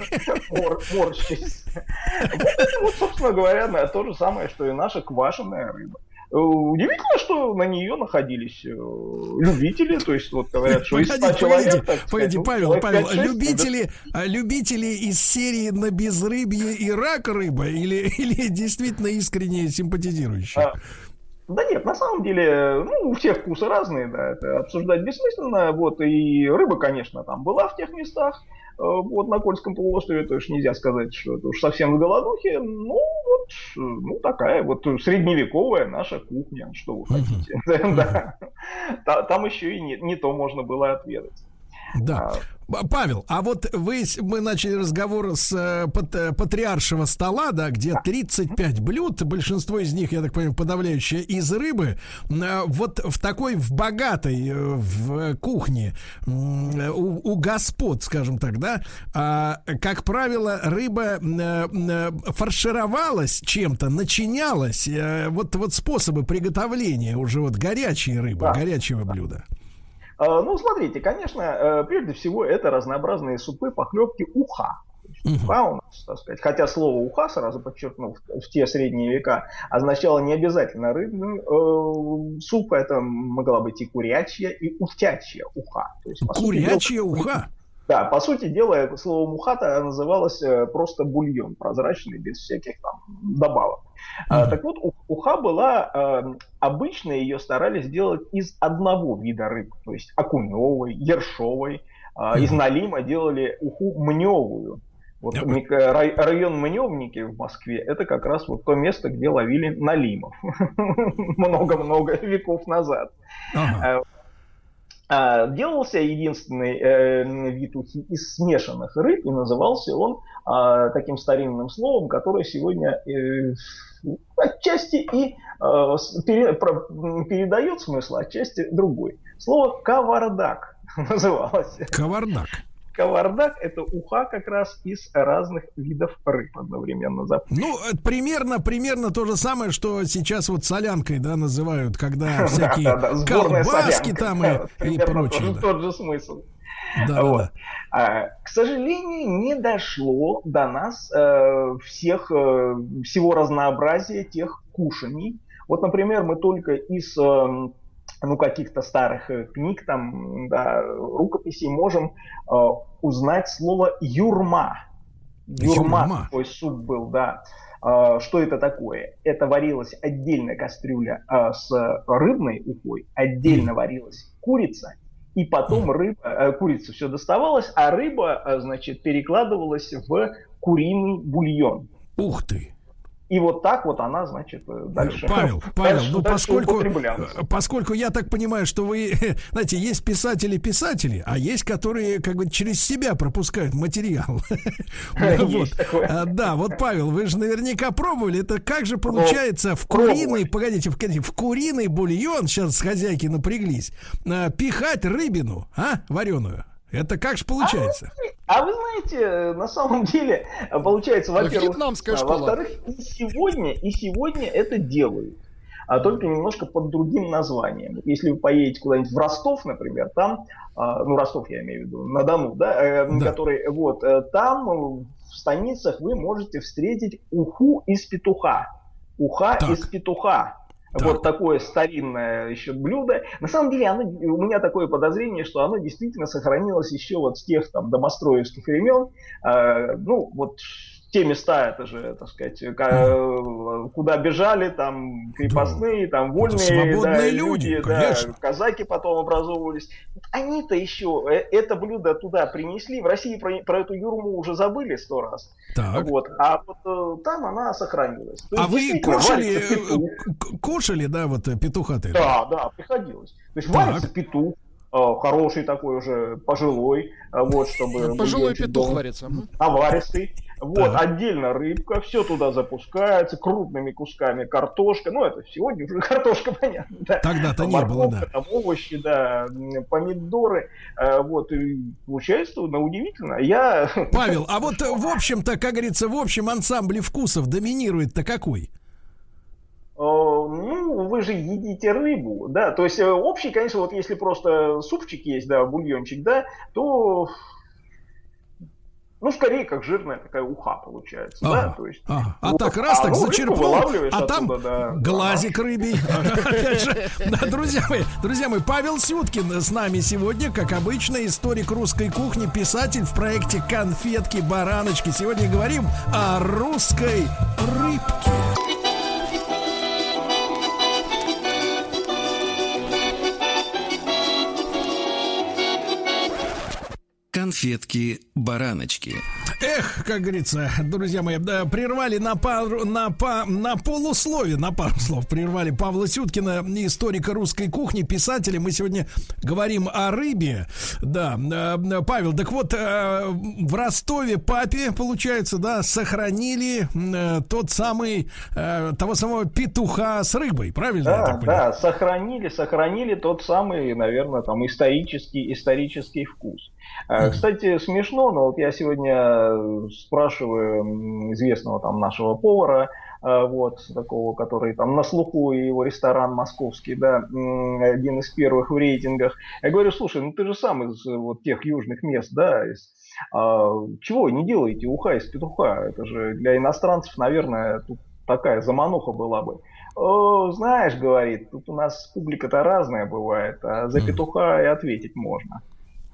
Speaker 11: морщись. Вот, собственно говоря, то же самое, что и наша квашеная рыба. Удивительно, что на нее находились любители, то есть вот говорят, что из ста человек...
Speaker 2: Погоди, Павел, Павел, любители, любители из серии на безрыбье и рак рыба или, или действительно искренне симпатизирующие?
Speaker 11: А, да нет, на самом деле, ну, у всех вкусы разные, да, это обсуждать бессмысленно, вот, и рыба, конечно, там была в тех местах, вот на Кольском полуострове, то есть нельзя сказать, что это уж совсем в голодухе, ну вот, ну такая вот средневековая наша кухня, что вы хотите. Там еще и не то можно было отведать.
Speaker 2: Да. Павел, а вот вы, мы начали разговор с э, патриаршего стола, да, где тридцать пять блюд, большинство из них, я так понимаю, подавляющее из рыбы. Э, вот в такой, в богатой э, в кухне э, у, у господ, скажем так, да, э, как правило, рыба э, э, фаршировалась чем-то, начинялась. Э, вот, вот способы приготовления уже вот горячей рыбы, да. горячего блюда.
Speaker 11: Ну, смотрите, конечно, прежде всего это разнообразные супы, похлебки, уха. Уха у нас, так сказать, хотя слово уха, сразу подчеркну, в те средние века означало не обязательно рыбную. Суп это могла быть и курячья, и утячья уха. То есть,
Speaker 2: курячья дела, уха?
Speaker 11: Да, по сути дела, словом уха-то называлось просто бульон прозрачный, без всяких там добавок. Mm-hmm. Так вот, уха была, обычно ее старались сделать из одного вида рыб, то есть окуневой, ершовой, mm-hmm. из налима делали уху мневую. Вот mm-hmm. район Мневники в Москве, это как раз вот то место, где ловили налимов много-много веков назад. Uh-huh. Делался единственный э, вид ухи из смешанных рыб, и назывался он э, таким старинным словом, которое сегодня э, отчасти и э, пере, про, передает смысл, отчасти другой. Слово кавардак называлось.
Speaker 2: Кавардак.
Speaker 11: Кавардак — это уха как раз из разных видов рыб одновременно.
Speaker 2: Ну, примерно, примерно то же самое, что сейчас вот солянкой, да, называют, когда всякие колбаски там и прочее.
Speaker 11: Тот же смысл. К сожалению, не дошло до нас всех, всего разнообразия тех кушаний. Вот, например, мы только из... ну, каких-то старых книг, там, да, рукописей можем э, узнать слово юрма. Юрма, юрма. Такой суп был, да. Э, что это такое? Это варилась отдельная кастрюля э, с рыбной ухой, отдельно mm. варилась курица, и потом mm. рыба, э, курица все доставалась, а рыба, э, значит, перекладывалась в куриный бульон.
Speaker 2: Ух ты!
Speaker 11: И вот так вот она, значит, дальше...
Speaker 2: Павел, Павел, дальше, ну дальше поскольку, поскольку я так понимаю, что вы, знаете, есть писатели-писатели, а есть, которые как бы через себя пропускают материал. Да, вот, Павел, вы же наверняка пробовали. Это как же получается в куриный, погодите, в куриный бульон, сейчас хозяйки напряглись, пихать рыбину, а, вареную? Это как же получается?
Speaker 11: А, а вы знаете, на самом деле, получается, во-первых, а, во-вторых, и сегодня, и сегодня это делают, а только немножко под другим названием. Если вы поедете куда-нибудь в Ростов, например, там, а, ну Ростов я имею в виду, на Дону, да, э, да. который, вот, там в станицах вы можете встретить уху из петуха, уха так. из петуха. Так. Вот такое старинное еще блюдо. На самом деле, оно, у меня такое подозрение, что оно действительно сохранилось еще вот с тех там домостроевских времен. Э, ну, вот те места, это же, так сказать, куда бежали там крепостные, да. там вольные
Speaker 2: свободные
Speaker 11: да,
Speaker 2: люди,
Speaker 11: люди, да, казаки потом образовывались. Они-то еще это блюдо туда принесли. В России про, про эту юрму уже забыли сто раз. Так. Вот, а вот там она сохранилась. То
Speaker 2: а вы кушали, кушали, да, вот петуха-то?
Speaker 11: Да, да, приходилось. То есть так. варится петух. Хороший такой уже, пожилой, вот, чтобы...
Speaker 3: Пожилой петух дом, варится.
Speaker 11: Наваристый. Вот, да. Отдельно рыбка, все туда запускается, крупными кусками картошка. Ну, это сегодня уже картошка, понятно. Да.
Speaker 2: Тогда-то не было, да.
Speaker 11: Там овощи, да, помидоры. Вот, и получается, ну, удивительно. Я...
Speaker 2: Павел, а вот, в общем-то, как говорится, в общем ансамбле вкусов доминирует-то какой?
Speaker 11: Ну, вы же едите рыбу, да, то есть общий, конечно, вот если просто супчик есть, да, бульончик, да, то, ну, скорее, как жирная такая уха получается, ага, да, то есть...
Speaker 2: Ага. А вот, так раз а, так ну, зачерпнул, а там оттуда, да, глазик да. рыбий. Опять же, друзья мои, друзья мои, Павел Сюткин с нами сегодня, как обычно, историк русской кухни, писатель в проекте «Конфетки-бараночки». Сегодня говорим о русской рыбке.
Speaker 1: Конфетки-бараночки.
Speaker 2: Эх, как говорится, друзья мои, да, прервали на пару, на, по, на полуслове, на пару слов прервали Павла Сюткина, историка русской кухни, писателя. Мы сегодня говорим о рыбе. Да, Павел, так вот, в Ростове папе, получается, да, сохранили тот самый, того самого петуха с рыбой, правильно?
Speaker 11: Да, да, сохранили, сохранили тот самый, наверное, там, исторический, исторический вкус. Кстати, смешно, но вот я сегодня спрашиваю известного там нашего повара, вот, такого, который там на слуху, и его ресторан московский, да, один из первых в рейтингах. Я говорю, слушай, ну ты же сам из вот тех южных мест, да, из, а, чего не делаете уха из петуха? Это же для иностранцев, наверное, тут такая замануха была бы. О, знаешь, говорит, тут у нас публика-то разная бывает, а за петуха и ответить можно.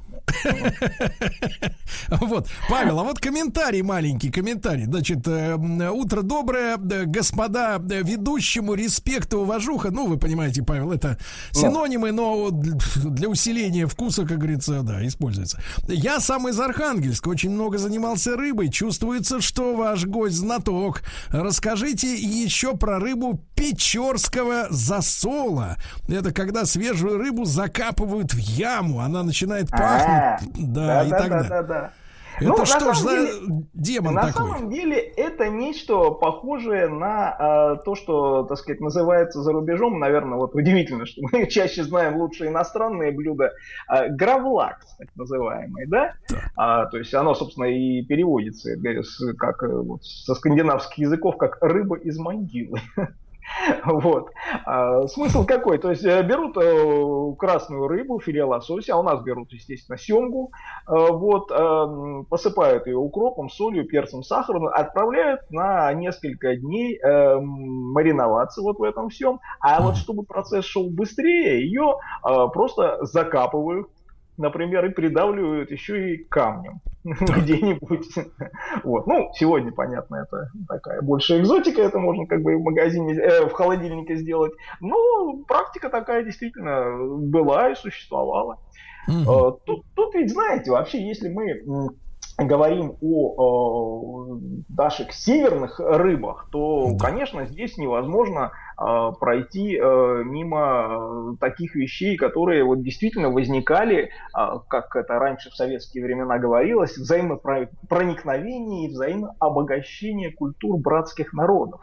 Speaker 2: Вот, Павел, а вот комментарий, маленький комментарий. Значит, э, утро доброе, господа, ведущему респект и уважуха. Ну, вы понимаете, Павел, это синонимы, но для усиления вкуса, как говорится, да, используется. Я сам из Архангельска, очень много занимался рыбой. Чувствуется, что ваш гость знаток. Расскажите еще про рыбу печорского засола. Это когда свежую рыбу закапывают в яму, она начинает пахнуть. Да,
Speaker 11: да, и
Speaker 2: да,
Speaker 11: так далее. Да, да.
Speaker 2: Это ну, что ж за деле, демон
Speaker 11: на
Speaker 2: такой? На
Speaker 11: самом деле это нечто похожее на э, то, что, так сказать, называется за рубежом, наверное, вот удивительно, что мы чаще знаем лучше иностранные блюда, э, гравлакс, так называемый, да? да. А, то есть оно, собственно, и переводится как вот, со скандинавских языков как рыба из могилы. Вот. А, смысл какой? То есть берут э, красную рыбу, филе лосося, а у нас берут, естественно, семгу, э, вот, э, посыпают ее укропом, солью, перцем, сахаром, отправляют на несколько дней э, мариноваться вот в этом всем. А вот чтобы процесс шел быстрее, ее э, просто закапывают, например, и придавливают еще и камнем где-нибудь. Вот. Ну, сегодня, понятно, это такая больше экзотика, это можно как бы в магазине, э, в холодильнике сделать. Но практика такая действительно была и существовала. Mm-hmm. Э, тут, тут ведь, знаете, вообще, если мы говорим о э, наших северных рыбах, то, конечно, здесь невозможно э, пройти э, мимо таких вещей, которые вот действительно возникали, э, как это раньше в советские времена говорилось, взаимопроникновение и взаимообогащение культур братских народов.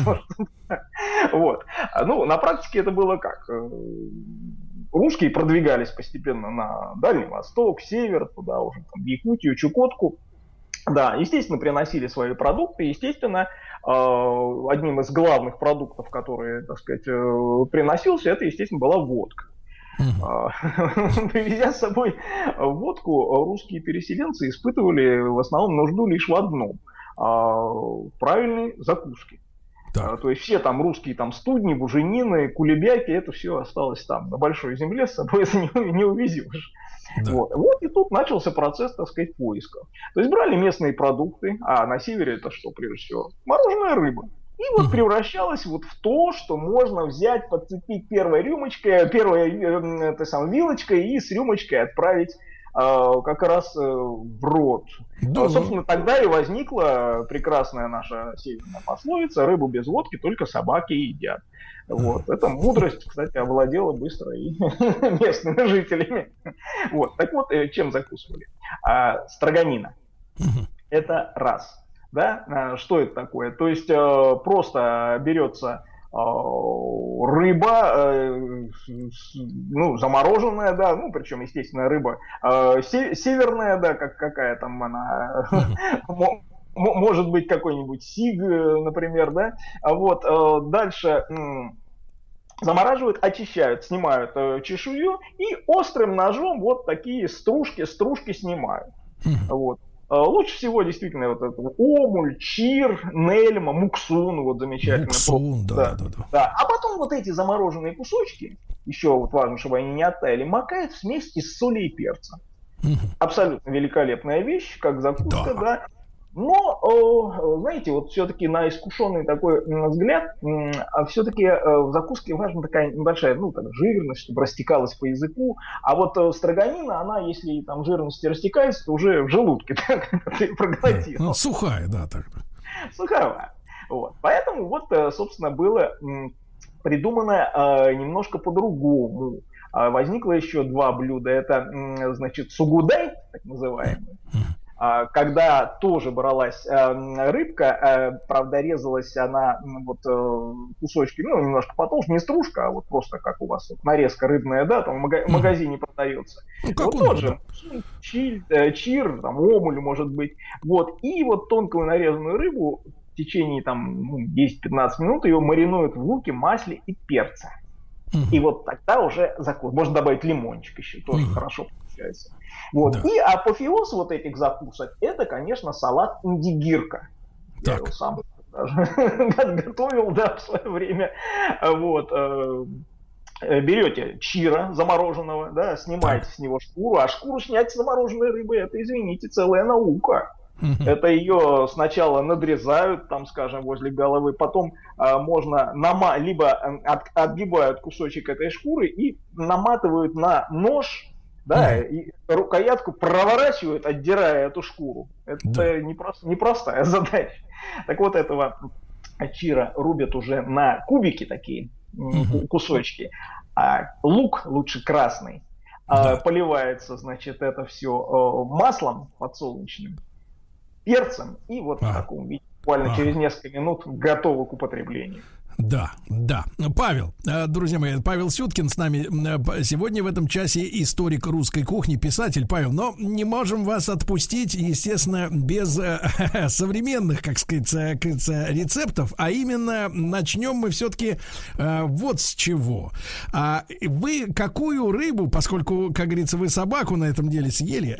Speaker 11: Вот. Ну, на практике это было как? Русские продвигались постепенно на Дальний Восток, север, туда уже, там, в Якутию, Чукотку. Да, естественно, приносили свои продукты. Естественно, одним из главных продуктов, которые, так сказать, приносился, это, естественно, была водка. Mm-hmm. Привезя с собой водку, русские переселенцы испытывали в основном нужду лишь в одном – правильной закуске. А, то есть все там русские там студни, буженины, кулебяки, это все осталось там на большой земле, с собой это не, не увезешь. Да. Вот. вот и тут начался процесс, так сказать, поиска. То есть брали местные продукты, а на севере это что, прежде всего? Мороженая рыба. И вот превращалось вот в то, что можно взять, подцепить первой рюмочкой, первой э, этой самой вилочкой и с рюмочкой отправить э, как раз э, в рот. Да. А, собственно, тогда и возникла прекрасная наша северная пословица: рыбу без водки только собаки едят. Вот. Эта мудрость, кстати, овладела быстро и местными жителями. Вот. Так вот, чем закусывали? А, строганина. Это раз. Да? Что это такое? То есть просто берется рыба, ну, замороженная, да, ну, причем, естественно, рыба северная, да, как какая там она... Может быть, какой-нибудь сиг, например, да. Вот, дальше замораживают, очищают, снимают чешую и острым ножом вот такие стружки, стружки снимают. Вот. Лучше всего действительно вот это омуль, чир, нельма, муксун, вот замечательно.
Speaker 2: Муксун, да, да, да, да.
Speaker 11: да. А потом вот эти замороженные кусочки, еще вот важно, чтобы они не оттаяли, макают в смесь из соли и перца. Абсолютно великолепная вещь, как закуска, да. да. Но, знаете, вот все-таки на искушенный такой взгляд, все-таки в закуске важна такая небольшая, ну, так, жирность, чтобы растекалась по языку. А вот строганина, она, если там жирность растекается, то уже в желудке, так, ты проглотил.
Speaker 2: Ну, сухая, да, так.
Speaker 11: Сухая. Вот. Поэтому вот, собственно, было придумано немножко по-другому. Возникло еще два блюда. Это, значит, сугудай, так называемый. Когда тоже бралась рыбка, правда, резалась она вот кусочки, ну, немножко потолще, не стружка, а вот просто как у вас вот, нарезка рыбная, да, там в магазине продается. Ну, вот тоже чир, чир, там, омуль, может быть. Вот. И вот тонкую нарезанную рыбу в течение там ну, десять-пятнадцать минут ее маринуют в луке, масле и перце. И вот тогда уже закус. Можно добавить лимончик еще, тоже mm. хорошо получается. Вот. Да. И апофеоз вот этих закусок, это, конечно, салат индигирка. Так. Я его сам даже готовил, да, в свое время. Вот. Берете чира замороженного, да, снимаете так. с него шкуру, а шкуру снять с замороженной рыбы, это, извините, целая наука. Это ее сначала надрезают, там, скажем, возле головы, потом э, можно нама- либо от- отгибают кусочек этой шкуры и наматывают на нож, да, и рукоятку проворачивают, отдирая эту шкуру. Это да. непрост- непростая задача. Так вот, этого чира рубят уже на кубики такие, uh-huh. кусочки. А лук лучше красный. Да. А, поливается, значит, это все э, маслом подсолнечным, перцем, и вот а. в таком виде буквально а. через несколько минут готово к употреблению.
Speaker 2: Да, да. Павел, друзья мои, Павел Сюткин с нами сегодня в этом часе, историк русской кухни, писатель. Павел, но не можем вас отпустить, естественно, без э, современных, как сказать, рецептов, а именно начнем мы все-таки э, вот с чего. А вы какую рыбу, поскольку, как говорится, вы собаку на этом деле съели,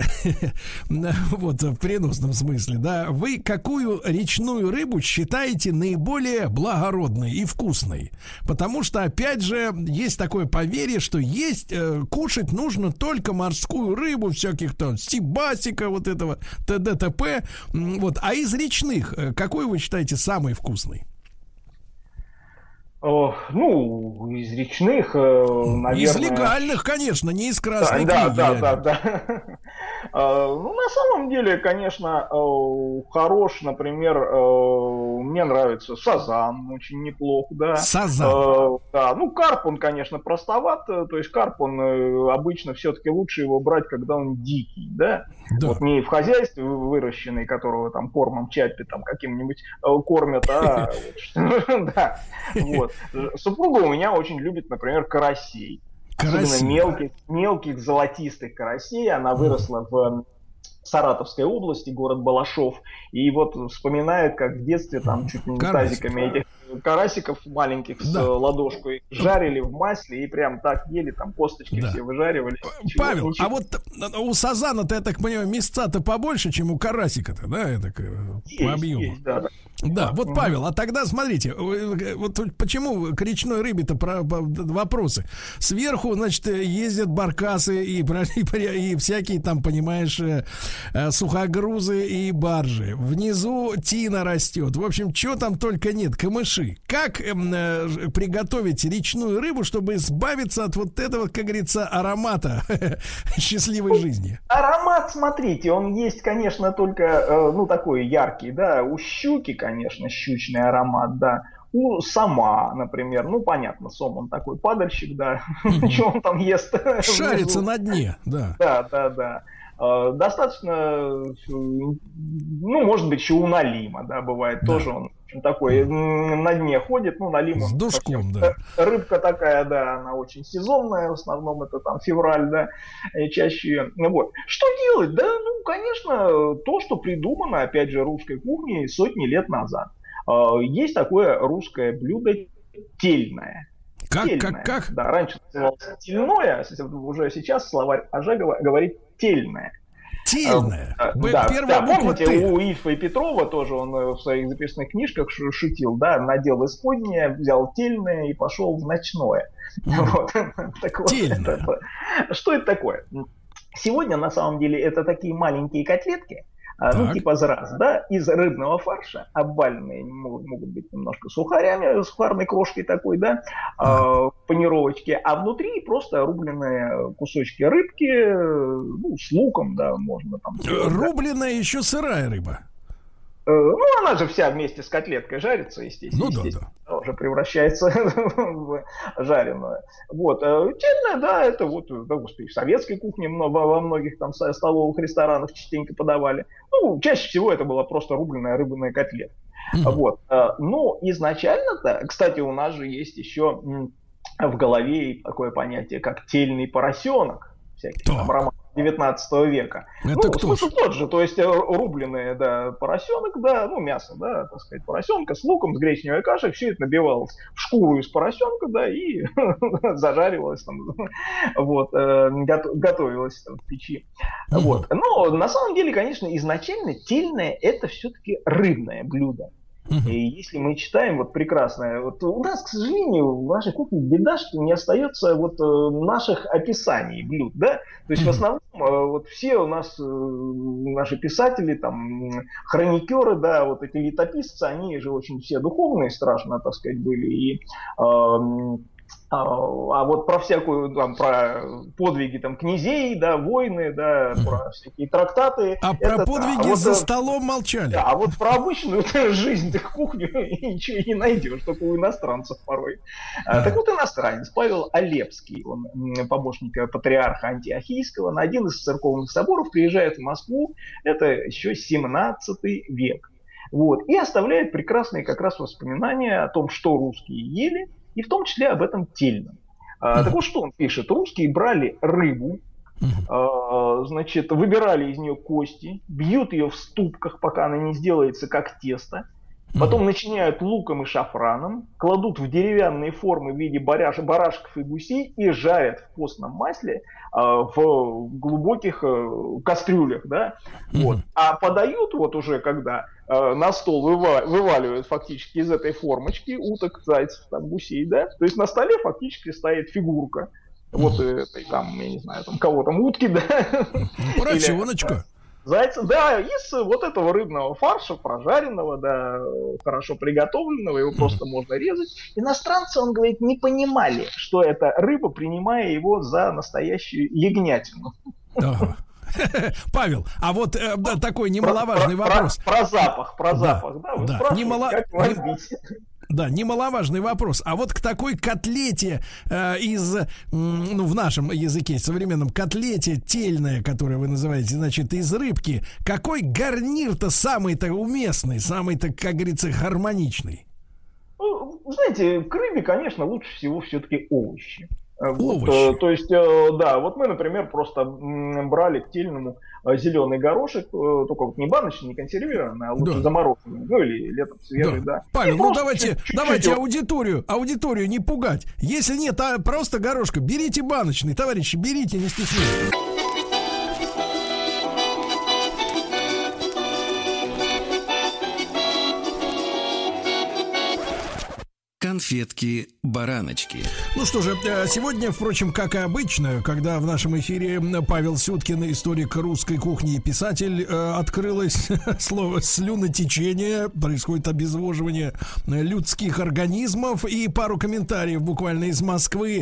Speaker 2: вот в переносном смысле, да, вы какую речную рыбу считаете наиболее благородной и вкусной? Потому что, опять же, есть такое поверье, что есть, э, кушать нужно только морскую рыбу, всяких там стибасика, вот этого, т.д. т.п. Вот. А из речных, какой вы считаете самый вкусный?
Speaker 11: О, ну, из речных, наверное...
Speaker 2: Из легальных, конечно, не из красной
Speaker 11: да,
Speaker 2: книги.
Speaker 11: Да, да, да, да. Ну, на самом деле, конечно, хорош, например, мне нравится сазан, очень неплох, да.
Speaker 2: Сазан?
Speaker 11: Да, ну, карп, он, конечно, простоват, то есть карп, он обычно все-таки лучше его брать, когда он дикий, да. Да. Вот не в хозяйстве выращенный, которого там кормом чаппи там каким-нибудь кормят, а да, вот. Супруга у меня очень любит, например, карасей. Карасей. Особенно мелких, мелких золотистых карасей. Она выросла в Саратовской области, город Балашов. И вот вспоминает, как в детстве там чуть ли не тазиками этих карасиков маленьких да. с ладошкой жарили в масле и прям так ели, там косточки да. все выжаривали.
Speaker 2: Ничего, Павел, ничего. А вот у сазана-то, я так понимаю, мясца-то побольше, чем у карасика-то, да? Это
Speaker 11: есть,
Speaker 2: по объему.
Speaker 11: Есть, да, да.
Speaker 2: Да, вот, Павел, а тогда смотрите, вот почему к речной рыбе-то про, про, вопросы. Сверху, значит, ездят баркасы и, и, и всякие там, понимаешь, сухогрузы и баржи. Внизу тина растет. В общем, чего там только нет, камыши. Как э, приготовить речную рыбу, чтобы избавиться от вот этого, как говорится, аромата счастливой жизни?
Speaker 11: Аромат, смотрите, он есть, конечно, только, э, ну, такой яркий, да, у щуки, конечно, щучный аромат, да. У сома, например, ну, понятно, сом, он такой падальщик, да, что он там ест?
Speaker 2: Шарится на дне, да.
Speaker 11: Да, да, да. Достаточно, ну, может быть, еще у налима, да, бывает, тоже он такой на дне ходит, ну, налим.
Speaker 2: С душком, да.
Speaker 11: Рыбка такая, да, она очень сезонная, в основном это там февраль, да, чаще. Вот. Что делать? Да, ну, конечно, то, что придумано, опять же, русской кухней сотни лет назад. Есть такое русское блюдо тельное.
Speaker 2: Как,
Speaker 11: тельное.
Speaker 2: как, как?
Speaker 11: Да, раньше называлось тельное, уже сейчас словарь Ажа говорит тельное.
Speaker 2: Тельное.
Speaker 11: А,
Speaker 2: Б,
Speaker 11: да,
Speaker 2: первая
Speaker 11: да,
Speaker 2: буква
Speaker 11: помните,
Speaker 2: Т.
Speaker 11: у Ильфа и Петрова тоже он в своих записных книжках шутил, да, надел исподнее, взял тельное и пошел в ночное. Вот.
Speaker 2: Тельное.
Speaker 11: Что это такое? Сегодня, на самом деле, это такие маленькие котлетки, так. ну, типа зраз, да, из рыбного фарша, обваленные, могут, могут быть немножко сухарями, сухарной крошкой такой, да, э, панировочки, а внутри просто рубленые кусочки рыбки, ну, с луком, да, можно там.
Speaker 2: Рубленая, да. Еще сырая рыба.
Speaker 11: Э, ну, она же вся вместе с котлеткой жарится, естественно.
Speaker 2: Ну,
Speaker 11: естественно.
Speaker 2: Да, да.
Speaker 11: Уже превращается в жареную. Вот. Тельное, да, это вот, да, господи, в советской кухне во многих там столовых ресторанах частенько подавали. Ну, чаще всего это была просто рубленая рыбная котлета. Mm-hmm. Вот. Но изначально-то, кстати, у нас же есть еще в голове такое понятие, как тельный поросенок. Всяких там романов девятнадцатого века. Это ну, кто смысл тот же, то есть рубленый, да, поросенок, да, ну, мясо, да, так сказать, поросенка с луком, с гречневой кашей, все это набивалось в шкуру из поросенка, да, и зажаривалось там, вот, готовилось там в печи. Вот. Но на самом деле, конечно, изначально тельное это все-таки рыбное блюдо. И если мы читаем, вот прекрасное, вот у нас, к сожалению, в нашей кухне беда, что не остается вот наших описаний блюд, да, то есть в основном вот все у нас наши писатели, там, хроникеры, да, вот эти летописцы, они же очень все духовные, страшно, так сказать, были, и А, а вот про всякую, там, про подвиги там князей, да, войны, да, про всякие трактаты.
Speaker 2: А
Speaker 11: это,
Speaker 2: про подвиги
Speaker 11: да, а
Speaker 2: за
Speaker 11: вот,
Speaker 2: столом молчали.
Speaker 11: Да, а вот про обычную жизнь, так кухню ничего не найдешь, только у иностранцев порой. А, так вот, иностранец Павел Олепский, он помощник патриарха Антиохийского, на один из церковных соборов приезжает в Москву, это еще семнадцатый век. Вот, и оставляет прекрасные как раз воспоминания о том, что русские ели, и в том числе об этом тельном. А, так вот, что он пишет. Русские брали рыбу, а, значит, выбирали из нее кости, бьют ее в ступках, пока она не сделается как тесто, потом начиняют луком и шафраном, кладут в деревянные формы в виде баряж, барашков и гусей и жарят в постном масле а, в глубоких а, кастрюлях, да, вот. А подают вот уже когда а, на стол выва- вываливают фактически из этой формочки уток, зайцев, там, гусей, да, то есть на столе фактически стоит фигурка вот этой там, я не знаю, там кого там, утки, да.
Speaker 2: Поросеночка.
Speaker 11: Зайца, да, из вот этого рыбного фарша, прожаренного, да, хорошо приготовленного, его просто можно резать. Иностранцы, он говорит, не понимали, что это рыба, принимая его за настоящую ягнятину.
Speaker 2: Ага. Павел, а вот э, да, такой немаловажный
Speaker 11: про,
Speaker 2: вопрос.
Speaker 11: Про, про запах, про запах, да,
Speaker 2: да,
Speaker 11: вы
Speaker 2: да.
Speaker 11: спрашиваете,
Speaker 2: Немало...
Speaker 11: как ломбить.
Speaker 2: Да, немаловажный вопрос. А вот к такой котлете э, из, э, ну, в нашем языке, современном, котлете тельная, которую вы называете, значит, из рыбки, какой гарнир-то самый-то уместный, самый-то, как говорится, гармоничный?
Speaker 11: Ну, знаете, к рыбе, конечно, лучше всего все-таки овощи.
Speaker 2: Овощи.
Speaker 11: Вот, то есть, да, вот мы, например, просто брали к тельному зеленый горошек, только вот не баночный, не консервированный, а лучше да. замороженный, ну или летом свежий, да. да.
Speaker 2: Павел, ну давайте, чуть-чуть давайте аудиторию, аудиторию не пугать. Если нет, а просто горошка, берите баночный, товарищи, берите, не стесняйтесь.
Speaker 1: конфетки-бараночки.
Speaker 2: Ну что же, сегодня, впрочем, как и обычно, когда в нашем эфире Павел Сюткин, историк русской кухни и писатель, открылось слово слюнотечение, происходит обезвоживание людских организмов, и пару комментариев буквально из Москвы.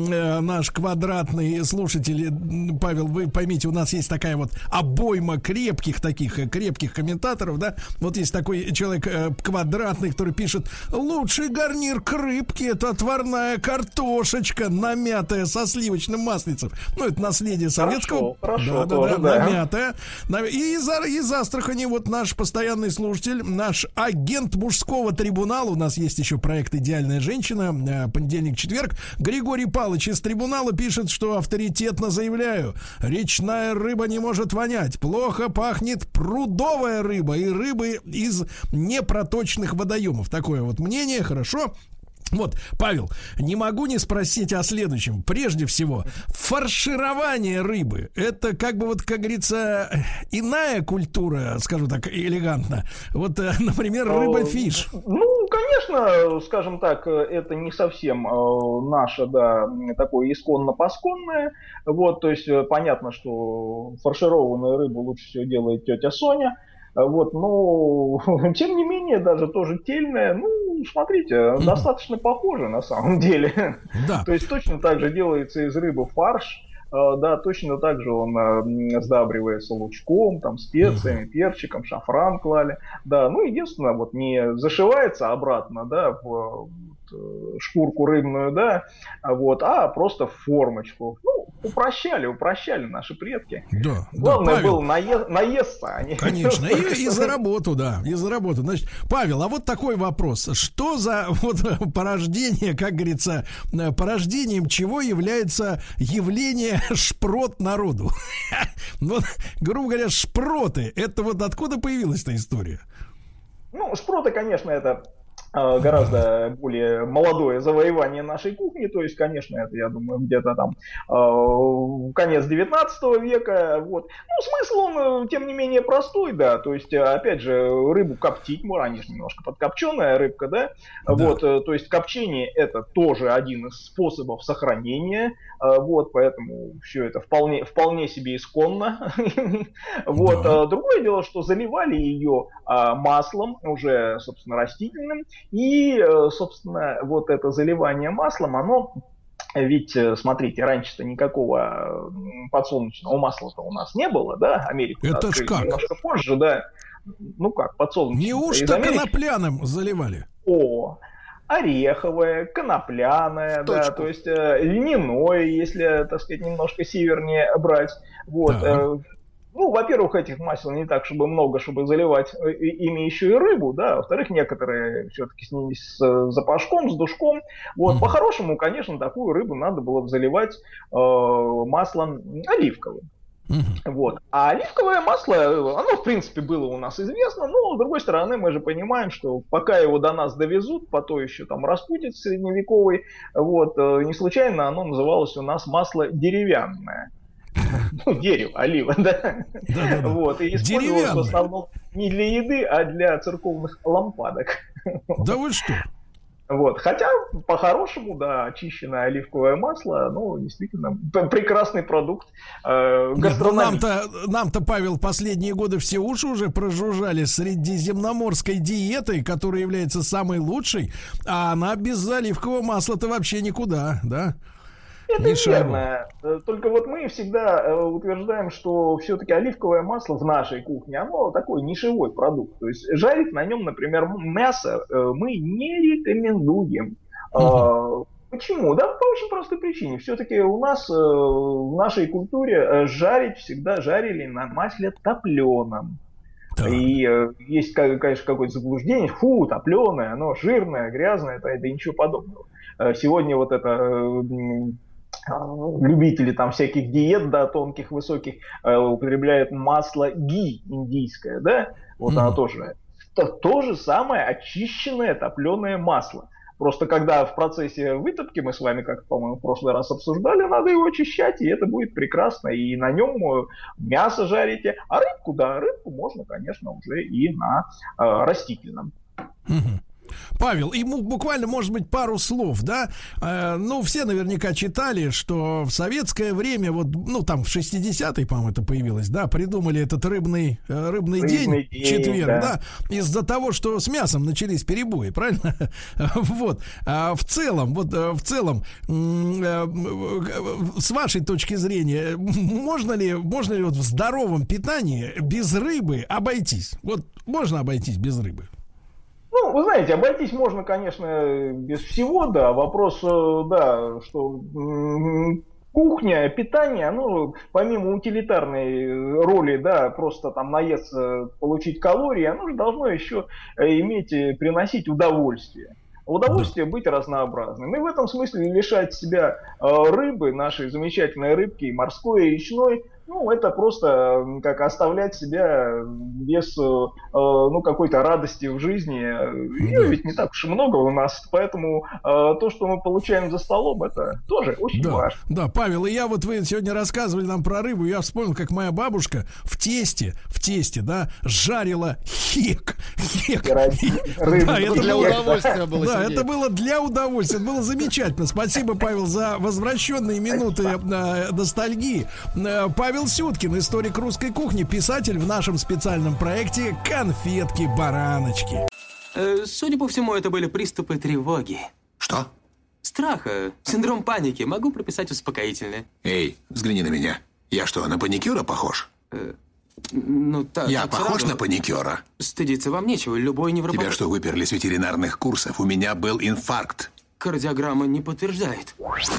Speaker 2: Наш квадратный слушатель, Павел, вы поймите, у нас есть такая вот обойма крепких таких, крепких комментаторов, да, вот есть такой человек квадратный, который пишет: лучший гарнир к рыбке — это отварная картошечка, намятая со сливочным маслицем. Ну, это наследие советского.
Speaker 11: Хорошо,
Speaker 2: да,
Speaker 11: хорошо,
Speaker 2: да, да,
Speaker 11: да.
Speaker 2: намятая. И из, из Астрахани вот наш постоянный слушатель, наш агент мужского трибунала, у нас есть еще проект «Идеальная женщина», понедельник-четверг, Григорий Павлович из трибунала пишет, что авторитетно заявляю: речная рыба не может вонять, плохо пахнет прудовая рыба и рыбы из непроточных водоемов. Такое вот мнение, хорошо. Вот, Павел, не могу не спросить о следующем. Прежде всего, фарширование рыбы — это как бы вот, как говорится, иная культура, скажу так элегантно. Вот, например, рыба-фиш.
Speaker 11: Ну, конечно, скажем так, это не совсем наше, да, такое исконно-посконное. Вот, то есть понятно, что фаршированную рыбу лучше всего делает тетя Соня. Вот, но тем не менее, даже тоже тельное, ну, смотрите, mm-hmm. достаточно похоже на самом деле. Да. То есть точно так же делается из рыбы фарш, да, точно так же он сдабривается лучком, там, специями, mm-hmm. перчиком, шафран клали, да, ну, единственное, вот не зашивается обратно, да, в шкурку рыбную, да, вот, а просто в формочку. Ну, упрощали, упрощали наши предки.
Speaker 2: Да.
Speaker 11: Главное
Speaker 2: да,
Speaker 11: было наест, наесться. Они...
Speaker 2: Конечно, и, и за работу, да, и за работу. Значит, Павел, а вот такой вопрос. Что за вот порождение, как говорится, порождением чего является явление шпрот народу? Вот, грубо говоря, шпроты. Это вот откуда появилась эта история?
Speaker 11: Ну, шпроты, конечно, это гораздо более молодое завоевание нашей кухни, то есть, конечно, это, я думаю, где-то там э, конец девятнадцатого века, вот. Ну, смысл он, тем не менее, простой, да, то есть, опять же, рыбу коптить, ну, они же немножко подкопченая рыбка, да, да. Вот, то есть, копчение — это тоже один из способов сохранения, вот, поэтому все это вполне, вполне себе исконно, вот. Другое дело, что заливали ее маслом, уже, собственно, растительным. И, собственно, вот это заливание маслом, оно, ведь, смотрите, раньше-то никакого подсолнечного масла-то у нас не было, да, Америку
Speaker 2: это ж как?
Speaker 11: Немножко позже, да, ну как, подсолнечное.
Speaker 2: Неужто конопляным заливали?
Speaker 11: О, ореховое, конопляное, да, то есть э, льняное, если, так сказать, немножко севернее брать, вот. Э, Ну, во-первых, этих масел не так, чтобы много, чтобы заливать ими еще и рыбу, да, во-вторых, некоторые все-таки с ними с запашком, с душком. Вот, mm-hmm. По-хорошему, конечно, такую рыбу надо было заливать э, маслом оливковым. Mm-hmm. Вот. А оливковое масло, оно, в принципе, было у нас известно, но, с другой стороны, мы же понимаем, что пока его до нас довезут, по то еще там распутец средневековый, вот, э, не случайно оно называлось у нас масло деревянное. Ну, дерево, олива, да? Да, да, да. Вот, и использовалось в основном не для еды, а для церковных лампадок.
Speaker 2: Да вы что?
Speaker 11: Вот, хотя, по-хорошему, да, очищенное оливковое масло, ну, действительно, прекрасный продукт э, гастрономический.
Speaker 2: Нам-то, нам-то, Павел, последние годы все уши уже прожужжали средиземноморской диетой, которая является самой лучшей, а она без оливкового масла-то вообще никуда, да?
Speaker 11: Это верно. Только вот мы всегда утверждаем, что все-таки оливковое масло в нашей кухне, оно такой нишевой продукт. То есть жарить на нем, например, мясо мы не рекомендуем. Uh-huh. Почему? Да, по очень простой причине. Все-таки у нас в нашей культуре жарить всегда жарили на масле топленом. Да. И э, есть, конечно, какое-то заблуждение. Фу, топленое, оно жирное, грязное, это, это ничего подобного. Сегодня вот это... Э, любители там всяких диет, да, тонких, высоких, э, употребляют масло ги индийское, да, вот mm-hmm. оно тоже, то, то же самое очищенное топленое масло. Просто когда в процессе вытопки, мы с вами, как, по-моему, в прошлый раз обсуждали, надо его очищать, и это будет прекрасно, и на нем мясо жарите, а рыбку, да, рыбку можно, конечно, уже и на э, растительном.
Speaker 2: Mm-hmm. Павел, ему буквально, может быть, пару слов, да? Э, ну, все наверняка читали, что в советское время, вот, ну, там, в шестидесятые, по-моему, это появилось, да, придумали этот рыбный, э, рыбный, рыбный день, день, четверг, да. да, из-за того, что с мясом начались перебои, правильно? Вот. А в целом, вот, в целом, с вашей точки зрения, можно ли, можно ли вот в здоровом питании без рыбы обойтись? Вот можно обойтись без рыбы?
Speaker 11: Ну, вы знаете, обойтись можно, конечно, без всего, да. Вопрос, да, что кухня, питание, ну, помимо утилитарной роли, да, просто там наесться, получить калории, оно же должно еще иметь, приносить удовольствие. Удовольствие быть разнообразным. И в этом смысле лишать себя рыбы, нашей замечательной рыбки, морской и речной, ну, это просто как оставлять себя без ну, какой-то радости в жизни. Ее ведь не так уж и много у нас, поэтому то, что мы получаем за столом, это тоже очень
Speaker 2: да,
Speaker 11: важно.
Speaker 2: Да, Павел, и я вот, вы сегодня рассказывали нам про рыбу, я вспомнил, как моя бабушка в тесте, в тесте, да, жарила хек. Хек.
Speaker 3: Рыбу. Да, это для было, удовольствия было.
Speaker 2: Да, это было для удовольствия, это было замечательно. Спасибо, Павел, за возвращенные минуты э, ностальгии. Павел Сюткин, историк русской кухни, писатель в нашем специальном проекте «Конфетки-бараночки».
Speaker 12: Э, судя по всему, это были приступы тревоги.
Speaker 13: Что?
Speaker 12: Страха, синдром паники. Могу прописать успокоительное.
Speaker 13: Эй, взгляни на меня. Я что, на паникюра похож?
Speaker 12: Э, ну, так.
Speaker 13: Я похож на паникюра?
Speaker 12: Стыдиться вам нечего, любой невропатолог.
Speaker 13: Тебя что, выперли с ветеринарных курсов? У меня был инфаркт.
Speaker 12: Кардиограмма не подтверждает.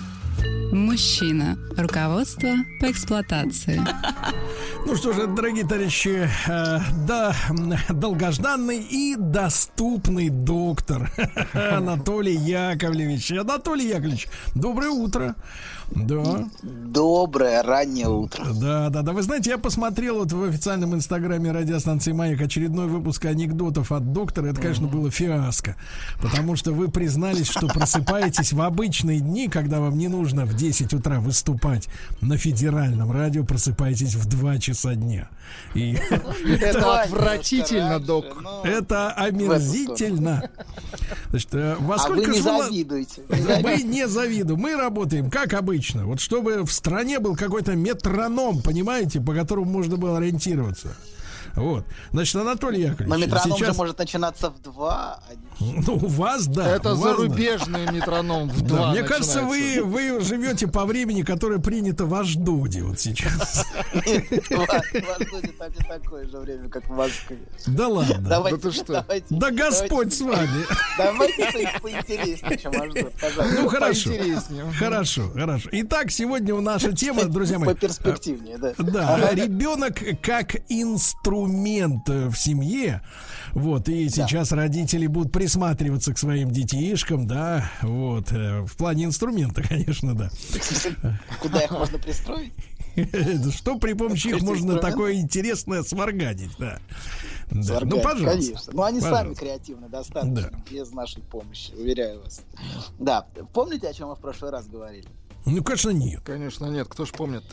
Speaker 14: Мужчина. Руководство по эксплуатации.
Speaker 2: Ну что же, дорогие товарищи, э, да, долгожданный и доступный доктор Анатолий Яковлевич. Анатолий Яковлевич, доброе утро. Да.
Speaker 15: Доброе раннее утро.
Speaker 2: Да, да, да. Вы знаете, я посмотрел вот в официальном инстаграме радиостанции «Маяк» очередной выпуск анекдотов от доктора. Это, конечно, было фиаско. Потому что вы признались, что просыпаетесь в обычные дни, когда вам не нужно в десять утра выступать на федеральном радио, просыпаетесь в два часа дня. И
Speaker 3: это отвратительно, док.
Speaker 2: Это омерзительно. Значит, во сколько
Speaker 15: а вы не завидуете.
Speaker 2: Мы не завидуем. Мы работаем как обычно. Вот чтобы в стране был какой-то метроном, понимаете, по которому можно было ориентироваться. Вот. Значит, Анатолий Яковлевич.
Speaker 15: Но метроном
Speaker 2: сейчас...
Speaker 15: же может начинаться в два. А
Speaker 2: не... Ну, у вас, да.
Speaker 3: Это зарубежный да. метроном в два.
Speaker 2: Да, мне кажется, вы, вы живете по времени, которое принято в Аждоде вот сейчас.
Speaker 15: В Аждоде так и такое же время, как в Москве.
Speaker 2: Да ладно.
Speaker 3: Да ты что?
Speaker 2: Да Господь с вами.
Speaker 15: Давайте поинтереснее, чем Аждод, пожалуйста.
Speaker 2: Ну, хорошо. Хорошо, хорошо. Итак, сегодня наша тема, друзья мои.
Speaker 15: Поперспективнее, да.
Speaker 2: Да, ребенок как инструмент в семье, вот, и да. сейчас родители будут присматриваться к своим детишкам, да, вот, в плане инструмента, конечно, да.
Speaker 15: Куда их можно пристроить?
Speaker 2: Что при помощи их можно такое интересное сварганить, да.
Speaker 15: Да. Ну, пожалуйста. Конечно. Ну, они
Speaker 2: пожалуйста.
Speaker 15: сами креативны достаточно, да. без нашей помощи, уверяю вас. Да, помните, о чем мы в прошлый раз говорили?
Speaker 2: Ну, конечно, нет.
Speaker 3: Конечно, нет, кто ж помнит-то?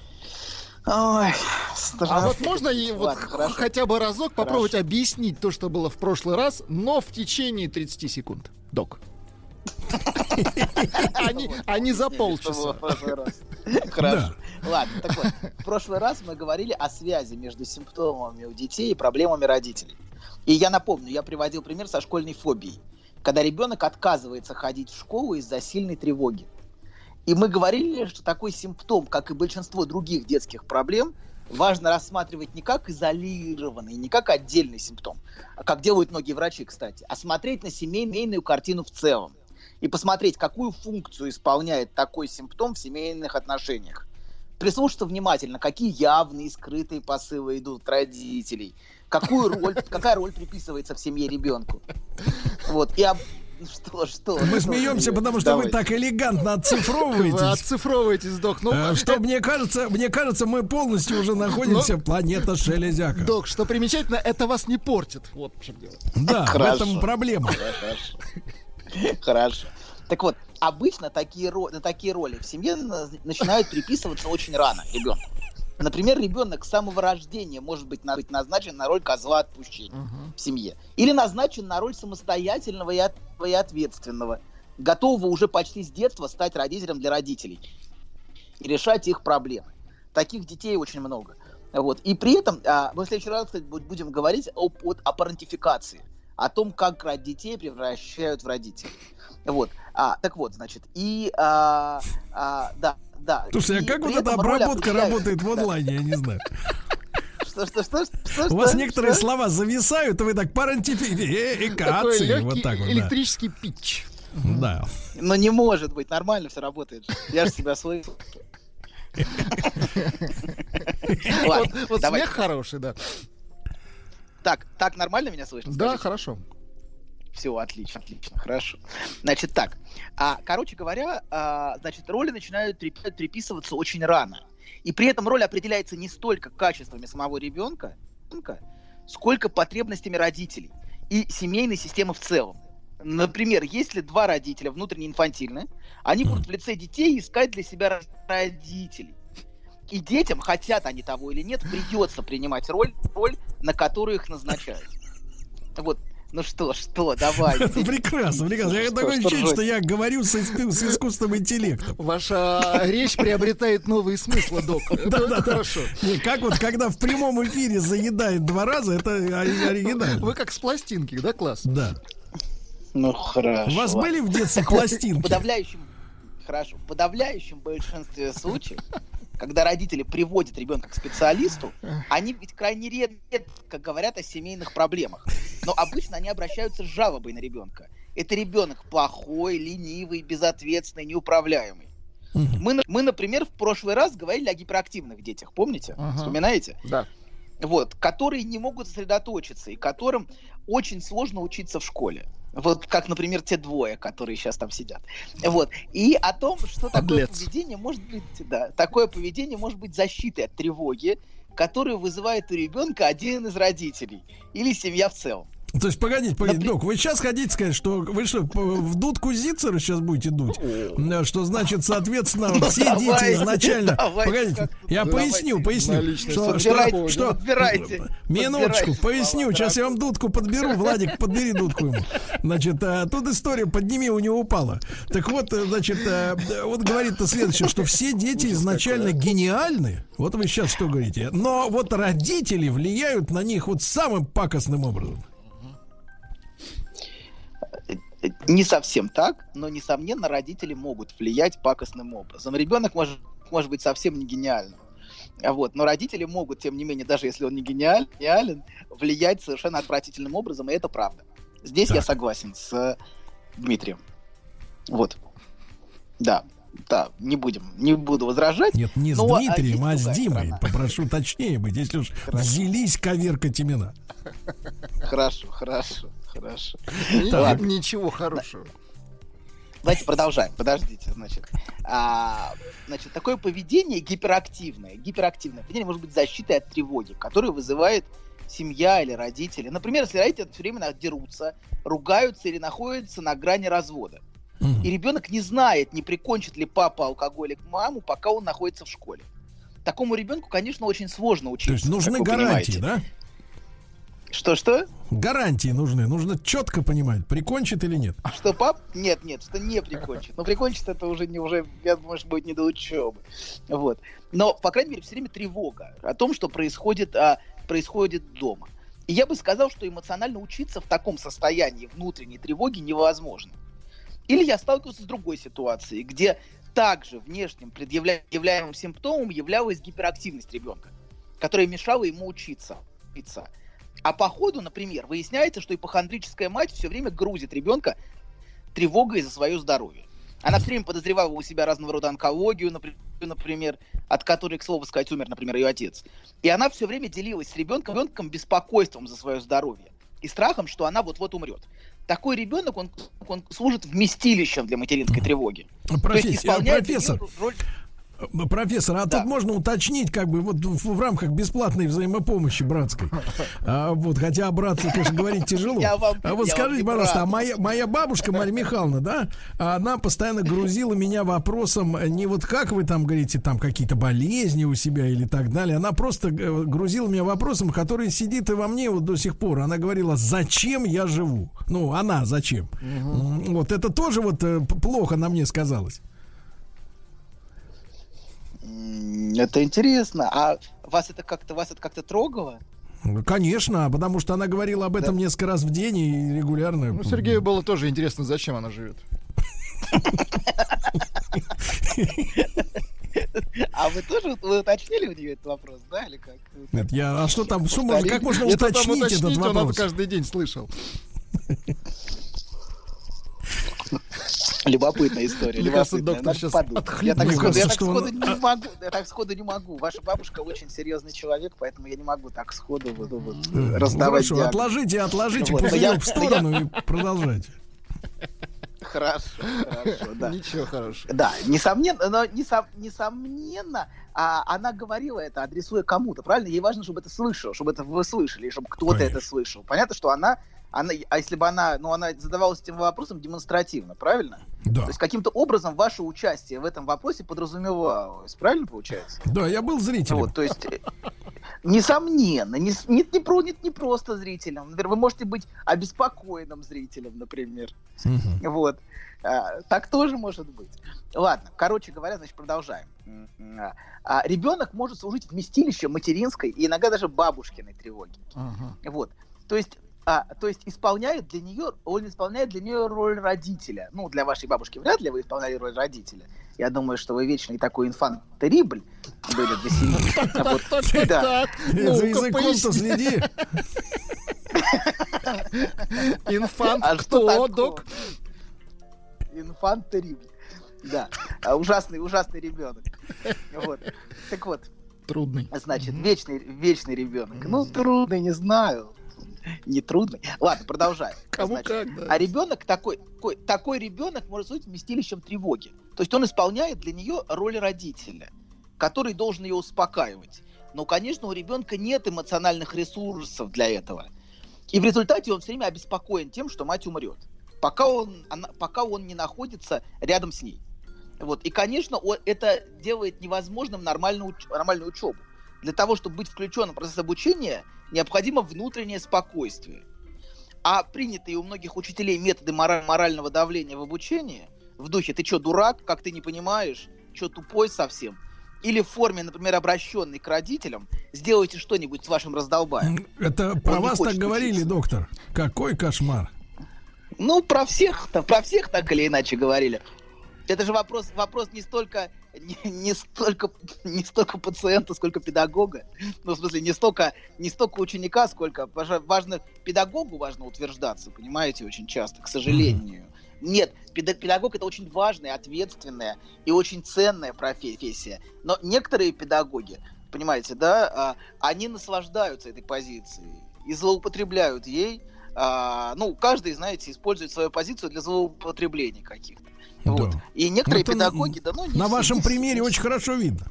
Speaker 15: Ой,
Speaker 3: а вот можно и вот х- хотя бы разок хорошо. попробовать объяснить то, что было в прошлый раз, но в течение тридцати секунд, док. А не за полчаса.
Speaker 15: Хорошо. Ладно, так вот, в прошлый раз мы говорили о связи между симптомами у детей и проблемами родителей. И я напомню, я приводил пример со школьной фобией, когда ребенок отказывается ходить в школу из-за сильной тревоги. И мы говорили, что такой симптом, как и большинство других детских проблем, важно рассматривать не как изолированный, не как отдельный симптом, а как делают многие врачи, кстати, а смотреть на семейную картину в целом и посмотреть, какую функцию исполняет такой симптом в семейных отношениях. Прислушаться внимательно, какие явные и скрытые посылы идут от родителей, какую роль, какая роль приписывается в семье ребенку. Вот, и об... Что, что?
Speaker 2: Мы
Speaker 15: что,
Speaker 2: смеемся, потому что Давай. Вы так элегантно отцифровываетесь. Вы
Speaker 3: отцифровываетесь, док. Ну,
Speaker 2: что, мне кажется, мне кажется, мы полностью уже находимся в планета Железяка.
Speaker 3: Док, что примечательно, это вас не портит. Вот в чем дело.
Speaker 2: Да, Хорошо. в этом проблема.
Speaker 15: Хорошо. Хорошо. Так вот, обычно такие, ро- на такие роли в семье начинают приписываться очень рано ребенку. Например, ребенок с самого рождения может быть назначен на роль козла отпущения uh-huh. в семье. Или назначен на роль самостоятельного и, от, и ответственного, готового уже почти с детства стать родителем для родителей и решать их проблемы. Таких детей очень много. Вот. И при этом а, мы в следующий раз, кстати, будем говорить о, о, о парентификации, о том, как детей превращают в родителей. Вот. А, так вот, значит, и а, а, да. Да.
Speaker 2: Слушай, а как вот эта обработка работает в онлайне, я не знаю.
Speaker 15: Что, что, что, что,
Speaker 2: У вас
Speaker 15: что,
Speaker 2: некоторые
Speaker 15: что?
Speaker 2: слова зависают, и вы так парентификации, вот так вот.
Speaker 3: Электрический питч.
Speaker 2: Да.
Speaker 15: Но не может быть, нормально все работает. Я же себя слышу.
Speaker 3: Вот смех хороший, да.
Speaker 15: Так, так нормально меня слышно?
Speaker 3: Да, хорошо.
Speaker 15: Все, отлично, отлично, хорошо. Значит, так, а, короче говоря, а, значит, роли начинают приписываться очень рано. И при этом роль определяется не столько качествами самого ребенка, сколько потребностями родителей и семейной системы в целом. Например, если два родителя внутренне инфантильны, они будут в лице детей искать для себя родителей. И детям, хотят они того или нет, придется принимать роль, роль, на которую их назначают. Вот. Ну что, что, давай.
Speaker 2: Это прекрасно, прекрасно. Я такое ощущение, что я говорю с, с искусственным интеллектом.
Speaker 3: Ваша речь приобретает новые смыслы, док. Это хорошо.
Speaker 2: Как вот, когда в прямом эфире заедает два раза, это оригинально.
Speaker 3: Вы как с пластинки, да, класс?
Speaker 2: Да.
Speaker 15: Ну, хорошо.
Speaker 2: У вас были в детстве пластинки?
Speaker 15: В подавляющем, хорошо, в подавляющем большинстве случаев, когда родители приводят ребенка к специалисту, они ведь крайне редко говорят о семейных проблемах. Но обычно они обращаются с жалобой на ребенка. Это ребенок плохой, ленивый, безответственный, неуправляемый. Uh-huh. Мы, мы, например, в прошлый раз говорили о гиперактивных детях, помните? Uh-huh. Вспоминаете?
Speaker 3: Да.
Speaker 15: Вот, которые не могут сосредоточиться и которым очень сложно учиться в школе. Вот как, например, те двое, которые сейчас там сидят. Вот. И о том, что такое поведение может быть, да, такое поведение может быть защитой от тревоги, которую вызывает у ребенка один из родителей или семья в целом.
Speaker 2: То есть, погодите, погодите, Напри... док, вы сейчас хотите сказать, что вы что, в дудку Зицера сейчас будете дуть? Что значит, соответственно, все
Speaker 15: давай,
Speaker 2: дети изначально...
Speaker 15: Давай,
Speaker 2: погодите, я
Speaker 15: давайте,
Speaker 2: поясню, поясню. Что,
Speaker 15: подбирайте,
Speaker 2: что,
Speaker 15: подбирайте,
Speaker 2: минуточку,
Speaker 15: подбирайте,
Speaker 2: поясню. Слова, сейчас я вам дудку подберу. Владик, подбери дудку ему. Значит, а, тут история «Подними» у него упала. Так вот, значит, а, вот говорит-то следующее, что все дети изначально гениальны. Вот вы сейчас что говорите. Но вот родители влияют на них вот самым пакостным образом.
Speaker 15: Не совсем так, но, несомненно, родители могут влиять пакостным образом. Ребенок может, может быть совсем не гениальным. Вот. Но родители могут, тем не менее, даже если он не гениаль, гениален, влиять совершенно отвратительным образом, и это правда. Здесь так. Я согласен с э, Дмитрием. Вот. Да. Да, не будем, не буду возражать.
Speaker 2: Нет, не с но, Дмитрием, а, а с Димой. Сторона. Попрошу точнее быть, если уж хорошо. Взялись коверкать имена.
Speaker 15: Хорошо, хорошо, хорошо.
Speaker 3: Так. Ничего хорошего.
Speaker 15: Давайте продолжаем. Подождите, значит. А, значит, такое поведение гиперактивное. Гиперактивное поведение может быть защитой от тревоги, которую вызывает семья или родители. Например, если родители все время дерутся, ругаются или находятся на грани развода. И ребенок не знает, не прикончит ли папа алкоголик маму, пока он находится в школе. Такому ребенку, конечно, очень сложно учиться.
Speaker 2: То есть нужны гарантии, да?
Speaker 15: Что-что?
Speaker 2: Гарантии нужны. Нужно четко понимать, прикончит или нет.
Speaker 15: Что пап? Нет, нет, что не прикончит. Но прикончит это уже, не, уже я думаю, что будет не до учебы. Вот. Но, по крайней мере, все время тревога о том, что происходит, а, происходит дома. И я бы сказал, что эмоционально учиться в таком состоянии внутренней тревоги невозможно. Или я сталкивался с другой ситуацией, где также внешним предъявляемым симптомом являлась гиперактивность ребенка, которая мешала ему учиться. А по ходу, например, выясняется, что ипохондрическая мать все время грузит ребенка тревогой за свое здоровье. Она все время подозревала у себя разного рода онкологию, например, от которой, к слову сказать, умер, например, ее отец. И она все время делилась с ребенком, ребенком беспокойством за свое здоровье и страхом, что она вот-вот умрет. Такой ребенок, он, он служит вместилищем для материнской тревоги.
Speaker 2: Профессия, профессор,
Speaker 15: роль...
Speaker 2: Профессор, а да. тут можно уточнить, как бы, вот в, в рамках бесплатной взаимопомощи братской. А, вот, хотя о братстве, конечно, говорить тяжело. Вам, а вот скажите, пожалуйста, а моя, моя бабушка Марья Михайловна, да, она постоянно грузила меня вопросом, не вот как вы там говорите, там какие-то болезни у себя или так далее, она просто грузила меня вопросом, который сидит и во мне вот до сих пор. Она говорила, зачем я живу? Ну, она зачем? Угу. Вот это тоже вот плохо на мне сказалось.
Speaker 15: Это интересно. А вас это как-то вас это как-то трогало?
Speaker 2: Конечно, потому что она говорила об этом да. несколько раз в день и регулярно.
Speaker 3: Ну, Сергею было тоже интересно, зачем она живет.
Speaker 15: А вы тоже вы уточнили у нее этот вопрос, да, или как?
Speaker 2: Нет, я, а что там, что можно, как можно уточнить этот вопрос?
Speaker 3: Он это каждый день слышал.
Speaker 15: Любопытная история. Мне кажется, доктор сейчас я так, сходу, я, так сходу он... не могу, я так сходу не могу. Ваша бабушка очень серьезный человек, поэтому я не могу так сходу вот, вот, раздавать.
Speaker 2: Хорошо, отложите, отложите вот. пузырек я... в сторону я... и продолжайте.
Speaker 15: Хорошо, хорошо, да.
Speaker 3: Ничего хорошего.
Speaker 15: Да, несомненно, но несом, несомненно, а, она говорила это, адресуя кому-то, правильно? Ей важно, чтобы это слышал, чтобы это вы слышали, чтобы кто-то Конечно. это слышал. Понятно, что она, она, а если бы она, ну, она задавалась этим вопросом демонстративно, правильно?
Speaker 2: Да.
Speaker 15: То есть каким-то образом ваше участие в этом вопросе подразумевалось, правильно получается?
Speaker 2: Да, я был зрителем.
Speaker 15: Вот, то есть... Несомненно, не, не, не, про, не, не просто зрителем. Например, вы можете быть обеспокоенным зрителем, например. Uh-huh. Вот. А, так тоже может быть. Ладно, короче говоря, значит, продолжаем. А, ребенок может служить вместилищем материнской и иногда даже бабушкиной тревоги. Uh-huh. Вот. То есть, а, то есть исполняет для нее, он исполняет для нее роль родителя. Ну, для вашей бабушки вряд ли вы исполняли роль родителя. Я думаю, что вы вечный такой инфант терибль были для семьи.
Speaker 2: За языком-то следи.
Speaker 3: Инфант кто, док?
Speaker 15: Инфант терибль. Да, ужасный, ужасный ребенок. Вот. Так вот.
Speaker 3: Трудный.
Speaker 15: Значит, вечный, вечный ребенок. Ну, трудный, не знаю. Не трудный. Ладно, продолжаем.
Speaker 3: Кому
Speaker 15: Значит,
Speaker 3: как, да.
Speaker 15: А ребенок такой, такой, такой ребенок может служить вместилищем тревоги. То есть он исполняет для нее роль родителя, который должен ее успокаивать. Но, конечно, у ребенка нет эмоциональных ресурсов для этого. И в результате он все время обеспокоен тем, что мать умрет, пока он, она, пока он не находится рядом с ней. Вот. И, конечно, он, это делает невозможным нормальную, нормальную учебу. Для того, чтобы быть включенным в процесс обучения, необходимо внутреннее спокойствие. А принятые у многих учителей методы мораль, морального давления в обучении, в духе «ты что, дурак, как ты не понимаешь, что тупой совсем?» или в форме, например, обращенной к родителям «сделайте что-нибудь с вашим раздолбаем».
Speaker 2: Это про вас так говорили, учиться. Доктор? Какой кошмар.
Speaker 15: Ну, про всех, про всех так или иначе говорили. Это же вопрос, вопрос не столько, не, не, столько, не столько пациента, сколько педагога. Ну, в смысле, не столько, не столько ученика, сколько важно педагогу важно утверждаться, понимаете, очень часто, к сожалению. Нет, педагог — это очень важная, ответственная и очень ценная профессия. Но некоторые педагоги, понимаете, да, они наслаждаются этой позицией и злоупотребляют ей. Ну, каждый, знаете, использует свою позицию для злоупотребления каких-то.
Speaker 2: Да.
Speaker 15: Вот. И некоторые это педагоги, да, ну, не
Speaker 2: на
Speaker 15: все,
Speaker 2: вашем
Speaker 15: не
Speaker 2: примере
Speaker 15: все.
Speaker 2: Очень хорошо видно.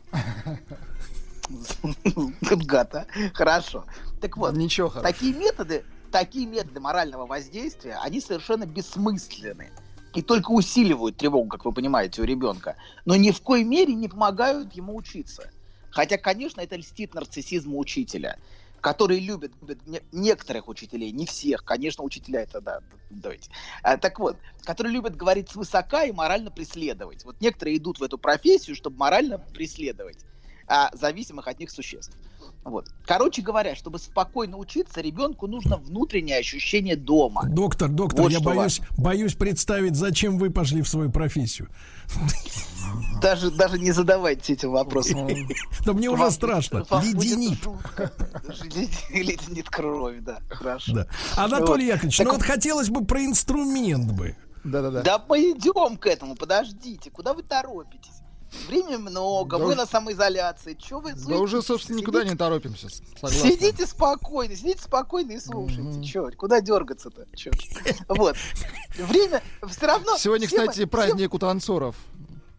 Speaker 15: Гад, а? Хорошо. Так вот,
Speaker 3: Ничего
Speaker 15: такие методы, такие методы морального воздействия, они совершенно бессмысленны и только усиливают тревогу, как вы понимаете, у ребенка, но ни в коей мере не помогают ему учиться. Хотя, конечно, это льстит нарциссизму учителя, которые любят, любят некоторых учителей, не всех, конечно, учителя это, да, давайте. А, так вот, которые любят говорить свысока и морально преследовать. Вот некоторые идут в эту профессию, чтобы морально преследовать а, зависимых от них существ. Вот. Короче говоря, чтобы спокойно учиться, ребенку нужно внутреннее ощущение дома.
Speaker 2: Доктор, доктор, вот я боюсь, боюсь представить, зачем вы пошли в свою профессию.
Speaker 15: Даже, даже не задавайте эти вопросы.
Speaker 2: Да мне уже страшно. Леденит.
Speaker 15: Леденит кровь, да. Хорошо.
Speaker 2: Анатолий Яковлевич, ну вот хотелось бы про инструмент бы.
Speaker 3: Да-да-да.
Speaker 15: Да пойдем к этому, подождите. Куда вы торопитесь? Времени много, да вы уж... на самоизоляции. Че вы?
Speaker 3: Да уже, собственно, сидите... никуда не торопимся. Согласна.
Speaker 15: Сидите спокойно, сидите спокойно и слушайте. Mm-hmm. Че, куда дергаться-то? Че? Вот. Время все равно...
Speaker 3: Сегодня, кстати, праздник у танцоров.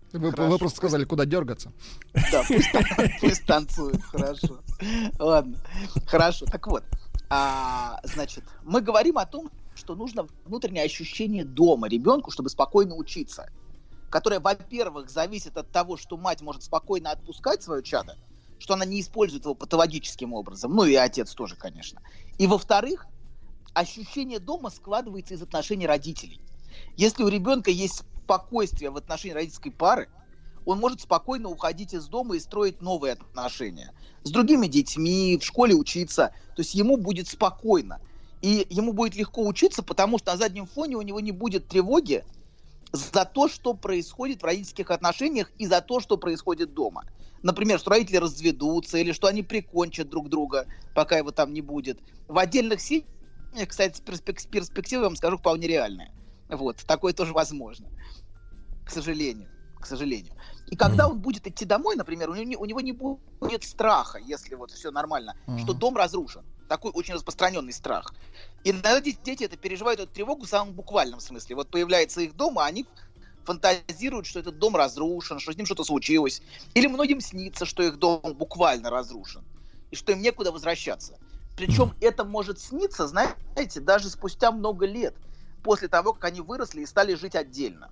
Speaker 3: Вы, вы просто сказали, куда дергаться.
Speaker 15: Да, пусть, пусть танцует, хорошо. Ладно, хорошо. Так вот, а, значит, мы говорим о том, что нужно внутреннее ощущение дома ребенку, чтобы спокойно учиться, которое, во-первых, зависит от того, что мать может спокойно отпускать свое чадо, что она не использует его патологическим образом, ну и отец тоже, конечно. И, во-вторых, ощущение дома складывается из отношений родителей. Если у ребенка есть спокойствие в отношении родительской пары, он может спокойно уходить из дома и строить новые отношения с другими детьми, в школе учиться. То есть ему будет спокойно. И ему будет легко учиться, потому что на заднем фоне у него не будет тревоги за то, что происходит в родительских отношениях и за то, что происходит дома. Например, что родители разведутся или что они прикончат друг друга, пока его там не будет. В отдельных семьях, кстати, перспектива, я вам скажу, вполне реальная. Вот, такое тоже возможно. К сожалению. К сожалению. И когда он будет идти домой, например, у него, у него не будет страха, если вот все нормально, uh-huh. что дом разрушен. Такой очень распространенный страх. И иногда дети это переживают, эту тревогу в самом буквальном смысле. Вот появляется их дом, а они фантазируют, что этот дом разрушен, что с ним что-то случилось. Или многим снится, что их дом буквально разрушен. И что им некуда возвращаться. Причем uh-huh. это может сниться, знаете, даже спустя много лет. После того, как они выросли и стали жить отдельно.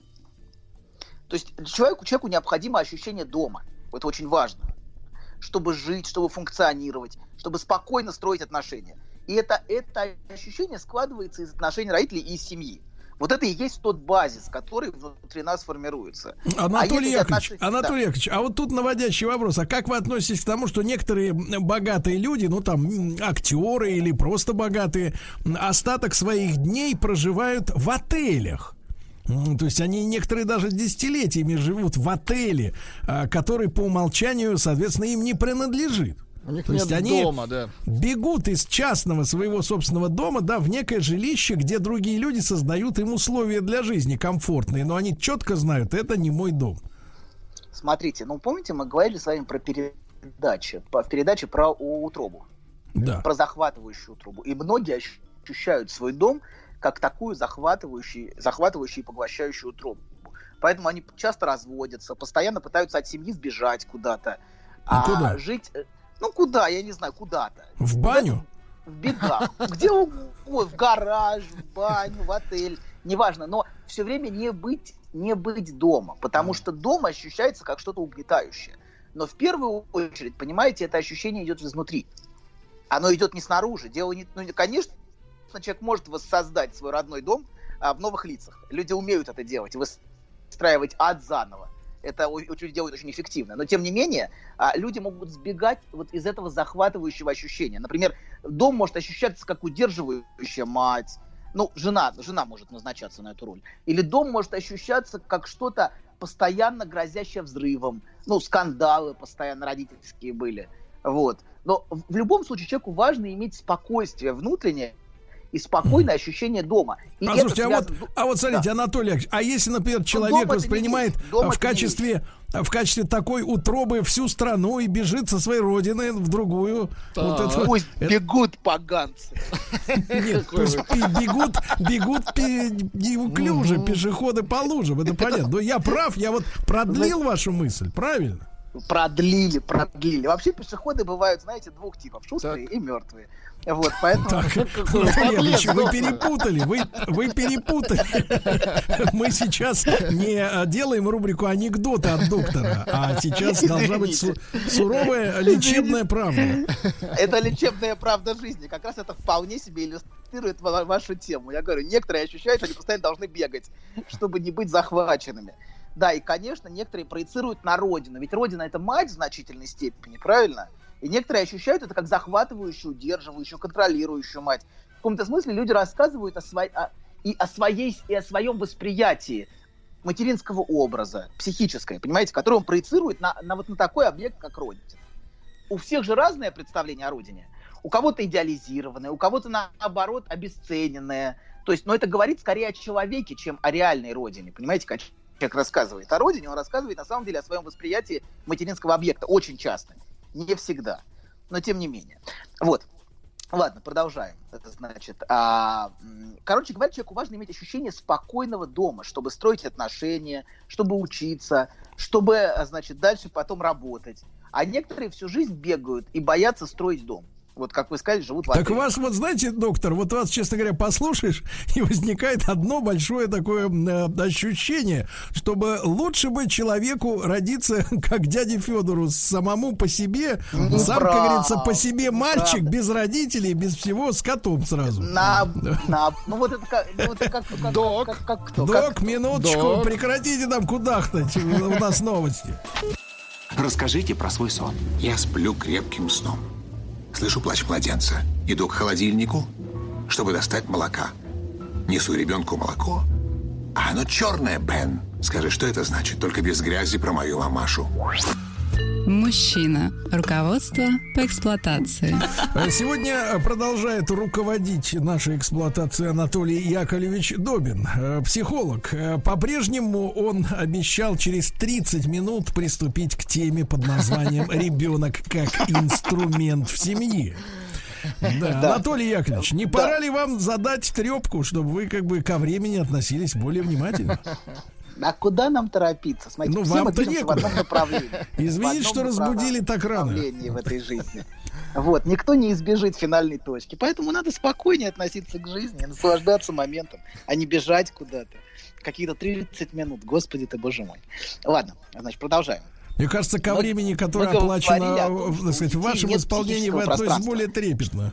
Speaker 15: То есть человеку, человеку необходимо ощущение дома. Это очень важно. Чтобы жить, чтобы функционировать, чтобы спокойно строить отношения. И это, это ощущение складывается из отношений родителей и из семьи. Вот это и есть тот базис, который внутри нас формируется.
Speaker 2: Анатолий
Speaker 15: а
Speaker 2: Яковлевич,
Speaker 15: отнош...
Speaker 2: Анатолий
Speaker 15: да.
Speaker 2: Яковлевич, а вот тут наводящий вопрос. А как вы относитесь к тому, что некоторые богатые люди, ну там актеры или просто богатые, остаток своих дней проживают в отелях? То есть они некоторые даже десятилетиями живут в отеле, который по умолчанию, соответственно, им не принадлежит.
Speaker 3: У них
Speaker 2: То
Speaker 3: нет
Speaker 2: есть они
Speaker 3: дома, да.
Speaker 2: бегут из частного своего собственного дома, да, в некое жилище, где другие люди создают им условия для жизни комфортные, но они четко знают, это не мой дом.
Speaker 15: Смотрите, ну помните, мы говорили с вами про передачи, в передаче про утробу,
Speaker 2: да.
Speaker 15: про захватывающую утробу, и многие ощущают свой дом как такую захватывающую, захватывающую и поглощающую утробу. Поэтому они часто разводятся, постоянно пытаются от семьи сбежать куда-то,
Speaker 2: а, а куда?
Speaker 15: жить. Ну, куда, я не знаю, куда-то.
Speaker 2: В баню?
Speaker 15: В бегах. Где угодно, в гараж, в баню, в отель, неважно. Но все время не быть, не быть дома, потому что дом ощущается как что-то угнетающее. Но в первую очередь, понимаете, это ощущение идет изнутри. Оно идет не снаружи. Дело не... Ну, конечно, человек может воссоздать свой родной дом а, в новых лицах. Люди умеют это делать, выстраивать ад заново. Это очень делают очень эффективно. Но, тем не менее, люди могут сбегать вот из этого захватывающего ощущения. Например, дом может ощущаться как удерживающая мать. Ну, жена, жена может назначаться на эту роль. Или дом может ощущаться как что-то постоянно грозящее взрывом. Ну, скандалы постоянно родительские были. Вот. Но в любом случае человеку важно иметь спокойствие внутреннее и спокойное ощущение дома. И
Speaker 2: а, слушайте, связано... а, вот, а вот смотрите, да. Анатолий Яковлевич, а если, например, человек воспринимает в качестве, в качестве такой утробы всю страну и бежит со своей родины в другую...
Speaker 15: Вот это, пусть это... бегут поганцы.
Speaker 2: Нет, пусть бегут, бегут неуклюже, пешеходы по лужам, это понятно. Но я прав, я вот продлил вашу мысль, правильно?
Speaker 15: Продлили, продлили. Вообще пешеходы бывают, знаете, двух типов: шустрые и мертвые. Вот, поэтому...
Speaker 2: Так, Анатолий, вы перепутали, вы, вы перепутали. Мы сейчас не делаем рубрику анекдоты от доктора, а сейчас должна быть су- суровая лечебная правда.
Speaker 15: Это лечебная правда жизни. Как раз это вполне себе иллюстрирует вашу тему. Я говорю, некоторые ощущают, что они постоянно должны бегать, чтобы не быть захваченными. Да, и, конечно, некоторые проецируют на родину. Ведь родина — это мать в значительной степени, правильно? И некоторые ощущают это как захватывающую, удерживающую, контролирующую мать. В каком-то смысле люди рассказывают о, сво... о... И, о своей... и о своем восприятии материнского образа, психическое, понимаете, которое он проецирует на, на вот на такой объект, как родина. У всех же разное представление о родине. У кого-то идеализированное, у кого-то, наоборот, обесцененное. То есть, но это говорит скорее о человеке, чем о реальной родине, понимаете, как человек рассказывает о родине, он рассказывает на самом деле о своем восприятии материнского объекта, очень часто. Не всегда, но тем не менее. Вот. Ладно, продолжаем. Значит, а, короче говоря, человеку важно иметь ощущение спокойного дома, чтобы строить отношения, чтобы учиться, чтобы, значит, дальше потом работать. А некоторые всю жизнь бегают и боятся строить дом. Вот, как вы сказали, живут в отеле.
Speaker 2: Так вас, вот знаете, доктор, вот вас, честно говоря, послушаешь, и возникает одно большое такое э, ощущение, чтобы лучше бы человеку родиться, как дяде Федору, самому по себе, ну, сам, прав, как говорится, по себе мальчик, правда. Без родителей, без всего, с котом сразу.
Speaker 15: На, да. на, ну вот это как, ну, это как, как,
Speaker 2: Док,
Speaker 15: как, как, как кто?
Speaker 2: Док,
Speaker 15: как
Speaker 2: минуточку, Док. Прекратите там кудахтать, у нас новости.
Speaker 13: Расскажите про свой сон. Я сплю крепким сном. Слышу плач младенца. Иду к холодильнику, чтобы достать молока. Несу ребенку молоко. А оно черное, Бен. Скажи, что это значит? Только без грязи про мою мамашу.
Speaker 14: Мужчина. Руководство по эксплуатации.
Speaker 2: Сегодня продолжает руководить нашей эксплуатацией Анатолий Яковлевич Добин, психолог. По-прежнему он обещал через тридцать минут приступить к теме под названием «Ребенок как инструмент в семье». Да, да. Анатолий Яковлевич, не да. пора ли вам задать трепку, чтобы вы как бы ко времени относились более внимательно?
Speaker 15: А куда нам торопиться? Смотрите,
Speaker 2: ну,
Speaker 15: все мы
Speaker 2: движемся
Speaker 15: в одном направлении.
Speaker 2: Извините, что разбудили так рано.
Speaker 15: В этой жизни. Вот, никто не избежит финальной точки. Поэтому надо спокойнее относиться к жизни, наслаждаться моментом, а не бежать куда-то. Какие-то тридцать минут. Господи ты, боже мой. Ладно, значит, продолжаем.
Speaker 2: Мне кажется, ко времени, которое оплачено, так сказать, в вашем исполнении, вы относитесь более трепетно.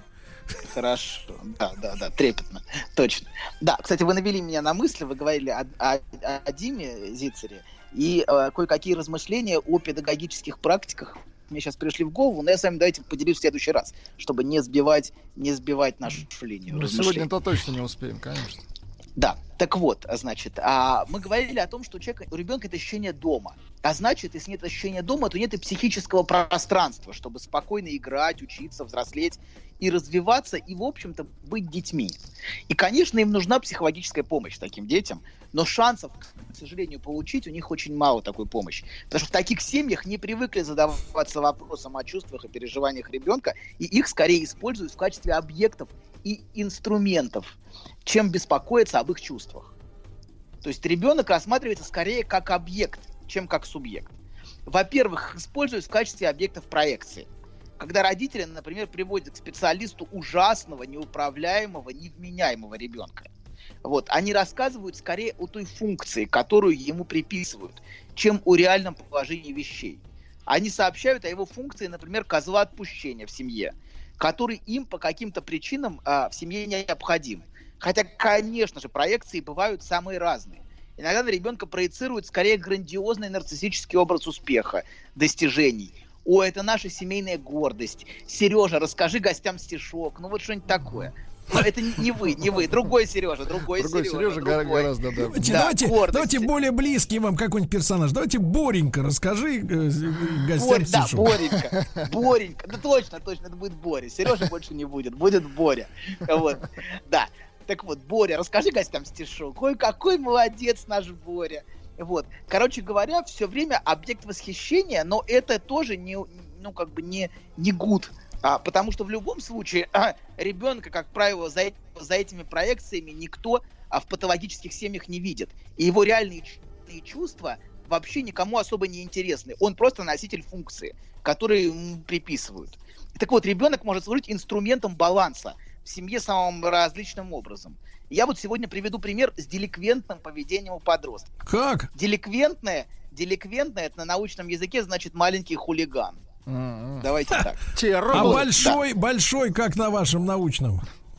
Speaker 15: Хорошо, да, да, да, трепетно, точно. Да, кстати, вы навели меня на мысли, вы говорили о, о, о Диме Зицере, и э, кое-какие размышления о педагогических практиках мне сейчас пришли в голову, но я с вами давайте поделюсь в следующий раз, чтобы не сбивать, не сбивать нашу линию.
Speaker 3: Ну, сегодня-то точно не успеем, конечно.
Speaker 15: Да, так вот, значит, а мы говорили о том, что у человека, у ребенка это ощущение дома. А значит, если нет ощущения дома, то нет и психического пространства, чтобы спокойно играть, учиться, взрослеть и развиваться, и, в общем-то, быть детьми. И, конечно, им нужна психологическая помощь таким детям, но шансов, к сожалению, получить у них очень мало такой помощи. Потому что в таких семьях не привыкли задаваться вопросом о чувствах и переживаниях ребенка, и их скорее используют в качестве объектов и инструментов, чем беспокоиться об их чувствах. То есть ребенок рассматривается скорее как объект, чем как субъект. Во-первых, используют в качестве объектов проекции. Когда родители, например, приводят к специалисту ужасного, неуправляемого, невменяемого ребенка. Вот, они рассказывают скорее о той функции, которую ему приписывают, чем о реальном положении вещей. Они сообщают о его функции, например, козла отпущения в семье, который им по каким-то причинам а, в семье необходим. Хотя, конечно же, проекции бывают самые разные. Иногда на ребенка проецируют скорее грандиозный нарциссический образ успеха, достижений. О, это наша семейная гордость. Сережа, расскажи гостям стишок. Ну вот что-нибудь такое. Но это не вы, не вы. Другой Сережа, другой, другой Сережа. Сережа другой.
Speaker 2: Гораздо, да. Давайте, да, давайте, давайте более близкий вам какой-нибудь персонаж. Давайте Боренька, расскажи э, гостям
Speaker 15: Борь,
Speaker 2: стишок.
Speaker 15: Да, Боренька. Боренька. Да точно, точно, это будет Боря. Сережа больше не будет. Будет Боря. Вот. Да. Так вот, Боря, расскажи гостям стишок. Ой, какой молодец наш Боря. Вот. Короче говоря, все время объект восхищения, но это тоже не, ну, как бы не, не гуд. А, потому что в любом случае а, ребенка, как правило, за, за этими проекциями никто а, в патологических семьях не видит. И его реальные чувства вообще никому особо не интересны. Он просто носитель функции, которые ему приписывают. Так вот, ребенок может служить инструментом баланса в семье самым различным образом. Я вот сегодня приведу пример с деликвентным поведением у подростка.
Speaker 2: Как?
Speaker 15: Деликвентное, деликвентное, это на научном языке значит маленький хулиган. Mm-hmm. Давайте так.
Speaker 2: А большой, да. большой, как на вашем научном?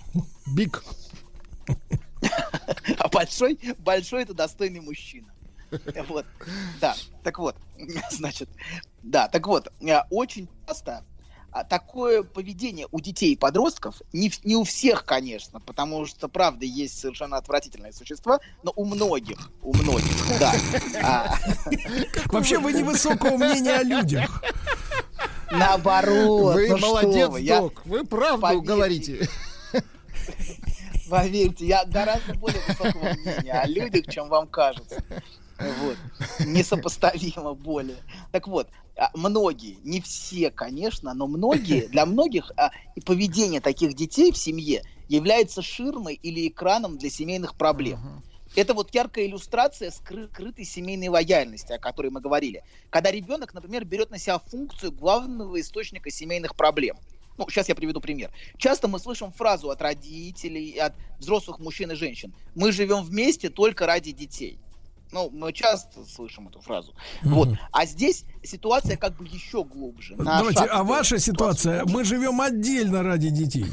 Speaker 3: Биг.
Speaker 15: А большой, большой это достойный мужчина. Вот, да, так вот, значит, да, так вот, очень часто такое поведение у детей и подростков, не, не у всех, конечно, потому что, правда, есть совершенно отвратительные существа, но у многих, у многих, да. А...
Speaker 2: Вообще вы невысокого мнения о людях.
Speaker 15: Наоборот.
Speaker 3: Вы
Speaker 15: ну
Speaker 3: молодец,
Speaker 15: вы,
Speaker 3: док,
Speaker 15: я...
Speaker 3: вы правду
Speaker 15: Поверьте.
Speaker 3: говорите.
Speaker 15: Поверьте, я гораздо более высокого мнения о людях, чем вам кажется. Вот. Несопоставимо более. Так вот, многие, не все, конечно, но многие, для многих и поведение таких детей в семье является ширмой или экраном для семейных проблем. Это вот яркая иллюстрация скрытой семейной лояльности, о которой мы говорили. Когда ребенок, например, берет на себя функцию главного источника семейных проблем. Ну, сейчас я приведу пример. Часто мы слышим фразу от родителей, от взрослых мужчин и женщин: мы живем вместе только ради детей. Ну, мы часто слышим эту фразу. Mm-hmm. Вот. А здесь ситуация как бы еще глубже.
Speaker 2: Давайте, а ваша ситуация: глубже. Мы живем отдельно ради детей.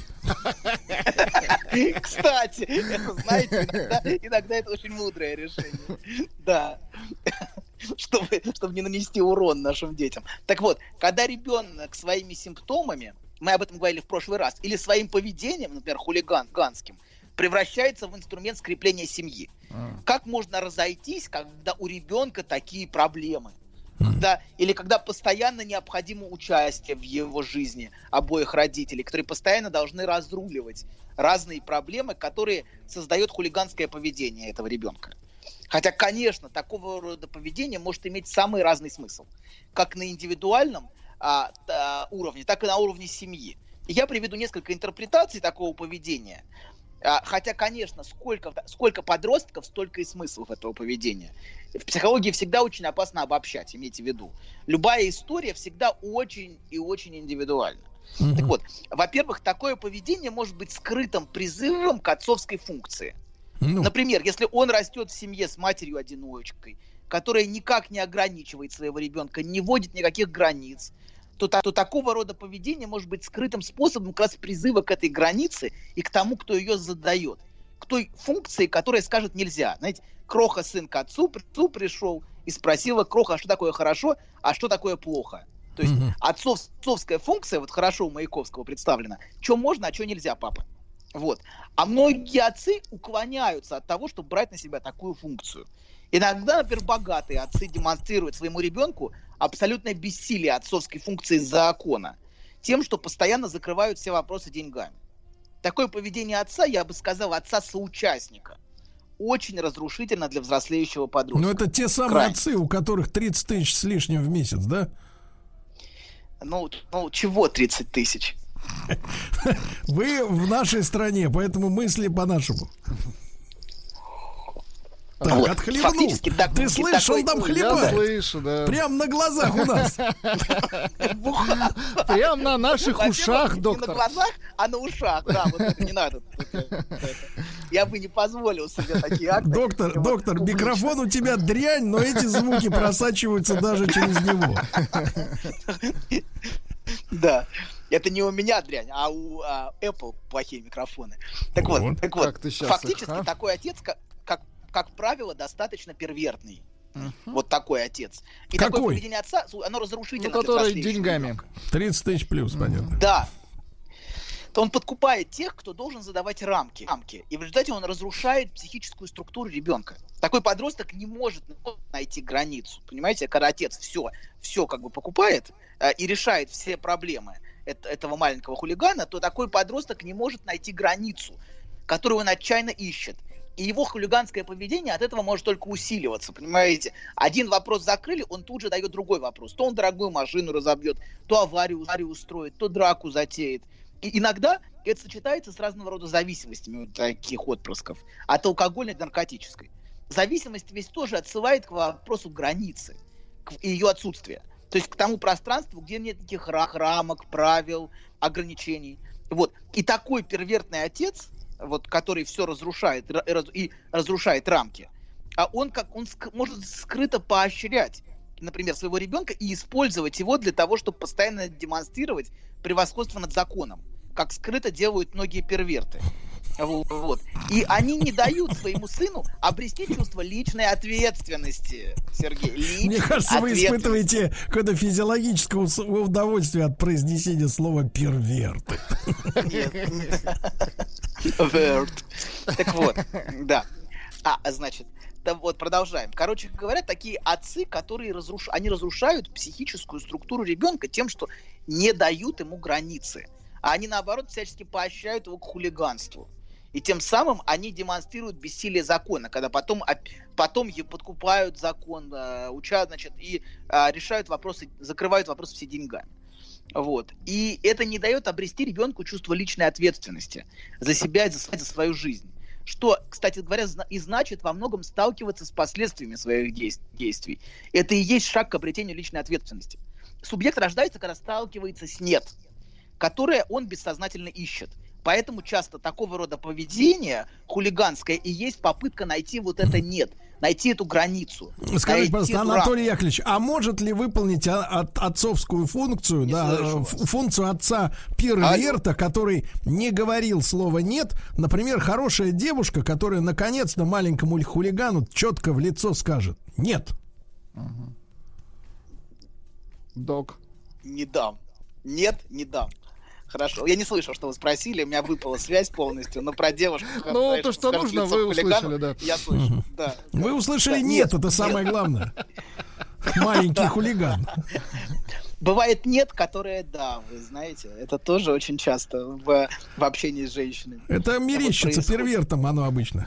Speaker 15: Кстати, знаете, иногда это очень мудрое решение. Да. Чтобы, чтобы не нанести урон нашим детям. Так вот, когда ребенок своими симптомами, мы об этом говорили в прошлый раз, или своим поведением, например, хулиганским, превращается в инструмент скрепления семьи. А. Как можно разойтись, когда у ребенка такие проблемы? Когда, или когда постоянно необходимо участие в его жизни обоих родителей, которые постоянно должны разруливать разные проблемы, которые создает хулиганское поведение этого ребенка. Хотя, конечно, такого рода поведение может иметь самый разный смысл. Как на индивидуальном а, а, уровне, так и на уровне семьи. И я приведу несколько интерпретаций такого поведения. А, хотя, конечно, сколько, сколько подростков, столько и смыслов этого поведения. В психологии всегда очень опасно обобщать, имейте в виду. Любая история всегда очень и очень индивидуальна. Mm-hmm. Так вот, во-первых, такое поведение может быть скрытым призывом к отцовской функции. Ну. Например, если он растет в семье с матерью-одиночкой, которая никак не ограничивает своего ребенка, не вводит никаких границ, то, то такого рода поведение может быть скрытым способом как раз призыва к этой границе и к тому, кто ее задает. К той функции, которая скажет нельзя. Знаете, Кроха сын к отцу, отцу пришел и спросила: Кроха, а что такое хорошо, а что такое плохо? То есть mm-hmm. отцов, отцовская функция, вот хорошо у Маяковского представлена, что можно, а что нельзя, папа. Вот. А многие отцы уклоняются от того, чтобы брать на себя такую функцию. Иногда, например, богатые отцы демонстрируют своему ребенку абсолютное бессилие отцовской функции закона тем, что постоянно закрывают все вопросы деньгами. Такое поведение отца, я бы сказал, отца-соучастника, очень разрушительно для взрослеющего подростка.
Speaker 2: Но это те самые Крайне. Отцы, у которых тридцать тысяч с лишним в месяц, да?
Speaker 15: Ну, ну чего тридцать тысяч?
Speaker 2: Вы в нашей стране, поэтому мысли по-нашему. Так, вот. Отхлебнул. Так, Ты слышишь, такой... он там хлебает.
Speaker 3: Я слышу, да.
Speaker 2: Прям на глазах у нас.
Speaker 3: Прям на наших ушах, доктор.
Speaker 15: Не на глазах, а на ушах. Да, вот это не надо. Я бы не позволил себе такие акты.
Speaker 2: Доктор, доктор, микрофон у тебя дрянь, но эти звуки просачиваются даже через него.
Speaker 15: Да. Это не у меня дрянь, а у а, Apple плохие микрофоны. Так вот, вот так вот фактически их, а? такой отец, как, как, как правило, достаточно первертный. Uh-huh. Вот такой отец. И
Speaker 2: Какой?
Speaker 15: такое поведение отца, оно разрушительно.
Speaker 3: Ну, который деньгами.
Speaker 2: тридцать тысяч плюс, понятно.
Speaker 15: Да. То он подкупает тех, кто должен задавать рамки. рамки. И в результате он разрушает психическую структуру ребенка. Такой подросток не может найти границу. Понимаете, когда отец все, все как бы покупает э, и решает все проблемы этого маленького хулигана, то такой подросток не может найти границу, которую он отчаянно ищет. И его хулиганское поведение от этого может только усиливаться, понимаете? Один вопрос закрыли, он тут же дает другой вопрос. То он дорогую машину разобьет, то аварию, аварию устроит, то драку затеет. И иногда это сочетается с разного рода зависимостями у таких отпрысков, от алкогольной до наркотической. Зависимость ведь тоже отсылает к вопросу границы, к ее отсутствию. То есть к тому пространству, где нет никаких рамок, правил, ограничений. Вот. И такой первертный отец, вот, который все разрушает и разрушает рамки, а он, как, он ск- может скрыто поощрять, например, своего ребенка и использовать его для того, чтобы постоянно демонстрировать превосходство над законом, как скрыто делают многие перверты. Вот. И они не дают своему сыну обрести чувство личной ответственности, Сергей. Личной
Speaker 2: Мне кажется, вы испытываете какое-то физиологическое удовольствие от произнесения слова «перверты».
Speaker 15: Перверт. Так вот, да. А, значит, да, вот продолжаем. Короче говоря, такие отцы, которые разруш... они разрушают психическую структуру ребенка тем, что не дают ему границы. А они, наоборот, всячески поощряют его к хулиганству. И тем самым они демонстрируют бессилие закона, когда потом, потом подкупают закон, учат, значит, и решают вопросы, закрывают вопросы все деньгами. Вот. И это не дает обрести ребенку чувство личной ответственности за себя и за, за свою жизнь. Что, кстати говоря, и значит во многом сталкиваться с последствиями своих действий. Это и есть шаг к обретению личной ответственности. Субъект рождается, когда сталкивается с «нет», которое он бессознательно ищет. Поэтому часто такого рода поведение хулиганское и есть попытка найти вот это «нет», найти эту границу.
Speaker 2: Скажите, пожалуйста, Анатолий Яковлевич, а может ли выполнить от, отцовскую функцию, не да, функцию отца перверта, который не говорил слова «нет», например, хорошая девушка, которая наконец-то маленькому хулигану четко в лицо скажет «нет».
Speaker 3: Угу. Док.
Speaker 15: Не дам. Нет, не дам. Хорошо. Я не слышал, что вы спросили, у меня выпала связь полностью, но про девушку...
Speaker 3: Ну, то, что нужно, вы услышали, да.
Speaker 15: Я слышу, да.
Speaker 2: Вы услышали «нет», это самое главное. Маленький хулиган.
Speaker 15: Бывает «нет», которое «да», вы знаете. Это тоже очень часто в, в общении с женщинами.
Speaker 2: Это мерещится первертом оно обычно.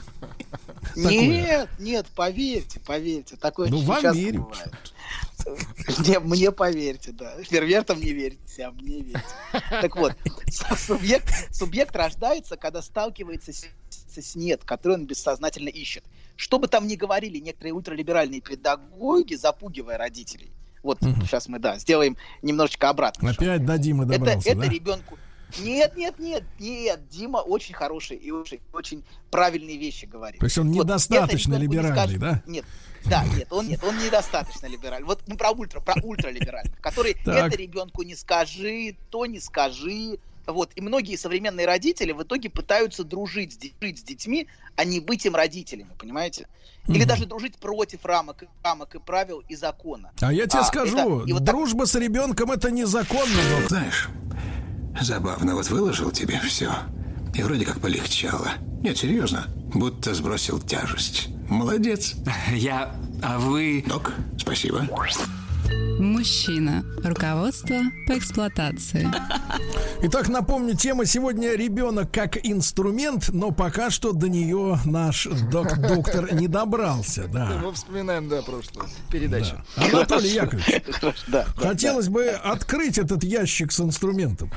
Speaker 15: Нет, нет, поверьте, поверьте. Такое
Speaker 2: ну,
Speaker 15: очень часто
Speaker 2: верю.
Speaker 15: бывает. Мне, мне поверьте, да. Первертам не верите, а мне верите. Так вот, субъект, субъект рождается, когда сталкивается с, с «нет», который он бессознательно ищет. Что бы там ни говорили некоторые ультралиберальные педагоги, запугивая родителей. Вот угу. Сейчас мы, да, сделаем немножечко обратно.
Speaker 2: Опять шаг. До Димы добрался,
Speaker 15: это,
Speaker 2: да?
Speaker 15: Это ребенку... Нет, нет, нет, нет, Дима очень хороший и очень, очень правильные вещи говорит.
Speaker 2: То есть он вот недостаточно либеральный, не скажет,
Speaker 15: да? Нет, да, нет, он нет, он недостаточно либеральный. Вот мы про ультра, про ультралиберальный, который это ребенку не скажи, то не скажи. Вот, и многие современные родители в итоге пытаются дружить с, дружить с детьми, а не быть им родителями, понимаете? Или mm-hmm. даже дружить против рамок, рамок и правил и закона.
Speaker 2: А я тебе а, скажу, это, вот дружба так... с ребенком — это незаконно. Но...
Speaker 13: Знаешь, забавно, вот выложил тебе все, и вроде как полегчало. Нет, серьезно, будто сбросил тяжесть. Молодец.
Speaker 12: Я... А вы...
Speaker 13: Док, спасибо.
Speaker 14: Мужчина. Руководство по эксплуатации.
Speaker 2: Итак, напомню, тема сегодня ребенок как инструмент, но пока что до нее наш док- доктор не добрался. Да.
Speaker 3: Мы вспоминаем, да, прошлую передачу.
Speaker 2: Да. Анатолий Яковлевич, да, хотелось да. бы открыть этот ящик с инструментом.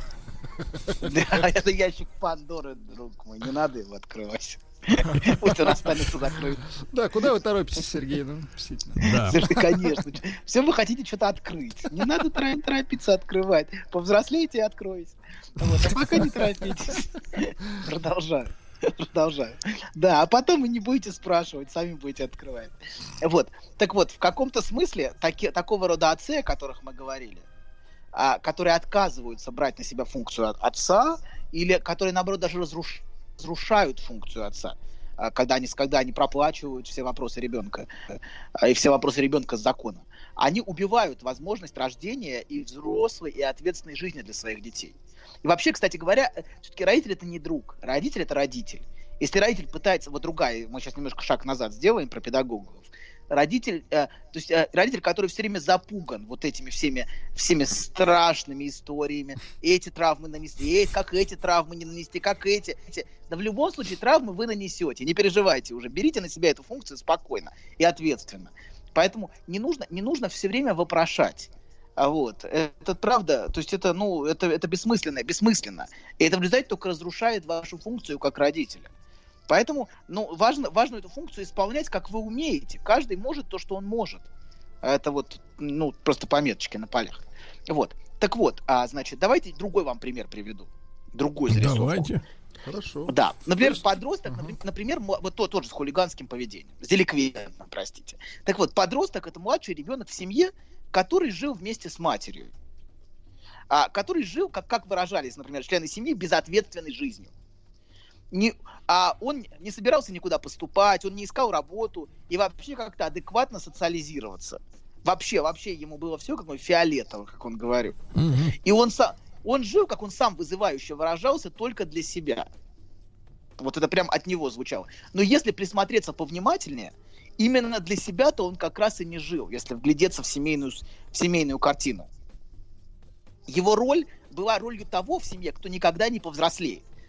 Speaker 15: Да, это ящик Пандоры, друг мой, не надо его открывать. Пусть он останется закрыт.
Speaker 3: Да, куда вы торопитесь, Сергей? Ну,
Speaker 15: да. Конечно. Все вы хотите что-то открыть. Не надо торопиться открывать. Повзрослейте и откройте. Вот. А пока не торопитесь. Продолжаю. Продолжаю. Да, а потом вы не будете спрашивать, сами будете открывать. Вот. Так вот, в каком-то смысле таки, такого рода отцы, о которых мы говорили, а, которые отказываются брать на себя функцию отца, или которые, наоборот, даже разрушают разрушают функцию отца, когда они, когда они проплачивают все вопросы ребенка и все вопросы ребенка с законом. Они убивают возможность рождения и взрослой, и ответственной жизни для своих детей. И вообще, кстати говоря, все-таки родитель — это не друг, родитель — это родитель. Если родитель пытается, вот другая, мы сейчас немножко шаг назад сделаем про педагогов, родитель, э, то есть э, родитель, который все время запуган вот этими всеми, всеми страшными историями, эти травмы нанести, э, как эти травмы не нанести, как эти, эти. Да в любом случае травмы вы нанесете, не переживайте уже, берите на себя эту функцию спокойно и ответственно. Поэтому не нужно, не нужно все время вопрошать. А вот, это правда, то есть это, ну, это, это бессмысленно, бессмысленно. И это в результате только разрушает вашу функцию как родителя. Поэтому, ну, важно, важно эту функцию исполнять, как вы умеете. Каждый может то, что он может. Это вот, ну, просто пометочки на полях. Вот. Так вот, а, значит, давайте другой вам пример приведу. Другой зарисовку.
Speaker 2: Давайте.
Speaker 3: Хорошо.
Speaker 15: Да. Например, Просто... подросток, uh-huh. например, вот то, тоже с хулиганским поведением. С деликвентным, простите. Так вот, подросток — это младший ребенок в семье, который жил вместе с матерью. А, который жил, как, как выражались, например, члены семьи, безответственной жизнью. Не, а он не собирался никуда поступать, он не искал работу и вообще как-то адекватно социализироваться. Вообще, вообще ему было все как бы фиолетово, как он говорил. Mm-hmm. И он, сам, он жил, как он сам вызывающе выражался, только для себя. Вот это прям от него звучало. Но если присмотреться повнимательнее, именно для себя-то он как раз и не жил, если вглядеться в семейную, в семейную картину. Его роль была ролью того в семье, кто никогда не повзрослеет.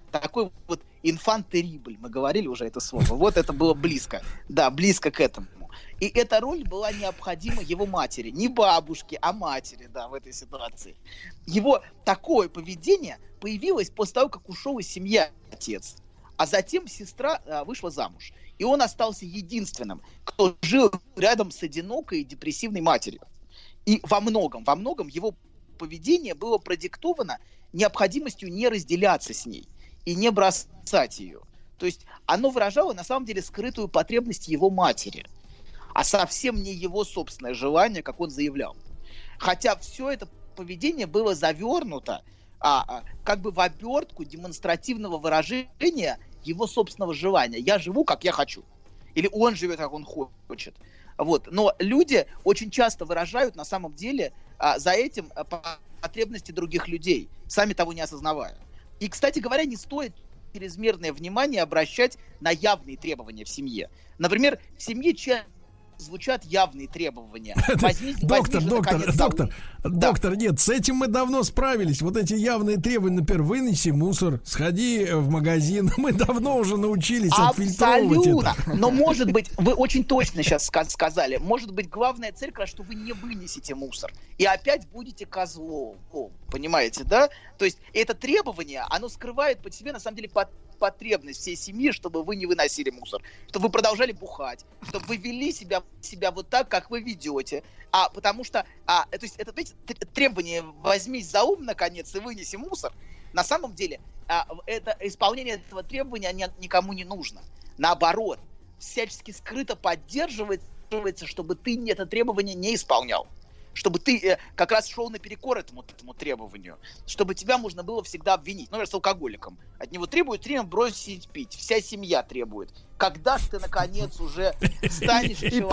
Speaker 15: такой вот инфант-терибль, мы говорили уже это слово, вот это было близко, да, близко к этому. И эта роль была необходима его матери, не бабушке, а матери, да, в этой ситуации. Его такое поведение появилось после того, как ушел из семьи отец, а затем сестра а, вышла замуж. И он остался единственным, кто жил рядом с одинокой и депрессивной матерью. И во многом, во многом его поведение было продиктовано необходимостью не разделяться с ней и не бросать ее. То есть оно выражало на самом деле скрытую потребность его матери, а совсем не его собственное желание, как он заявлял. Хотя все это поведение было завернуто а, а, как бы в обертку демонстративного выражения его собственного желания. Я живу, как я хочу. Или он живет, как он хочет. Вот. Но люди очень часто выражают на самом деле а, за этим а, потребности других людей, сами того не осознавая. И, кстати говоря, не стоит чрезмерное внимание обращать на явные требования в семье. Например, в семье часто звучат явные требования. Возьми,
Speaker 2: доктор,
Speaker 15: возьми
Speaker 2: доктор,
Speaker 15: наконец,
Speaker 2: доктор,
Speaker 15: да.
Speaker 2: доктор, нет, с этим мы давно справились. Вот эти явные требования, например, вынеси мусор, сходи в магазин. Мы давно уже научились отфильтровывать это.
Speaker 15: Но, может быть, вы очень точно сейчас сказали, может быть, главная цель, как раз, что вы не вынесете мусор. И опять будете козлом. Понимаете, да? То есть это требование, оно скрывает под себе, на самом деле, под потребность всей семьи, чтобы вы не выносили мусор, чтобы вы продолжали бухать, чтобы вы вели себя, себя вот так, как вы ведете. А потому что, а, то есть это, видите, требование «возьмись за ум, наконец, и вынеси мусор», на самом деле а, это, исполнение этого требования не, никому не нужно. Наоборот, всячески скрыто поддерживается, чтобы ты это требование не исполнял. Чтобы ты э, как раз шел наперекор этому, этому требованию, чтобы тебя можно было всегда обвинить. Например, с алкоголиком. От него требуют время бросить пить. Вся семья требует. Когда ж ты, наконец, уже станешь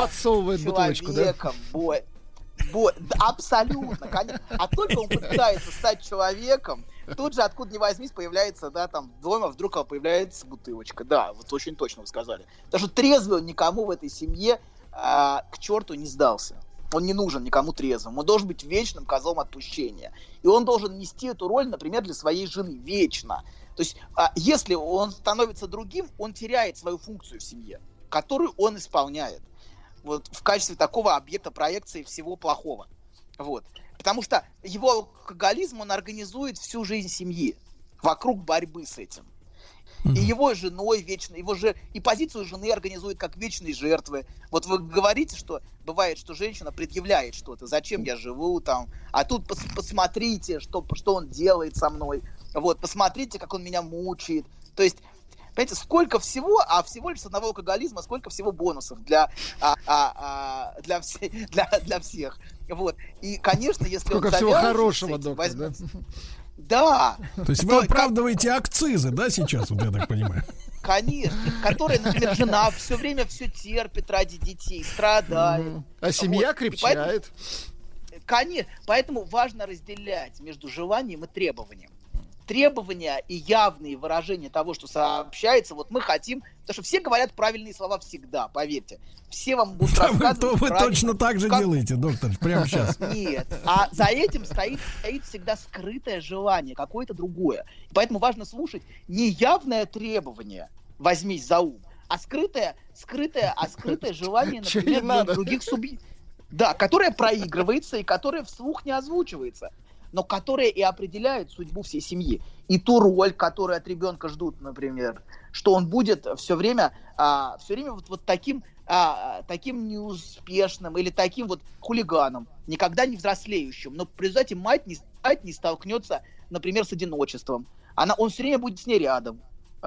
Speaker 15: человеком? Бой, бой, абсолютно, конечно. А только он пытается стать человеком, тут же, откуда ни возьмись, появляется, да, там, дома вдруг появляется бутылочка. Да, вот очень точно вы сказали. Потому что трезвый он никому в этой семье а, к черту не сдался. Он не нужен никому трезвым. Он должен быть вечным козлом отпущения. И он должен нести эту роль, например, для своей жены. Вечно. То есть, а, если он становится другим, он теряет свою функцию в семье, которую он исполняет. Вот, в качестве такого объекта проекции всего плохого. Вот. Потому что его алкоголизм, он организует всю жизнь семьи вокруг борьбы с этим. И его женой вечно, его же и позицию жены организует как вечной жертвы. Вот вы говорите, что бывает, что женщина предъявляет что-то, зачем я живу там, а тут пос- посмотрите, что, что он делает со мной, вот, посмотрите, как он меня мучает. То есть, понимаете, сколько всего, а всего лишь с одного алкоголизма, сколько всего бонусов для, а, а, а, для, все, для, для всех. Вот. И, конечно, если
Speaker 3: сколько
Speaker 15: он
Speaker 3: всего хорошего, доктор,
Speaker 15: возьмет,
Speaker 3: да?
Speaker 15: Да.
Speaker 2: То есть вы оправдываете акцизы, да, сейчас, вот я так понимаю?
Speaker 15: Конечно. Которая, например, жена все время все терпит ради детей, страдает.
Speaker 3: А семья
Speaker 15: вот.
Speaker 3: крепчает.
Speaker 15: Поэтому, конечно. Поэтому важно разделять между желанием и требованием. Требования и явные выражения того, что сообщается, вот мы хотим, потому что все говорят правильные слова всегда, поверьте. Все вам будут
Speaker 2: да
Speaker 15: рассказывать.
Speaker 2: Вы, вы точно так же как... делаете, доктор, прямо сейчас.
Speaker 15: Нет, а за этим стоит, стоит всегда скрытое желание, какое-то другое. Поэтому важно слушать не явное требование «возьмись за ум», а скрытое, скрытое, а скрытое желание, например, для других субъектов. Да, которое проигрывается и которое вслух не озвучивается, но которые и определяют судьбу всей семьи. И ту роль, которую от ребенка ждут, например, что он будет все время, а, все время вот, вот таким, а, таким неуспешным или таким вот хулиганом, никогда не взрослеющим. Но при результате мать не, мать не столкнется, например, с одиночеством. Она, он все время будет с ней рядом,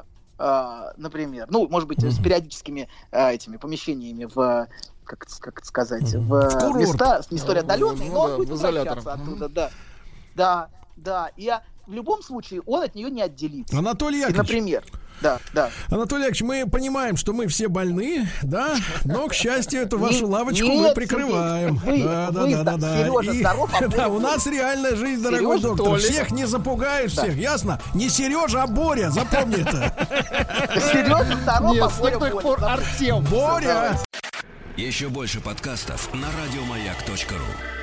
Speaker 15: а, например. Ну, может быть, с периодическими а, этими помещениями в... как, как это сказать, в места не столь отдаленные, но он будет возвращаться оттуда, да. Да, да. И я, в любом случае он от нее не отделится.
Speaker 2: Анатолий Яковлевич.
Speaker 15: Например. Да, да.
Speaker 2: Анатолий Яковлевич, мы понимаем, что мы все больны, да, но, к счастью, эту вашу лавочку нет, мы прикрываем.
Speaker 15: Вы,
Speaker 2: да,
Speaker 15: вы,
Speaker 2: да, да, да,
Speaker 15: Сережа,
Speaker 2: и,
Speaker 15: здоров, а
Speaker 2: да, у нас реальная жизнь, Сережа, дорогой доктор. Толя. Всех не запугаешь, да. Всех, ясно? Не Сережа, а Боря, запомни это.
Speaker 15: Сережа, здоров,
Speaker 3: нет,
Speaker 15: а Боря,
Speaker 3: Артем.
Speaker 2: Боря.
Speaker 1: Еще больше подкастов на радиомаяк точка ру.